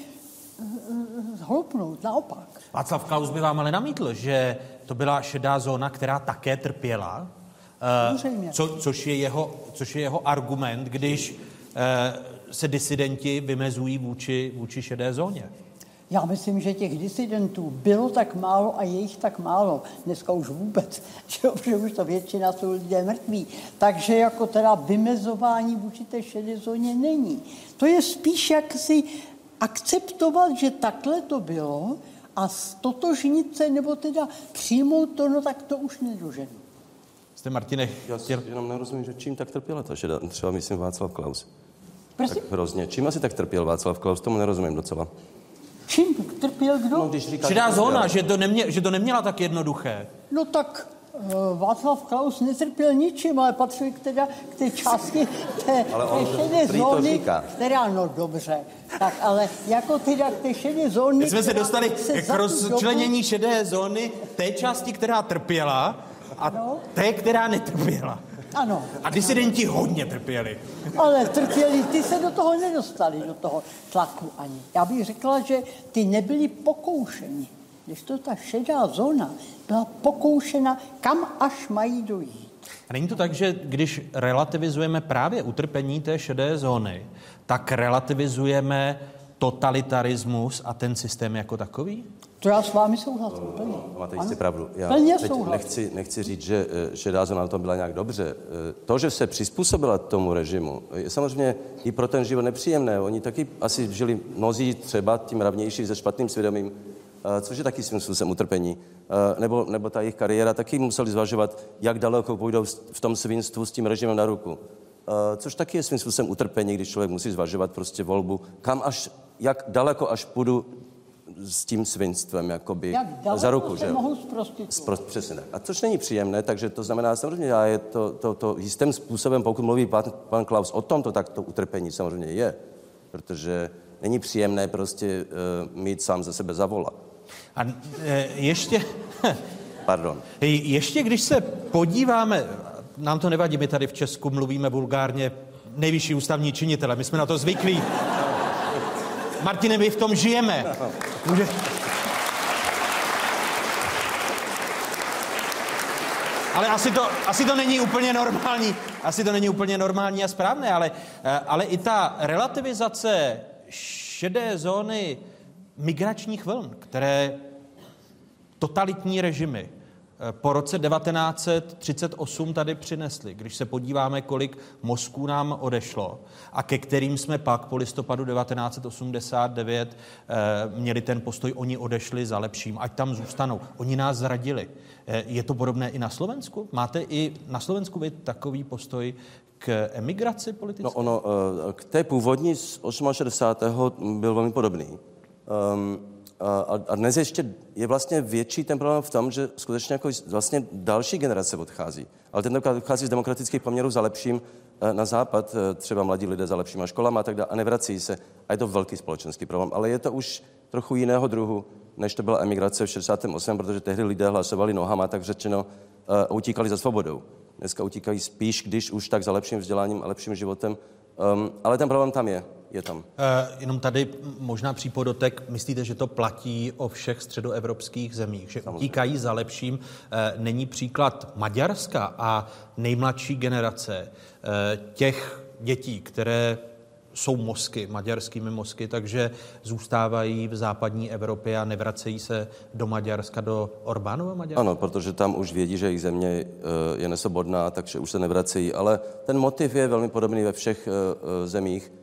zhloupnout, naopak. Václav Klaus by vám ale namítl, že to byla šedá zóna, která také trpěla, uh, co, což, je jeho, což je jeho argument, když uh, se disidenti vymezují vůči, vůči šedé zóně. Já myslím, že těch disidentů bylo tak málo a je jich tak málo. Dneska už vůbec, že už to většina jsou lidé mrtví. Takže jako teda vymezování vůči té šedé zóně není. To je spíš jak si akceptovat, že takhle to bylo a stotožnit se, nebo teda přijmout to, no tak to už nedoženu. Jste, Martine, já si jenom nerozumím, že čím tak trpěla ta šedá, třeba myslím Václav Klaus. Prosím? Tak hrozně. Čím asi tak trpěl Václav Klaus, tomu nerozumím docela. Čím trpěl kdo? No, když říká, šedá zóna, že to, nemě, že to neměla tak jednoduché. No tak uh, Václav Klaus netrpěl ničím, ale patřil k, teda, k té části té, té šedé zóny, která, no dobře, tak ale jako teda k té šedé zóny... My jsme se dostali se k rozčlenění dobu... šedé zóny té části, která trpěla a ano? té, která netrpěla. Ano. A disidenti hodně trpěli. Ale trpěli, ty se do toho nedostali, do toho tlaku ani. Já bych řekla, že ty nebyli pokoušeni. Když to ta šedá zóna byla pokoušena, kam až mají dojít. A není to tak, že když relativizujeme právě utrpení té šedé zóny, tak relativizujeme totalitarismus a ten systém jako takový? To já s vámi souhlasím. Plně. Máte jistě pravdu. Já plně teď nechci, nechci říct, že šedá zóna na tom byla nějak dobře. To, že se přizpůsobila tomu režimu, je samozřejmě i pro ten život nepříjemné. Oni taky asi žili mnozí třeba tím mravnější se špatným svědomím, což je taky svým způsobem utrpení. Nebo, nebo ta jejich kariéra taky museli zvažovat, jak daleko půjdou v tom svinstvu s tím režimem na ruku. Což taky je svým způsobem utrpení, když člověk musí zvažovat prostě volbu, kam až jak daleko až půjdu s tím svinstvem, jakoby Jak za ruku, že jo? mohou zprostitovat. Sprost, přesně tak. A což není příjemné, takže to znamená samozřejmě, a je to, to, to jistým způsobem, pokud mluví pan, pan Klaus o tom, to tak to utrpení samozřejmě je, protože není příjemné prostě uh, mít sám za sebe za vola. A e, ještě... Pardon. Ještě když se podíváme, nám to nevadí, my tady v Česku mluvíme vulgárně, nejvyšší ústavní činitele, my jsme na to zvyklí. Martine, my v tom žijeme. Může... Ale asi to, asi to není úplně normální, asi to není úplně normální a správné, ale, ale i ta relativizace šedé zóny migračních vln, které totalitní režimy po roce devatenáct set třicet osm tady přinesli. Když se podíváme, kolik mozků nám odešlo a ke kterým jsme pak po listopadu devatenáct set osmdesát devět eh, měli ten postoj, oni odešli za lepším, ať tam zůstanou. Oni nás zradili. Eh, je to podobné i na Slovensku? Máte i na Slovensku vy takový postoj k emigraci politické? No ono, eh, k té původní z šedesátého osmého byl velmi podobný. Um, A dnes ještě je vlastně větší ten problém v tom, že skutečně jako vlastně další generace odchází. Ale tentokrát odchází z demokratických poměrů za lepším na západ, třeba mladí lidé za lepšíma školama a tak dále, a nevrací se. A je to velký společenský problém. Ale je to už trochu jiného druhu, než to byla emigrace v šedesátém osmém, protože tehdy lidé hlasovali nohama, tak řečeno, a utíkali za svobodou. Dneska utíkají spíš, když už tak za lepším vzděláním a lepším životem. Um, ale ten problém tam je. Je tam. Uh, jenom tady možná přípodotek, myslíte, že to platí o všech středoevropských zemích, že samozřejmě utíkají za lepším? Uh, není příklad Maďarska a nejmladší generace uh, těch dětí, které jsou mozky, maďarskými mozky, takže zůstávají v západní Evropě a nevracejí se do Maďarska, do Orbánova Maďarska? Ano, protože tam už vědí, že jejich země uh, je nesvobodná, takže už se nevracejí. Ale ten motiv je velmi podobný ve všech uh, zemích.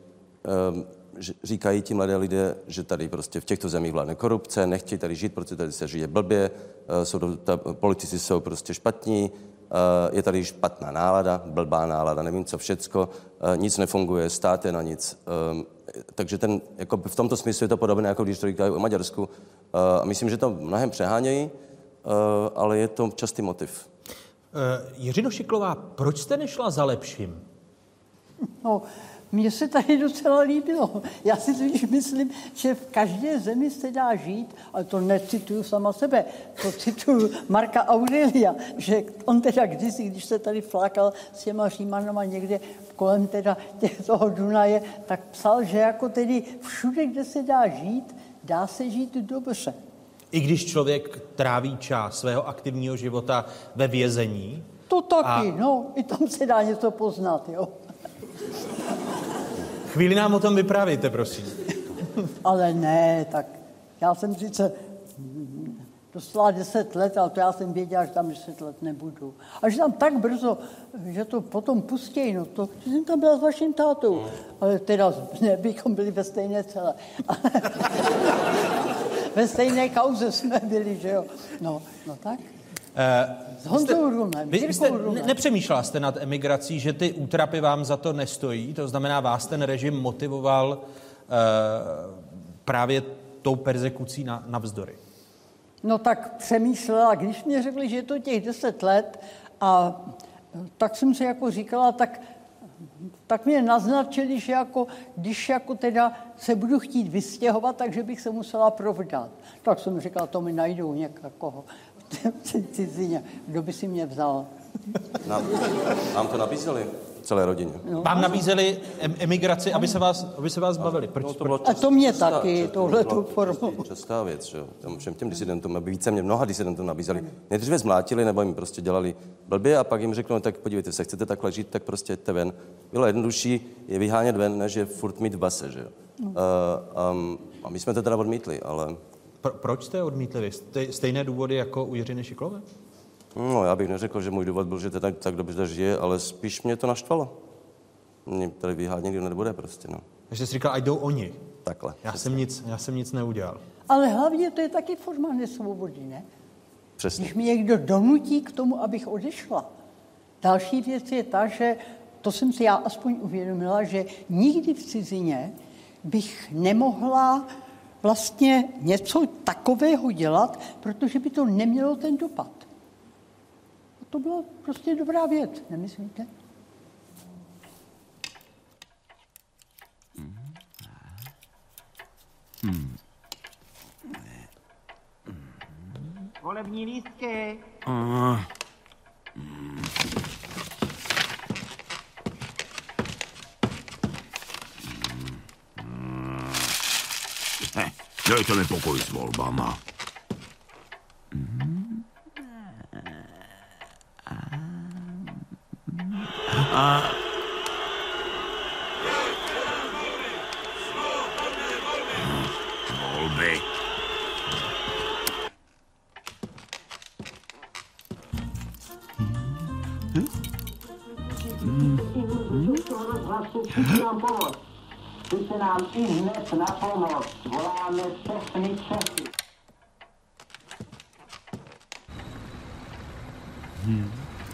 Říkají ti mladé lidé, že tady prostě v těchto zemích vládne korupce, nechtějí tady žít, protože tady se žije blbě, jsou to, ta, politici jsou prostě špatní, je tady špatná nálada, blbá nálada, nevím co všecko, nic nefunguje, stát je na nic. Takže ten, jako v tomto smyslu je to podobné, jako když to říkají o Maďarsku. A myslím, že to mnohem přehánějí, ale je to častý motiv. Jiřino Šiklová, proč jste nešla za lepším? No, mně se tady docela líbilo. Já si totiž myslím, že v každé zemi se dá žít, ale to necituju sama sebe, to cituju Marka Aurelia, že on teda kdysi, když se tady flákal s těma Římanama někde kolem teda těch toho Dunaje, tak psal, že jako tedy všude, kde se dá žít, dá se žít dobře. I když člověk tráví čas svého aktivního života ve vězení? To taky, a... no, i tam se dá něco poznat, jo. Chvíli nám o tom vyprávějte, prosím. Ale ne, tak já jsem sice dostala deset let, ale to já jsem věděla, že tam deset let nebudu. A že tam tak brzo, že to potom pustějí, no to, že jsem tam byla s vaším tátou. Ale teda ne, bychom byli ve stejné celé. Ve stejné kauze jsme byli, že jo. No, no tak. S Honzou Runem, vy jste ne- nepřemýšlela jste nad emigrací, že ty útrapy vám za to nestojí? To znamená, vás ten režim motivoval uh, právě tou perzekucí na, navzdory? No tak přemýšlela, když mě řekli, že je to těch deset let a tak jsem si jako říkala, tak, tak mě naznačili, že jako, když jako teda se budu chtít vystěhovat, takže bych se musela provdat. Tak jsem říkala, to mi najdou někoho. Cizině. Kdo by si mě vzal? Nám, nám to nabízeli celé rodině. No. Vám nabízeli em- emigraci, aby se vás, aby se vás bavili. Proč? No, to bylo čast, a to mě častá, taky, tohleto formou. Častá věc, že jo. Všem těm disidentům, aby více mě mnoha disidentům nabízeli. Nejdříve zmlátili, nebo jim prostě dělali blbě a pak jim řekli, no tak podívejte se, chcete takhle žít, tak prostě jděte ven. Bylo jednodušší je vyhánět ven, než je furt mít v base, že jo. No. Uh, um, a my jsme to teda odmítli, ale... Pro, proč jste odmítli? Stejné důvody jako u Jiřiny Šiklové? No, já bych neřekl, že můj důvod byl, že to tak, tak dobře žije, ale spíš mě to naštvalo. Mě tady vyhánět nikdy nebude prostě, no. Takže jsi říkal, ať jdou oni. Takhle. Já jsem, nic, já jsem nic neudělal. Ale hlavně to je taky forma nesvobody, ne? Přesně. Když mě někdo donutí k tomu, abych odešla. Další věc je ta, že to jsem si já aspoň uvědomila, že nikdy v cizině bych nemohla vlastně něco takového dělat, protože by to nemělo ten dopad. A to byla prostě dobrá věc, nemyslíte? Hmm. Volební lístky. Uh. Hmm. Heh, dejte mi pokoj s volbama. Hmm. A... Volby. Přijďte nám i hned na pomoc. Voláme všechny Čechy. Hmm.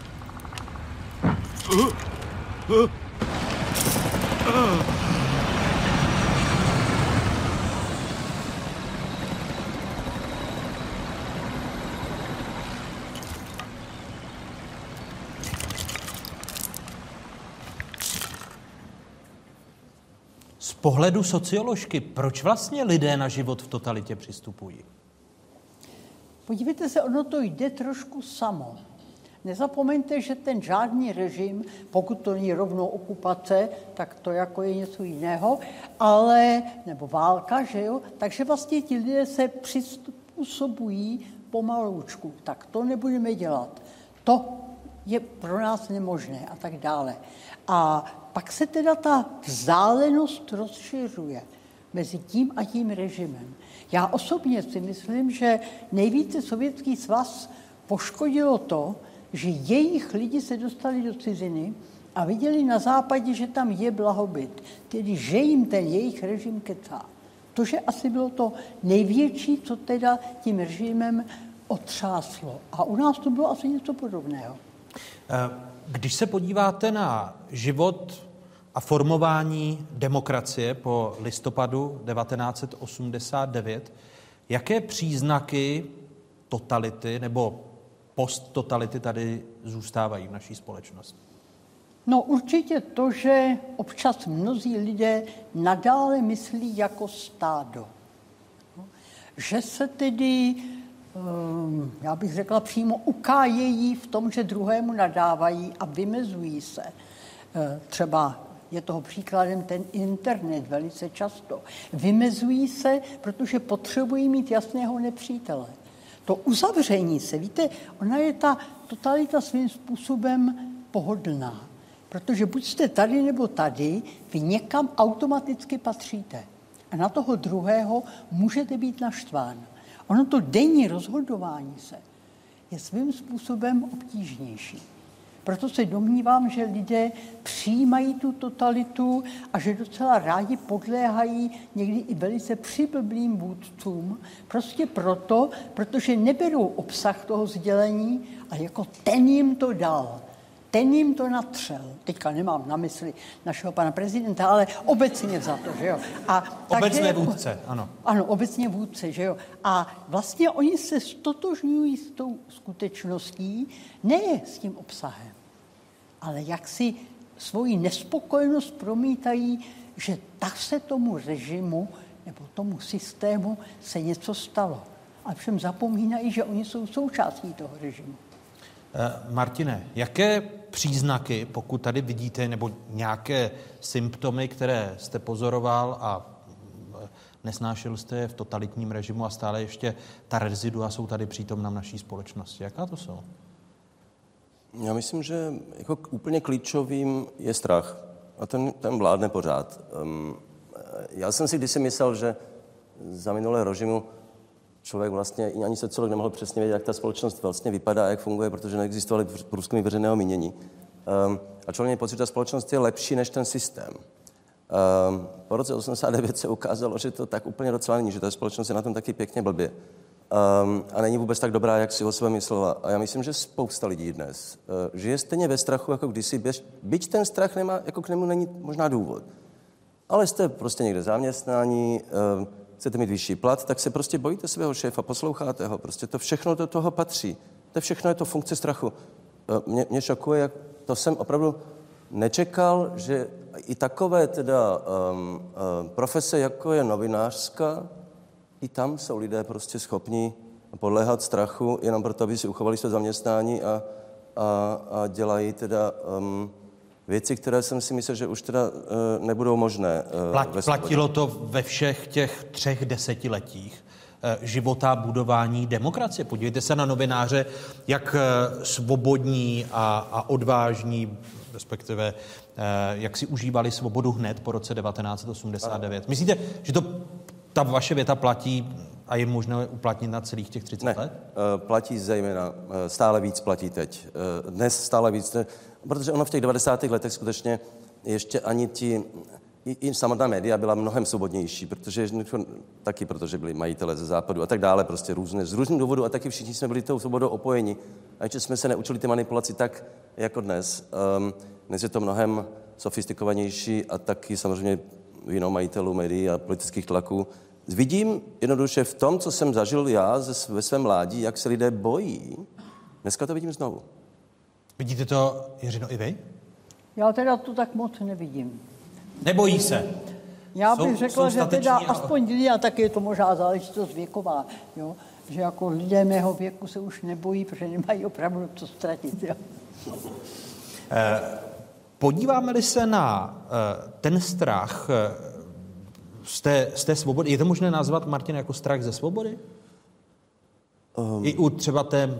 Uh, uh, uh. Z pohledu socioložky, proč vlastně lidé na život v totalitě přistupují? Podívejte se, ono to jde trošku samo. Nezapomeňte, že ten žádný režim, pokud to není rovnou okupace, tak to jako je něco jiného, ale, nebo válka, že jo, takže vlastně ti lidé se přizpůsobují pomaloučku. Tak to nebudeme dělat. To je pro nás nemožné a tak dále. A pak se teda ta vzdálenost rozšiřuje mezi tím a tím režimem. Já osobně si myslím, že nejvíce Sovětský svaz poškodilo to, že jejich lidi se dostali do ciziny a viděli na západě, že tam je blahobyt, tedy že jim ten jejich režim kecá. To, že asi bylo to největší, co teda tím režimem otřáslo. A u nás to bylo asi něco podobného. Když se podíváte na život a formování demokracie po listopadu devatenáct set osmdesát devět, jaké příznaky totality nebo posttotality tady zůstávají v naší společnosti? No určitě to, že občas mnozí lidé nadále myslí jako stádo. Že se tedy, já bych řekla přímo, ukájejí v tom, že druhému nadávají a vymezují se. Třeba je toho příkladem ten internet velice často. Vymezují se, protože potřebují mít jasného nepřítele. To uzavření se, víte, ona je ta totalita svým způsobem pohodlná. Protože buď jste tady nebo tady, vy někam automaticky patříte. A na toho druhého můžete být naštván. Ono to denní rozhodování se je svým způsobem obtížnější. Proto se domnívám, že lidé přijímají tu totalitu a že docela rádi podléhají někdy i velice přiblblým vůdcům. Prostě proto, protože neberou obsah toho sdělení a jako ten jim to dal. Ten jim to natřel. Teďka nemám na mysli našeho pana prezidenta, ale obecně za to, že jo. A obecně takže, vůdce, ano. Ano, obecně vůdce, že jo. A vlastně oni se stotožňují s tou skutečností, ne s tím obsahem, ale jak si svoji nespokojenost promítají, že tak se tomu režimu nebo tomu systému se něco stalo. A všem zapomínají, že oni jsou součástí toho režimu. Martine, jaké příznaky, pokud tady vidíte, nebo nějaké symptomy, které jste pozoroval a nesnášel jste je v totalitním režimu a stále ještě ta rezidua jsou tady přítomna v naší společnosti. Jaká to jsou? Já myslím, že jako úplně klíčovým je strach. A ten, ten vládne pořád. Um, já jsem si kdysi myslel, že za minulé režimu člověk vlastně, ani sociolog nemohl přesně vědět, jak ta společnost vlastně vypadá, jak funguje, protože neexistovaly průzkumy veřejného mínění. Um, a člověk měl pocit, že ta společnost je lepší než ten systém. Um, po roce osmdesát devět se ukázalo, že to tak úplně docela není, že ta společnost je na tom taky pěkně blbě. Um, a není vůbec tak dobrá, jak si o sebe myslela. A já myslím, že spousta lidí dnes uh, žije stejně ve strachu, jako kdysi, byť ten strach nemá, jako k němu není možná důvod. ale jste prostě někde zaměstnání, uh, chcete mít vyšší plat, tak se prostě bojíte svého šéfa, posloucháte ho, prostě to všechno do toho patří. To všechno je to funkce strachu. Uh, mě, mě šokuje, jak to jsem opravdu nečekal, že i takové teda um, uh, profese, jako je novinářská, i tam jsou lidé prostě schopní podléhat strachu, jenom proto, aby si uchovali své zaměstnání a, a, a dělají teda um, věci, které jsem si myslel, že už teda uh, nebudou možné. Uh, Plat, platilo to ve všech těch třech desetiletích uh, života budování demokracie. Podívejte se na novináře, jak uh, svobodní a, a odvážní, respektive uh, jak si užívali svobodu hned po roce devatenáct set osmdesát devět. Myslíte, že to ta vaše věta platí a je možné uplatnit na celých těch třicet ne, let? Uh, platí zejména, uh, stále víc platí teď. Uh, dnes stále víc, ne, protože ono v těch devadesátých letech skutečně ještě ani ti, i, i samotná média byla mnohem svobodnější, protože taky protože byli majitelé ze západu a tak dále, prostě různé, z různých důvodů a taky všichni jsme byli tou svobodou opojeni. A ještě jsme se neučili ty manipulaci tak, jako dnes. Um, dnes je to mnohem sofistikovanější a taky samozřejmě vinou majitelů médií a politických tlaků. Vidím jednoduše v tom, co jsem zažil já ze, ve svém mládí, jak se lidé bojí. Dneska to vidím znovu. Vidíte to, Jiřino, i vy? Já teda to tak moc nevidím. Nebojí se? Já bych jsou, řekla, jsou že teda a... aspoň lidé, a taky je to možná záležitost věková, jo? Že jako lidé mého věku se už nebojí, protože nemají opravdu co ztratit. Jo? Eh, podíváme-li se na eh, ten strach eh, z té, z té svobody, je to možné nazvat, Martin, jako strach ze svobody? Um, I u třeba té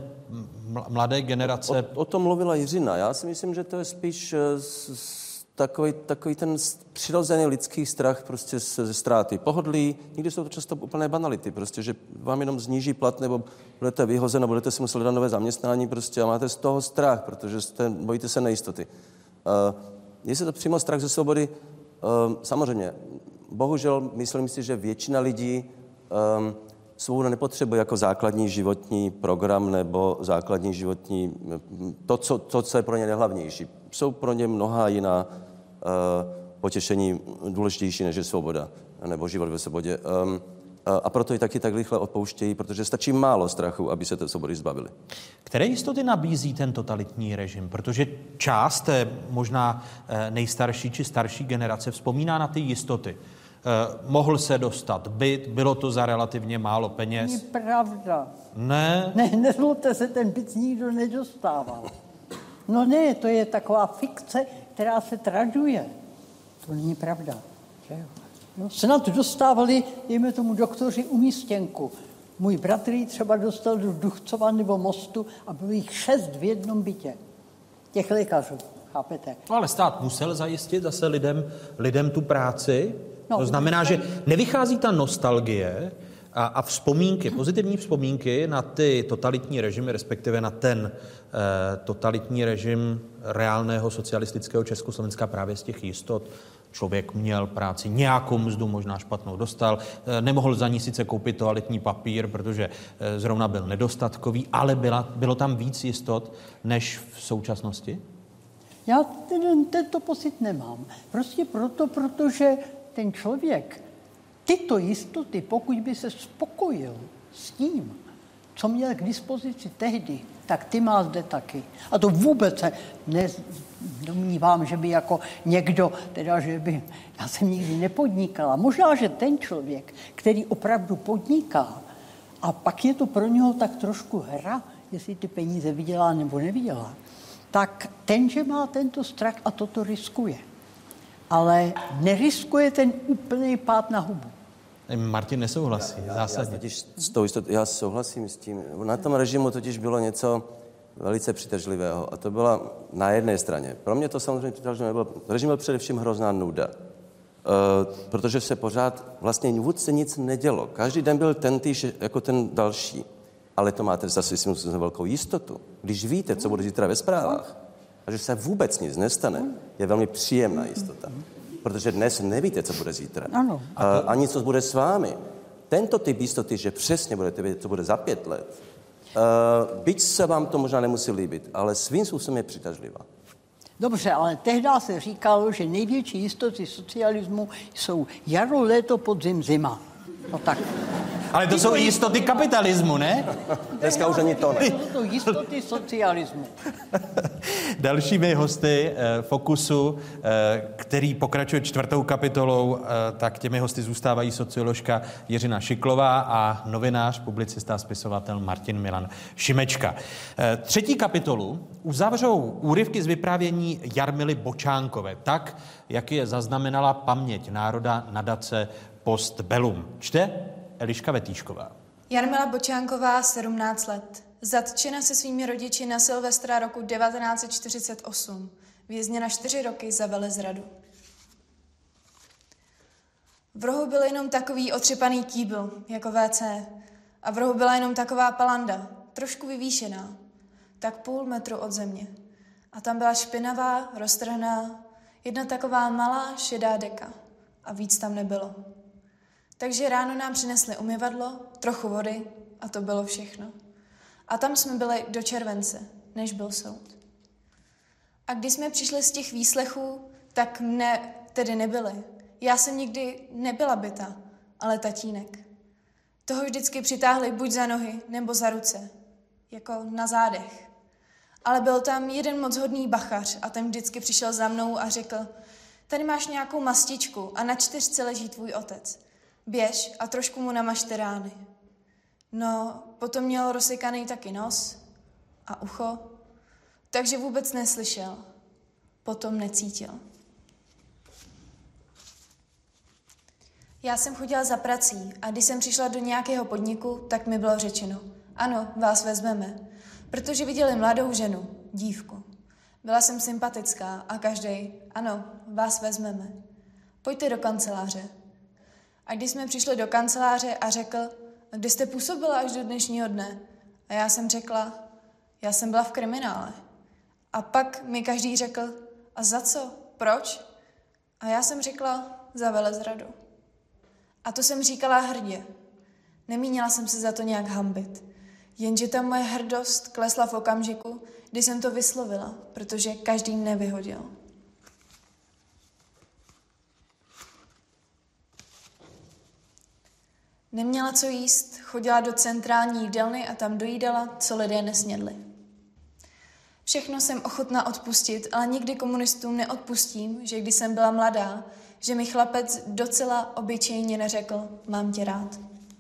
mladé generace? O, o tom mluvila Jiřina. Já si myslím, že to je spíš z, z, takový, takový ten přirozený lidský strach prostě ze ztráty pohodlí. Někdy jsou to často úplné banality, prostě, že vám jenom zníží plat, nebo budete vyhozeno, budete si muset dát nové zaměstnání prostě a máte z toho strach, protože jste, bojíte se nejistoty. Uh, jestli to přímo strach ze svobody, uh, samozřejmě, bohužel myslím si, že většina lidí um, svobodu nepotřebuje jako základní životní program nebo základní životní, to, co, to, co je pro ně nejhlavnější. Jsou pro ně mnoha jiná uh, potěšení důležitější, než je svoboda nebo život ve svobodě. Um, a proto ji taky tak rychle odpouštějí, protože stačí málo strachu, aby se té svobody zbavili. Které jistoty nabízí ten totalitní režim? Protože část té možná nejstarší či starší generace vzpomíná na ty jistoty. Eh, mohl se dostat byt, bylo to za relativně málo peněz. Není pravda. Ne? Ne, nezlobte se, ten byt nikdo nedostával. No ne, to je taková fikce, která se traduje. To není pravda. Že jo? No, snad dostávali, dejme tomu, doktoři umístěnku. Můj bratr ji třeba dostal do Duchcova nebo Mostu a bylo jich šest v jednom bytě. Těch lékařů, chápete? No, ale stát musel zajistit zase lidem, lidem tu práci. No, to znamená, že nevychází ta nostalgie a, a vzpomínky, pozitivní vzpomínky na ty totalitní režimy, respektive na ten eh, totalitní režim reálného socialistického Československa právě z těch jistot. Člověk měl práci, nějakou mzdu, možná špatnou dostal, nemohl za ní sice koupit toaletní papír, protože zrovna byl nedostatkový, ale byla, bylo tam víc jistot než v současnosti? Já ten, tento pocit nemám. Prostě proto, protože ten člověk tyto jistoty, pokud by se spokojil s tím, co měl k dispozici tehdy, tak ty má zde taky. A to vůbec se nedomnívám, že by jako někdo, teda, že by, já jsem nikdy nepodnikala. Možná, že ten člověk, který opravdu podniká, a pak je to pro něho tak trošku hra, jestli ty peníze vydělá nebo nevydělá, tak ten, že má tento strach a toto riskuje. Ale neriskuje ten úplný pád na hubu. Martin nesouhlasí, já, zásadně. Já, totiž s tou jistotou, já souhlasím s tím. Na tom režimu totiž bylo něco velice přitažlivého. A to byla na jedné straně. Pro mě to samozřejmě přitažlivé nebylo. Režim byl především hrozná nuda. Uh, protože se pořád vlastně vůbec se nic nedělo. Každý den byl tentýž jako ten další. Ale to máte zase si musím velkou jistotu. Když víte, co bude zítra ve zprávách, a že se vůbec nic nestane, je velmi příjemná jistota. Protože dnes nevíte, co bude zítra. Ano. Uh, ani co bude s vámi. Tento typ jistoty, že přesně budete vědět, co bude za pět let, uh, byť se vám to možná nemusí líbit, ale svým způsobem je přitažlivá. Dobře, ale tehdy se říkalo, že největší jistoty socialismu jsou jaro, léto, podzim, zima. No tak. Ale to jsou i jistoty kapitalismu, ne? Dneska už ani to ne. To jsou jistoty socialismu. Dalšími hosty eh, Fokusu, eh, který pokračuje čtvrtou kapitolou, eh, tak těmi hosty zůstávají socioložka Jiřina Šiklová a novinář, publicista a spisovatel Martin Milan Šimečka. Eh, třetí kapitolu uzavřou úryvky z vyprávění Jarmily Bočánkové, tak, jak je zaznamenala paměť národa nadace Post Bellum. Čte Eliška Vetýšková. Jarmila Bočánková, sedmnáct let. Zatčena se svými rodiči na Silvestra roku devatenáct set čtyřicet osm. Vězněna čtyři roky za velezradu. V rohu byl jenom takový otřepaný kýbl, jako vé cé. A v rohu byla jenom taková palanda, trošku vyvýšená, tak půl metru od země. A tam byla špinavá, roztrhná, jedna taková malá šedá deka. A víc tam nebylo. Takže ráno nám přinesli umyvadlo, trochu vody a to bylo všechno. A tam jsme byli do července, než byl soud. A když jsme přišli z těch výslechů, tak mne tedy nebyli. Já jsem nikdy nebyla bita, ale tatínek. Toho vždycky přitáhli buď za nohy, nebo za ruce, jako na zádech. Ale byl tam jeden moc hodný bachař a ten vždycky přišel za mnou a řekl: tady máš nějakou mastičku a na čtyřce leží tvůj otec. Běž a trošku mu namažte rány. No, potom měl rozsekaný taky nos a ucho, takže vůbec neslyšel. Potom necítil. Já jsem chodila za prací a když jsem přišla do nějakého podniku, tak mi bylo řečeno: ano, vás vezmeme, protože viděli mladou ženu, dívku. Byla jsem sympatická a každej: ano, vás vezmeme. Pojďte do kanceláře. A když jsme přišli do kanceláře a řekl: kde jste působila až do dnešního dne? A já jsem řekla: já jsem byla v kriminále. A pak mi každý řekl: a za co? Proč? A já jsem řekla: za velezradu. A to jsem říkala hrdě. Nemínila jsem se za to nějak hanbit. Jenže ta moje hrdost klesla v okamžiku, kdy jsem to vyslovila, protože každý mne vyhodil. Neměla co jíst, chodila do centrální jídelny a tam dojídala, co lidé nesnědli. Všechno jsem ochotná odpustit, ale nikdy komunistům neodpustím, že když jsem byla mladá, že mi chlapec docela obyčejně neřekl: mám tě rád.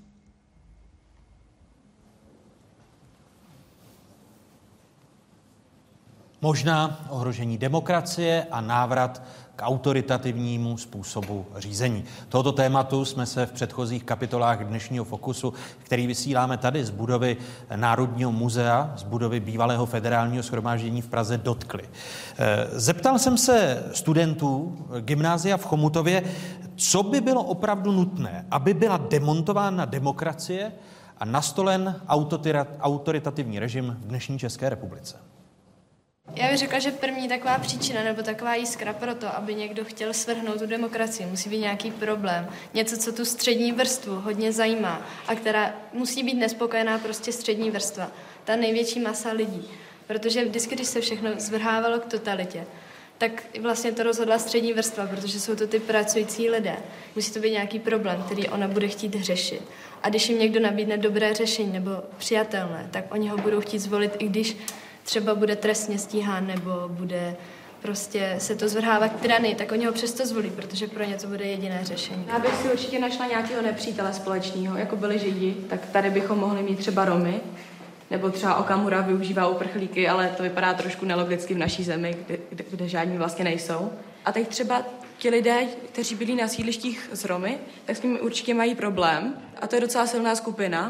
Možná ohrožení demokracie a návrat k autoritativnímu způsobu řízení. Tohoto tématu jsme se v předchozích kapitolách dnešního Fokusu, který vysíláme tady z budovy Národního muzea, z budovy bývalého federálního shromáždění v Praze, dotkli. Zeptal jsem se studentů gymnázia v Chomutově, co by bylo opravdu nutné, aby byla demontována demokracie a nastolen autoritativní režim v dnešní České republice. Já bych řekla, že první taková příčina nebo taková jiskra pro to, aby někdo chtěl svrhnout tu demokracii, musí být nějaký problém. Něco, co tu střední vrstvu hodně zajímá a která musí být nespokojená prostě střední vrstva. Ta největší masa lidí. Protože vždycky, když se všechno zvrhávalo k totalitě, tak vlastně to rozhodla střední vrstva, protože jsou to ty pracující lidé. Musí to být nějaký problém, který ona bude chtít řešit. A když jim někdo nabídne dobré řešení nebo přijatelné, tak oni ho budou chtít zvolit, i když třeba bude trestně stíhán nebo bude prostě se to zvrhávat k tyranii, tak oni ho přesto zvolí, protože pro ně to bude jediné řešení. Já bych si určitě našla nějakého nepřítele společného, jako byli Židi, tak tady bychom mohli mít třeba Romy, nebo třeba Okamura využívá uprchlíky, ale to vypadá trošku nelogicky v naší zemi, kde, kde, kde žádní vlastně nejsou. A teď třeba ti lidé, kteří byli na sídlištích s Romy, tak s nimi určitě mají problém a to je docela silná skupina,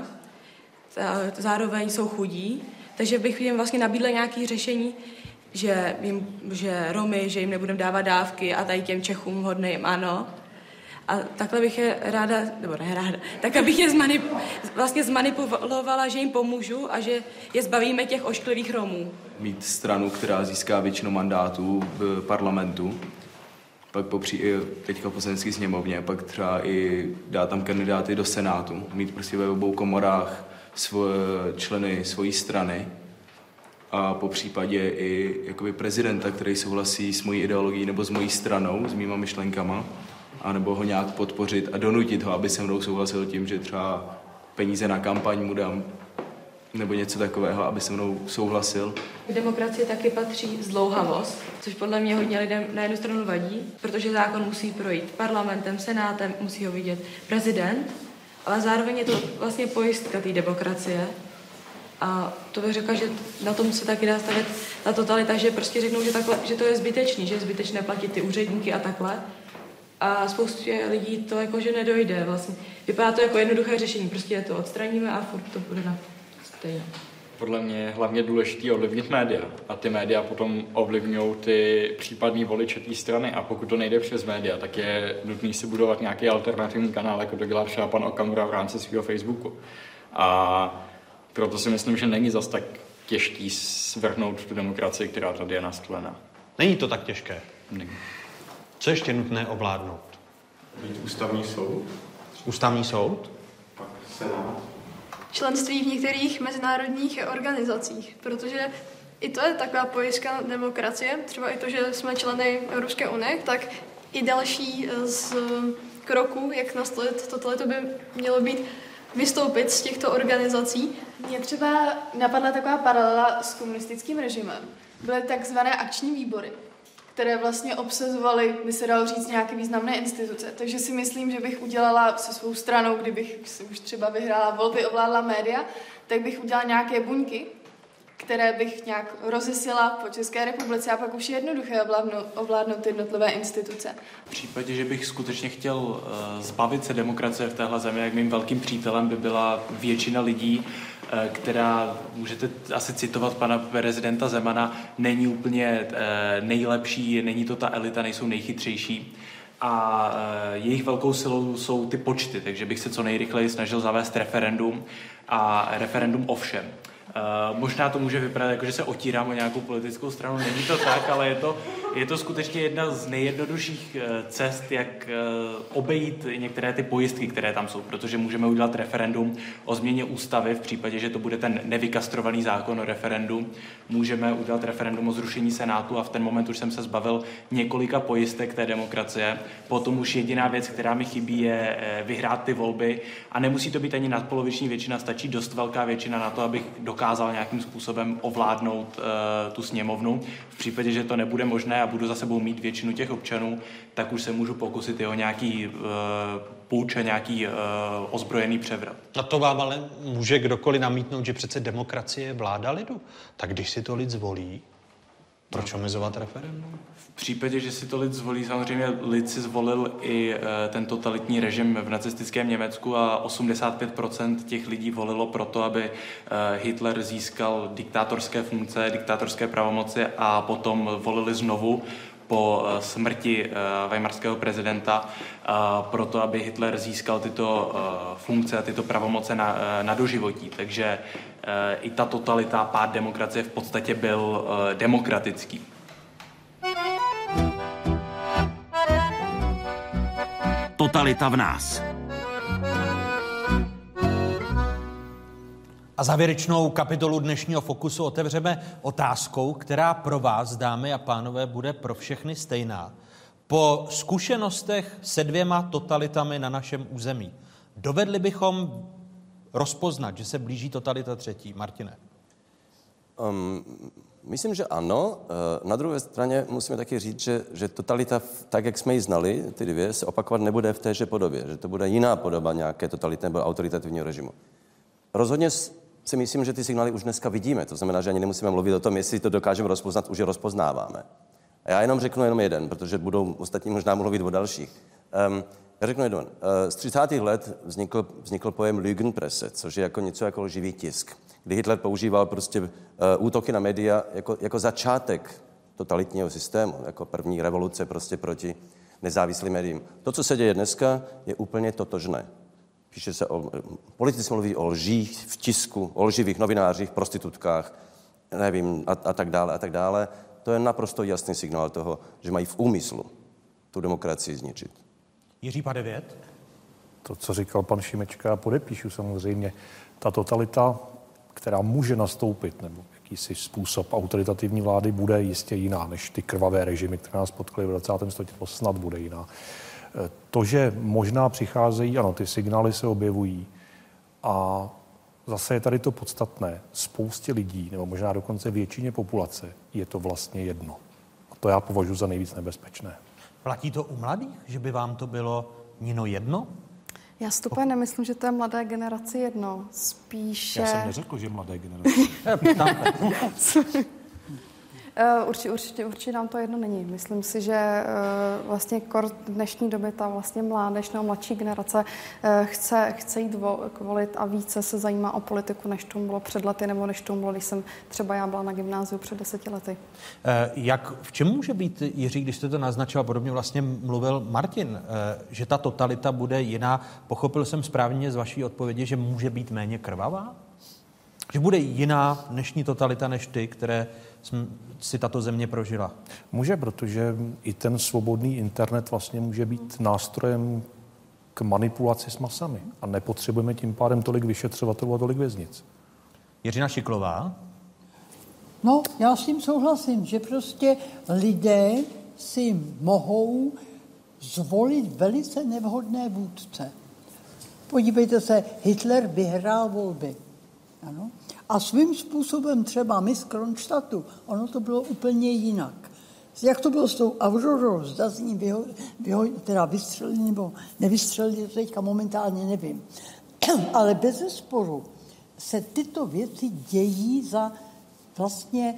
zároveň jsou chudí. Takže bych jim vlastně nabídla nějaké řešení, že, jim, že Romy, že jim nebudeme dávat dávky a tady těm Čechům hodným ano. A takhle bych je ráda, nebo ne ráda, tak abych je zmanip, vlastně zmanipulovala, že jim pomůžu a že je zbavíme těch ošklivých Romů. Mít stranu, která získá většinu mandátů v parlamentu, pak popří i teďka v poslanecké sněmovně, pak třeba i dát tam kandidáty do Senátu, mít prostě ve obou komorách svoje členy svojí strany a po případě i jakoby prezidenta, který souhlasí s mojí ideologií nebo s mojí stranou, s mýma myšlenkama, anebo ho nějak podpořit a donutit ho, aby se mnou souhlasil tím, že třeba peníze na kampaň mu dám, nebo něco takového, aby se mnou souhlasil. K demokracii taky patří zdlouhavost, což podle mě hodně lidem na jednu stranu vadí, protože zákon musí projít parlamentem, senátem, musí ho vidět prezident, ale zároveň je to vlastně pojistka té demokracie. A to bych řekla, že na tom se taky dá stavět ta totalita, že prostě řeknou, že, takhle, že to je zbytečný, že je zbytečné platit ty úředníky a takhle. A spoustě lidí to jako, že nedojde vlastně. Vypadá to jako jednoduché řešení, prostě je to odstraníme a furt to bude na stejně. Podle mě je hlavně důležité ovlivnit média a ty média potom ovlivňují ty případný voliče té strany a pokud to nejde přes média, tak je nutné si budovat nějaký alternativní kanál, jako to dělá třeba pan Okamura v rámci svého Facebooku. A proto si myslím, že není zas tak těžký svrhnout tu demokracii, která tady je nastolená. Není to tak těžké? Není. Co ještě nutné ovládnout? Být ústavní soud. Ústavní soud? Pak senát. Členství v některých mezinárodních organizacích, protože i to je taková pojistka demokracie, třeba i to, že jsme členy Evropské unie, tak i další z kroků, jak nastolit totalitu, by mělo být vystoupit z těchto organizací. Mě třeba napadla taková paralela s komunistickým režimem. Byly takzvané akční výbory, které vlastně obsazovaly, by se dalo říct, nějaké významné instituce. Takže si myslím, že bych udělala se svou stranou, kdybych si už třeba vyhrála volby, ovládla média, tak bych udělala nějaké buňky, které bych nějak rozesila po České republice a pak už je jednoduché ovládnout, ovládnout jednotlivé instituce. V případě, že bych skutečně chtěl uh, zbavit se demokracie v téhle zemi, jak mým velkým přítelem by byla většina lidí, uh, která, můžete asi citovat pana prezidenta Zemana, není úplně uh, nejlepší, není to ta elita, nejsou nejchytřejší. A uh, jejich velkou silou jsou ty počty, takže bych se co nejrychleji snažil zavést referendum a referendum o všem. Uh, možná to může vypadat jako, že se otírám o nějakou politickou stranu, není to tak, ale je to, je to skutečně jedna z nejjednodušších uh, cest, jak uh, obejít některé ty pojistky, které tam jsou, protože můžeme udělat referendum o změně ústavy v případě, že to bude ten nevykastrovaný zákon o referendum. Můžeme udělat referendum o zrušení senátu a v ten moment už jsem se zbavil několika pojistek té demokracie. Potom už jediná věc, která mi chybí, je uh, vyhrát ty volby a nemusí to být ani nadpoloviční většina, stačí dost velká většina na to, abych dokázal dokázal nějakým způsobem ovládnout uh, tu sněmovnu. V případě, že to nebude možné a budu za sebou mít většinu těch občanů, tak už se můžu pokusit i o nějaký uh, půjč a nějaký uh, ozbrojený převrat. Na to vám ale může kdokoliv namítnout, že přece demokracie je vláda lidu. Tak když si to lid zvolí, proč omezovat referendum? V případě, že si to lid zvolí, samozřejmě lid si zvolil i e, ten totalitní režim v nacistickém Německu a osmdesát pět procent těch lidí volilo proto, aby e, Hitler získal diktátorské funkce, diktátorské pravomoci a potom volili znovu po e, smrti e, weimarského prezidenta e, proto, aby Hitler získal tyto e, funkce a tyto pravomoce na, e, na doživotí. Takže e, i ta totalita, pád demokracie v podstatě byl e, demokratický. Totalita v nás. A závěrečnou kapitolu dnešního Fokusu otevřeme otázkou, která pro vás, dámy a pánové, bude pro všechny stejná. Po zkušenostech se dvěma totalitami na našem území, dovedli bychom rozpoznat, že se blíží totalita třetí? Martine. Um, myslím, že ano. Na druhé straně musíme taky říct, že, že totalita, tak jak jsme ji znali, ty dvě, se opakovat nebude v téže podobě, že to bude jiná podoba nějaké totalitní nebo autoritativního režimu. Rozhodně si myslím, že ty signály už dneska vidíme, to znamená, že ani nemusíme mluvit o tom, jestli to dokážeme rozpoznat, už je rozpoznáváme. A já jenom řeknu jenom jeden, protože budou ostatní možná mluvit o dalších. Um, já řeknu jeden. Uh, z třicátých let vznikl, vznikl pojem Lügenpresse, což je jako něco jako lživý tisk, kdy Hitler používal prostě uh, útoky na média jako, jako začátek totalitního systému, jako první revoluce prostě proti nezávislým médiím. To, co se děje dneska, je úplně totožné. Píše se o, politici mluví o lžích v tisku, o lživých novinářích, prostitutkách, nevím, a, a tak dále, a tak dále. To je naprosto jasný signál toho, že mají v úmyslu tu demokracii zničit. Jiří Padevět? To, co říkal pan Šimečka, podepíšu samozřejmě. Ta totalita, která může nastoupit, nebo jakýsi způsob autoritativní vlády bude jistě jiná než ty krvavé režimy, které nás potkaly v dvacátém století, to snad bude jiná. To, že možná přicházejí, ano, ty signály se objevují a zase je tady to podstatné. Spoustě lidí, nebo možná dokonce většině populace, je to vlastně jedno. A to já považuji za nejvíc nebezpečné. Platí to u mladých, že by vám to bylo, Nino, jedno? Já si úplně nemyslím, že to je mladé generaci jedno. Spíše... Já jsem neřekl, že mladé generaci. Určitě, určitě, určitě nám to jedno není. Myslím si, že vlastně v dnešní době ta vlastně mládež nebo mladší generace chce, chce jít volit a více se zajímá o politiku, než tomu bylo před lety, nebo než tomu bylo, když jsem třeba já byla na gymnáziu před deseti lety. Jak, v čem může být, Jiří, když jste to naznačila, podobně vlastně mluvil Martin, že ta totalita bude jiná? Pochopil jsem správně z vaší odpovědi, že může být méně krvavá? Že bude jiná dnešní totalita než ty, které si tato země prožila? Může, protože i ten svobodný internet vlastně může být nástrojem k manipulaci s masami. A nepotřebujeme tím pádem tolik vyšetřovatelů a tolik věznic. Jiřina Šiklová? No, já s tím souhlasím, že prostě lidé si mohou zvolit velice nevhodné vůdce. Podívejte se, Hitler vyhrál volby. Ano. A svým způsobem třeba my z Kronštadtu, ono to bylo úplně jinak. Jak to bylo s tou Aurorou, zda z ní vyho, vyho, teda vystřelili nebo nevystřelili, teďka momentálně nevím. Ale bez zesporu se tyto věci dějí za vlastně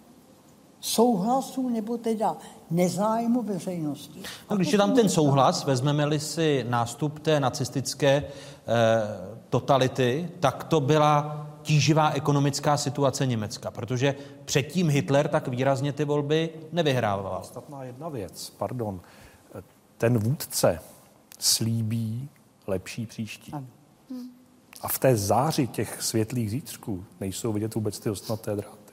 souhlasu nebo teda nezájmu veřejnosti. No, když je tam ten souhlas, vezmeme-li si nástup té nacistické eh, totality, tak to byla tíživá ekonomická situace Německa, protože předtím Hitler tak výrazně ty volby nevyhrával. Podstatná jedna věc, pardon. Ten vůdce slíbí lepší příští. A v té záři těch světlých zítřků nejsou vidět vůbec ty ostnaté dráty.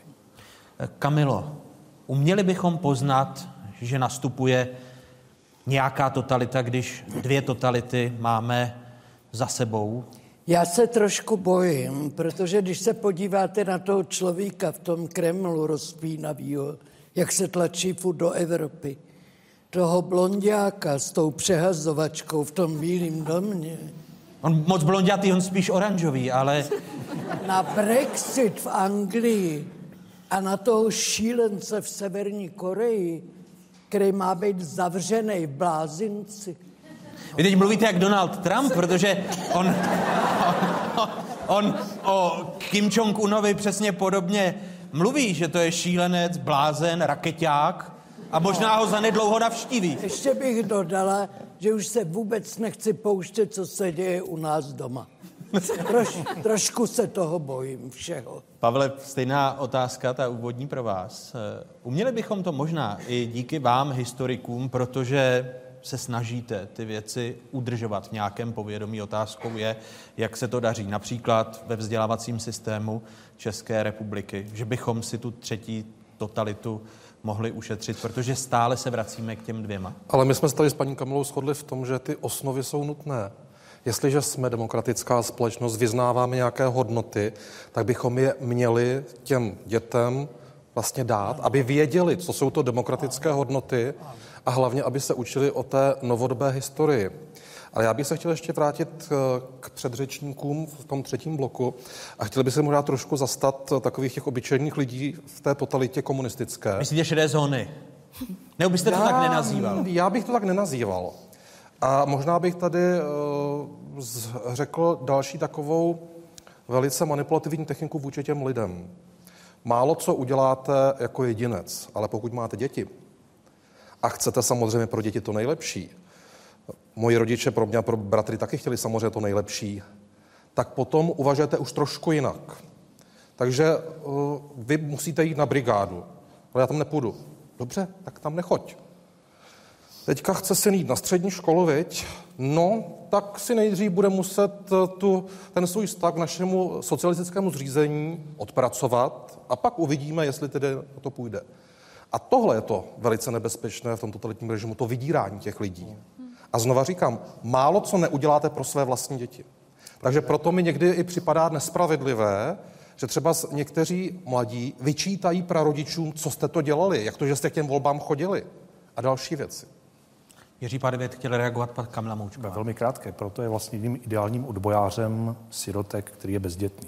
Kamilo, uměli bychom poznat, že nastupuje nějaká totalita, když dvě totality máme za sebou? Já se trošku bojím, protože když se podíváte na toho člověka v tom Kremlu rozpínavýho, jak se tlačí furt do Evropy, toho blonďáka s tou přehazovačkou v tom Bílém domě. On moc blonďatý, on spíš oranžový, ale... Na Brexit v Anglii a na toho šílence v Severní Koreji, který má být zavřený v blázinci. Vy teď mluvíte jak Donald Trump, protože on, on, on o Kim Jong-unovi přesně podobně mluví, že to je šílenec, blázen, rakeťák a možná ho zanedlouho navštíví. Ještě bych dodala, že už se vůbec nechci pouštět, co se děje u nás doma. Troš, trošku se toho bojím všeho. Pavle, stejná otázka, ta úvodní pro vás. Uměli bychom to možná i díky vám, historikům, protože se snažíte ty věci udržovat v nějakém povědomí. Otázkou je, jak se to daří. Například ve vzdělávacím systému České republiky, že bychom si tu třetí totalitu mohli ušetřit, protože stále se vracíme k těm dvěma. Ale my jsme se tady s paní Kamilou shodli v tom, že ty osnovy jsou nutné. Jestliže jsme demokratická společnost, vyznáváme nějaké hodnoty, tak bychom je měli těm dětem vlastně dát, aby věděli, co jsou to demokratické hodnoty a hlavně, aby se učili o té novodobé historii. Ale já bych se chtěl ještě vrátit k předřečníkům v tom třetím bloku a chtěl bych se možná trošku zastat takových těch obyčejných lidí v té totalitě komunistické. Myslíte šedé zóny? Nebo byste to já, tak nenazýval? Já bych to tak nenazýval. A možná bych tady uh, řekl další takovou velice manipulativní techniku vůči těm lidem. Málo co uděláte jako jedinec, ale pokud máte děti a chcete samozřejmě pro děti to nejlepší, moji rodiče pro mě a pro bratry taky chtěli samozřejmě to nejlepší, tak potom uvažujete už trošku jinak. Takže uh, vy musíte jít na brigádu, ale já tam nepůjdu. Dobře, tak tam nechoď. Teďka chce se jít na střední školu, viď? No, tak si nejdřív bude muset tu, ten svůj vztah k našemu socialistickému zřízení odpracovat a pak uvidíme, jestli tedy to půjde. A tohle je to velice nebezpečné v tom totalitním režimu, to vydírání těch lidí. A znova říkám, málo co neuděláte pro své vlastní děti. Takže proto mi někdy i připadá nespravedlivé, že třeba někteří mladí vyčítají prarodičům, co jste to dělali, jak to, že jste k těm volbám chodili a další věci. Jiří Padevět chtěl reagovat pan Kamila Moučková. Velmi krátké, proto je vlastně jedním ideálním odbojářem sirotek, který je bezdětný.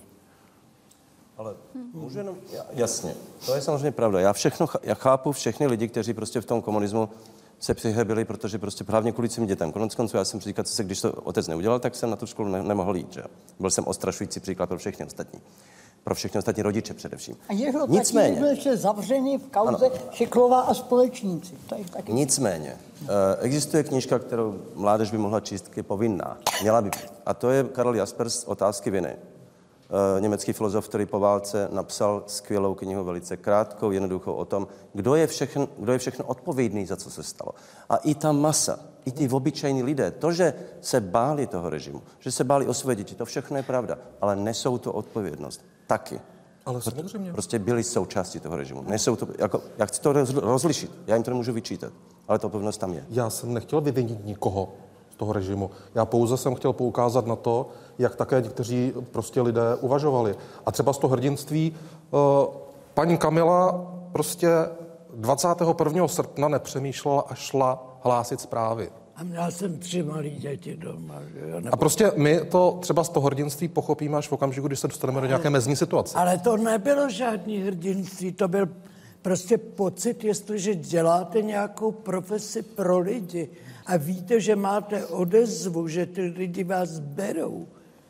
Ale můžu jenom, jasně, to je samozřejmě pravda. Já všechno, já chápu všechny lidi, kteří prostě v tom komunismu se přihebili, protože prostě právě kvůli svým dětem. Konec konců já jsem říkal, co se, když to otec neudělal, tak jsem na tu školu ne, nemohl jít. Že? Byl jsem ostrašující příklad pro všechny ostatní. Pro všechny ostatní rodiče především. A jeho Nicméně, byl ještě zavřený v kauze Šiklová a společníci. To je taky... Nicméně, existuje knížka, kterou mládež by mohla číst, je povinná. Měla by být. A to je Karl Jaspers Otázky viny. Německý filozof, který po válce napsal skvělou knihu, velice krátkou, jednoduchou o tom, kdo je, všechno, kdo je všechno odpovědný za co se stalo. A i ta masa, i ti obyčejní lidé, to, že se báli toho režimu, že se báli o své děti, to všechno je pravda, ale nesou to odpovědnost. Taky. Ale samozřejmě. Prostě byli součástí toho režimu. Nesou to, jako, já chci to rozlišit, já jim to nemůžu vyčítat, ale ta odpovědnost tam je. Já jsem nechtěl vyvinit nikoho z toho režimu. Já pouze jsem chtěl poukázat na to, jak také někteří prostě lidé uvažovali. A třeba z toho hrdinství uh, paní Kamila prostě dvacátého prvního srpna nepřemýšlela a šla hlásit zprávy. A měl jsem tři malé děti doma. Že? Nebo... A prostě my to třeba z toho hrdinství pochopíme až v okamžiku, když se dostaneme do nějaké mezní situace. Ale to nebylo žádný hrdinství, to byl prostě pocit, jestliže děláte nějakou profesi pro lidi a víte, že máte odezvu, že ty lidi vás berou,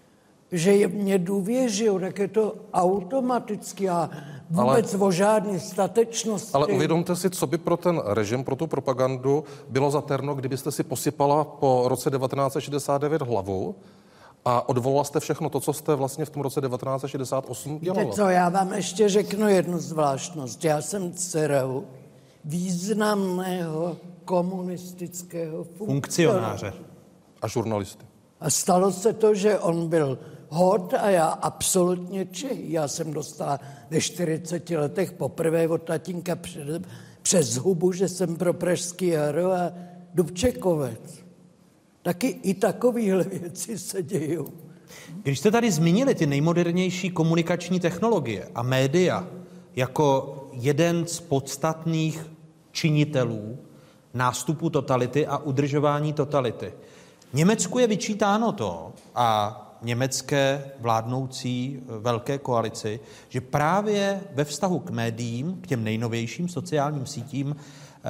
že mě důvěřují, tak je to automaticky a vůbec ale, o žádné statečnosti. Ale uvědomte si, co by pro ten režim, pro tu propagandu bylo za terno, kdybyste si posypala po roce devatenáct set šedesát devět hlavu a odvolala jste všechno to, co jste vlastně v tom roce devatenáct set šedesát osm dělala. Víte co, já vám ještě řeknu jednu zvláštnost. Já jsem dcerou významného komunistického funkcionáře a žurnalisty. A stalo se to, že on byl hod a já absolutně Čech. Já jsem dostala ve čtyřiceti letech poprvé od tatínka před, přes hubu, že jsem pro Pražský jaro a Dubčekovec. Taky i takovéhle věci se dějou. Když jste tady zmínili ty nejmodernější komunikační technologie a média jako jeden z podstatných činitelů nástupu totality a udržování totality, Německu je vyčítáno to a německé vládnoucí velké koalici, že právě ve vztahu k médiím, k těm nejnovějším sociálním sítím, eh,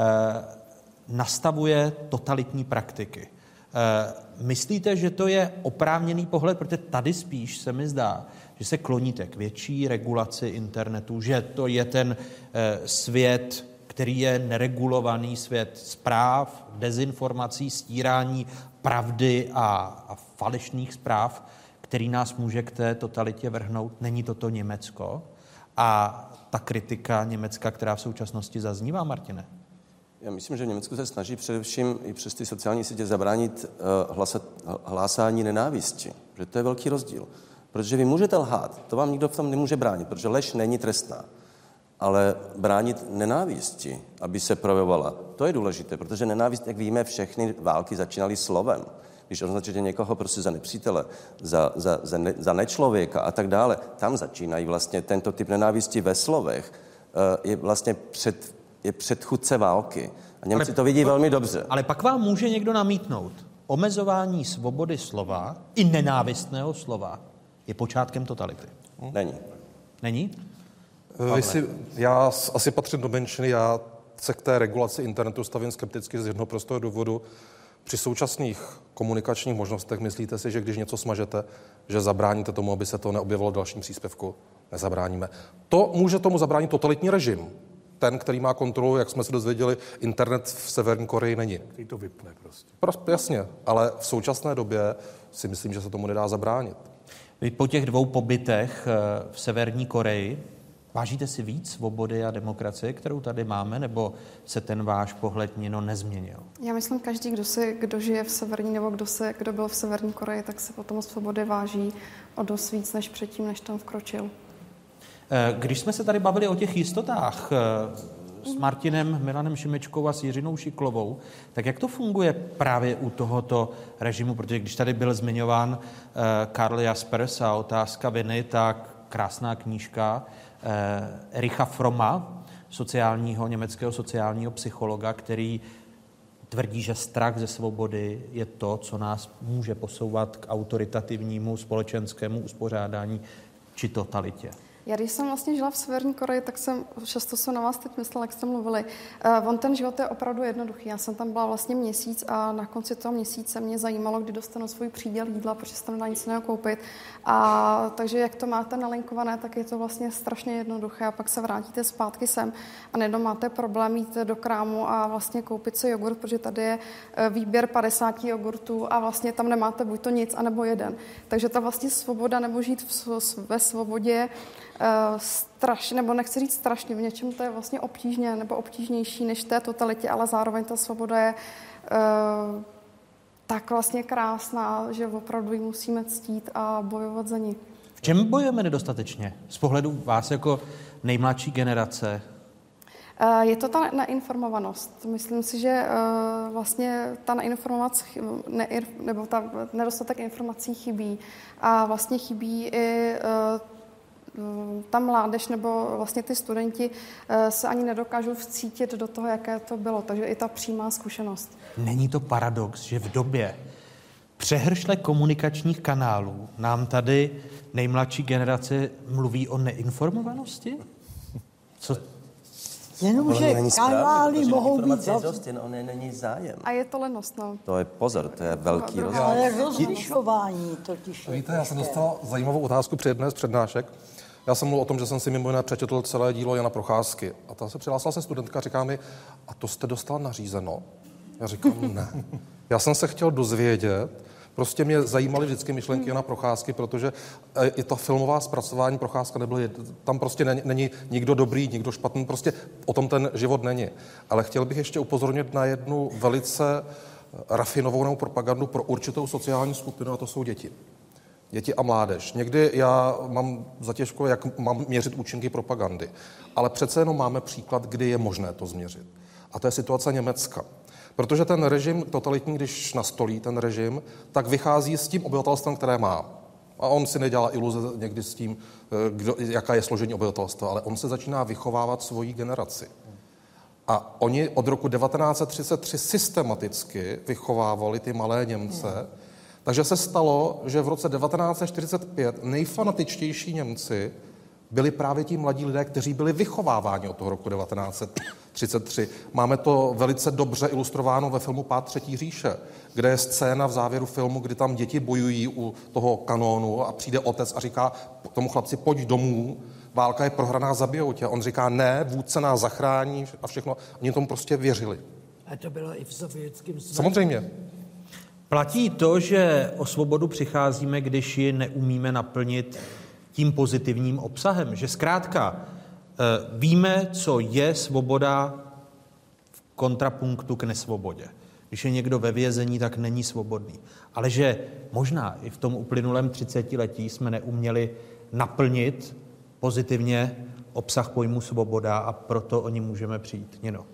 nastavuje totalitní praktiky. Eh, myslíte, že to je oprávněný pohled, protože tady spíš se mi zdá, že se kloníte k větší regulaci internetu, že to je ten eh, svět, který je neregulovaný svět zpráv, dezinformací, stírání pravdy a, a falešných zpráv, který nás může k té totalitě vrhnout. Není to to Německo? A ta kritika Německa, která v současnosti zaznívá, Martine? Já myslím, že v Německu se snaží především i přes ty sociální sítě zabránit uh, hlasat, hlásání nenávisti. Že to je velký rozdíl. Protože vy můžete lhát, to vám nikdo v tom nemůže bránit, protože lež není trestná. Ale bránit nenávisti, aby se projevovala, to je důležité, protože nenávist, jak víme, všechny války začínaly slovem. Když označíte někoho prostě za nepřítele, za, za, za, ne, za nečlověka a tak dále, tam začínají vlastně tento typ nenávisti ve slovech, je vlastně před, je předchůdce války. A Němci ale, to vidí velmi dobře. Ale pak vám může někdo namítnout. Omezování svobody slova i nenávistného slova je počátkem totality. Není. Není? Vy si, já asi patřím do menšiny, já se k té regulaci internetu stavím skepticky z jednoho prostého důvodu. Při současných komunikačních možnostech myslíte si, že když něco smažete, že zabráníte tomu, aby se to neobjevilo v dalším příspěvku? Nezabráníme. To může tomu zabránit totalitní režim. Ten, který má kontrolu, jak jsme se dozvěděli, internet v Severní Koreji není. Který to vypne prostě. Prostě jasně, ale v současné době si myslím, že se tomu nedá zabránit. Vy po těch dvou pobytech v Severní Koreji vážíte si víc svobody a demokracie, kterou tady máme, nebo se ten váš pohled Nino nezměnil? Já myslím, každý, kdo, si, kdo žije v Severní, nebo kdo, se, kdo byl v Severní Koreji, tak se potom svobody váží o dost víc, než předtím, než tam vkročil. Když jsme se tady bavili o těch jistotách s Martinem Milanem Šimečkou a s Jiřinou Šiklovou, tak jak to funguje právě u tohoto režimu? Protože když tady byl zmiňován Karl Jaspers a otázka viny, tak krásná knížka eh, Ericha Fromma, sociálního, německého sociálního psychologa, který tvrdí, že strach ze svobody je to, co nás může posouvat k autoritativnímu společenskému uspořádání či totalitě. Já když jsem vlastně žila v Severní Koreji, tak jsem, často jsem na vás teď myslela, jak jste mluvili. Uh, on ten život je opravdu jednoduchý. Já jsem tam byla vlastně měsíc a na konci toho měsíce mě zajímalo, kdy dostanu svůj příděl jídla, protože se tam nedá nic jiného koupit. A takže jak to máte nalinkované, tak je to vlastně strašně jednoduché a pak se vrátíte zpátky sem a nejednou máte problém jít do krámu a vlastně koupit si jogurt, protože tady je výběr padesát jogurtů a vlastně tam nemáte buď to nic, anebo jeden. Takže ta vlastně svoboda nebo žít v, ve svobodě Uh, strašně, nebo nechci říct strašně, v něčem to je vlastně obtížně nebo obtížnější než té totalitě, ale zároveň ta svoboda je uh, tak vlastně krásná, že opravdu ji musíme ctít a bojovat za ní. V čem bojujeme nedostatečně? Z pohledu vás jako nejmladší generace? Uh, je to ta neinformovanost. Myslím si, že uh, vlastně ta neinformovanost ne, nebo ta nedostatek informací chybí a vlastně chybí i uh, ta mládež nebo vlastně ty studenti se ani nedokážou vcítit do toho, jaké to bylo. Takže i ta přímá zkušenost. Není to paradox, že v době přehršle komunikačních kanálů nám tady nejmladší generace mluví o neinformovanosti? Co? Jenomže kanály mohou být dost, jen on není zájem. A je to lenost, no. To je pozor, to je velký rozdíl. Ale rozlišování totiž. Víte, já jsem dostal zajímavou otázku při jedné z přednášek. Já jsem mluvil o tom, že jsem si mimo jiné přečetl celé dílo Jana Procházky. A ta se přihlásila se studentka a říká mi, a to jste dostal nařízeno? Já říkám, ne. Já jsem se chtěl dozvědět, prostě mě zajímaly vždycky myšlenky Jana Procházky, protože i ta filmová zpracování Procházka nebyla, tam prostě není, není nikdo dobrý, nikdo špatný, prostě o tom ten život není. Ale chtěl bych ještě upozornit na jednu velice rafinovanou propagandu pro určitou sociální skupinu, a to jsou děti. Děti a mládež. Někdy já mám zatěžko, jak mám měřit účinky propagandy, ale přece jenom máme příklad, kdy je možné to změřit. A to je situace Německa. Protože ten režim totalitní, když nastolí ten režim, tak vychází s tím obyvatelstvem, které má. A on si nedělá iluze někdy s tím, kdo, jaká je složení obyvatelstva, ale on se začíná vychovávat svoji generaci. A oni od roku devatenáct set třicet tři systematicky vychovávali ty malé Němce. Takže se stalo, že v roce devatenáct set čtyřicet pět nejfanatičtější Němci byli právě ti mladí lidé, kteří byli vychováváni od toho roku devatenáct set třicet tři. Máme to velice dobře ilustrováno ve filmu Pád třetí říše, kde je scéna v závěru filmu, kdy tam děti bojují u toho kanónu a přijde otec a říká tomu chlapci, pojď domů, válka je prohraná, zabijou tě. On říká, ne, vůdce nás zachrání a všechno. Oni tomu prostě věřili. A to bylo i v sovětském svazu. Samozřejmě. Platí to, že o svobodu přicházíme, když ji neumíme naplnit tím pozitivním obsahem. Že zkrátka víme, co je svoboda v kontrapunktu k nesvobodě. Když je někdo ve vězení, tak není svobodný. Ale že možná i v tom uplynulém třicetiletí jsme neuměli naplnit pozitivně obsah pojmu svoboda a proto o ní můžeme přijít. Nino.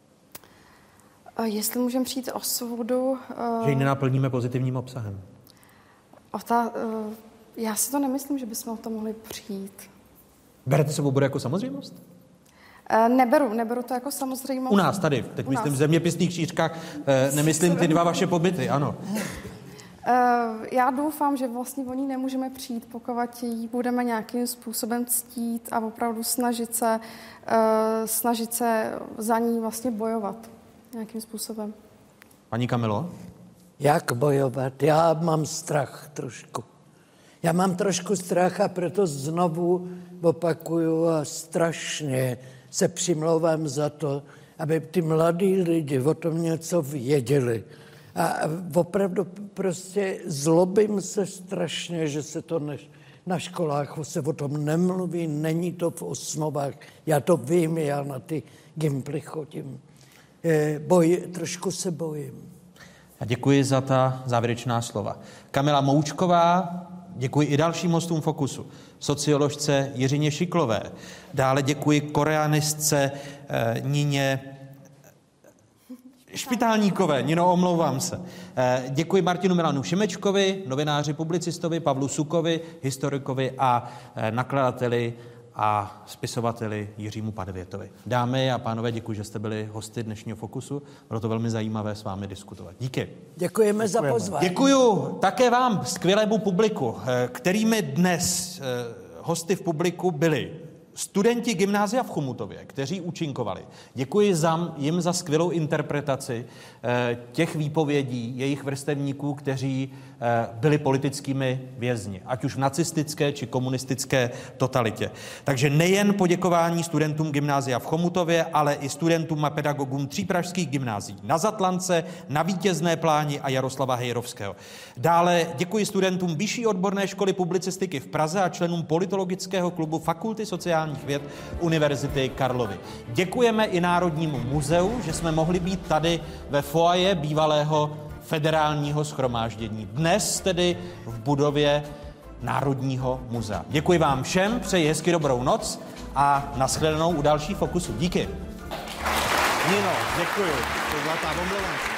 Jestli můžeme přijít o svobodu... Že ji nenaplníme pozitivním obsahem. O ta, já si to nemyslím, že bychom o to mohli přijít. Berete svobodu jako samozřejmost? Neberu, neberu to jako samozřejmost. U nás tady, teď U myslím v zeměpisných křížkách, nemyslím ty dva vaše pobyty, ano. Já doufám, že vlastně o ní nemůžeme přijít, pokud ji budeme nějakým způsobem ctít a opravdu snažit se, snažit se za ní vlastně bojovat nějakým způsobem. Paní Kamilo? Jak bojovat? Já mám strach trošku. Já mám trošku strach a proto znovu opakuju a strašně se přimlouvám za to, aby ty mladí lidi o tom něco věděli. A opravdu prostě zlobím se strašně, že se to ne, na školách se o tom nemluví, není to v osnovách. Já to vím, já na ty gimply chodím. Boj, trošku se bojím. A děkuji za ta závěrečná slova. Kamila Moučková, děkuji i dalším hostům Fokusu. Socioložce Jiřině Šiklové. Dále děkuji koreanistce eh, Nině Špitálníkové, Nino, omlouvám se. Děkuji Martinu Milanu Šimečkovi, novináři, publicistovi, Pavlu Sukovi, historikovi a nakladateli a spisovateli Jiřímu Padevětovi. Dámy a pánové, děkuji, že jste byli hosty dnešního Fokusu. Bylo to velmi zajímavé s vámi diskutovat. Díky. Děkujeme, Děkujeme. za pozvání. Děkuju také vám, skvělému publiku, kterými dnes hosty v publiku byli studenti gymnázia v Chomutově, kteří účinkovali. Děkuji za, jim za skvělou interpretaci eh, těch výpovědí jejich vrstevníků, kteří eh, byli politickými vězni, ať už v nacistické či komunistické totalitě. Takže nejen poděkování studentům gymnázia v Chomutově, ale i studentům a pedagogům tří pražských gymnázií na Zatlance, na Vítězné Pláni a Jaroslava Hejrovského. Dále děkuji studentům Vyšší odborné školy publicistiky v Praze a členům politologického klubu Fakulty sociálních věd Univerzity Karlovy. Děkujeme i Národnímu muzeu, že jsme mohli být tady ve foaje bývalého federálního shromáždění. Dnes tedy v budově Národního muzea. Děkuji vám všem, přeji hezky dobrou noc a nashledanou u dalších Fokusů. Díky. Nino, děkuji. To byla ta omluva.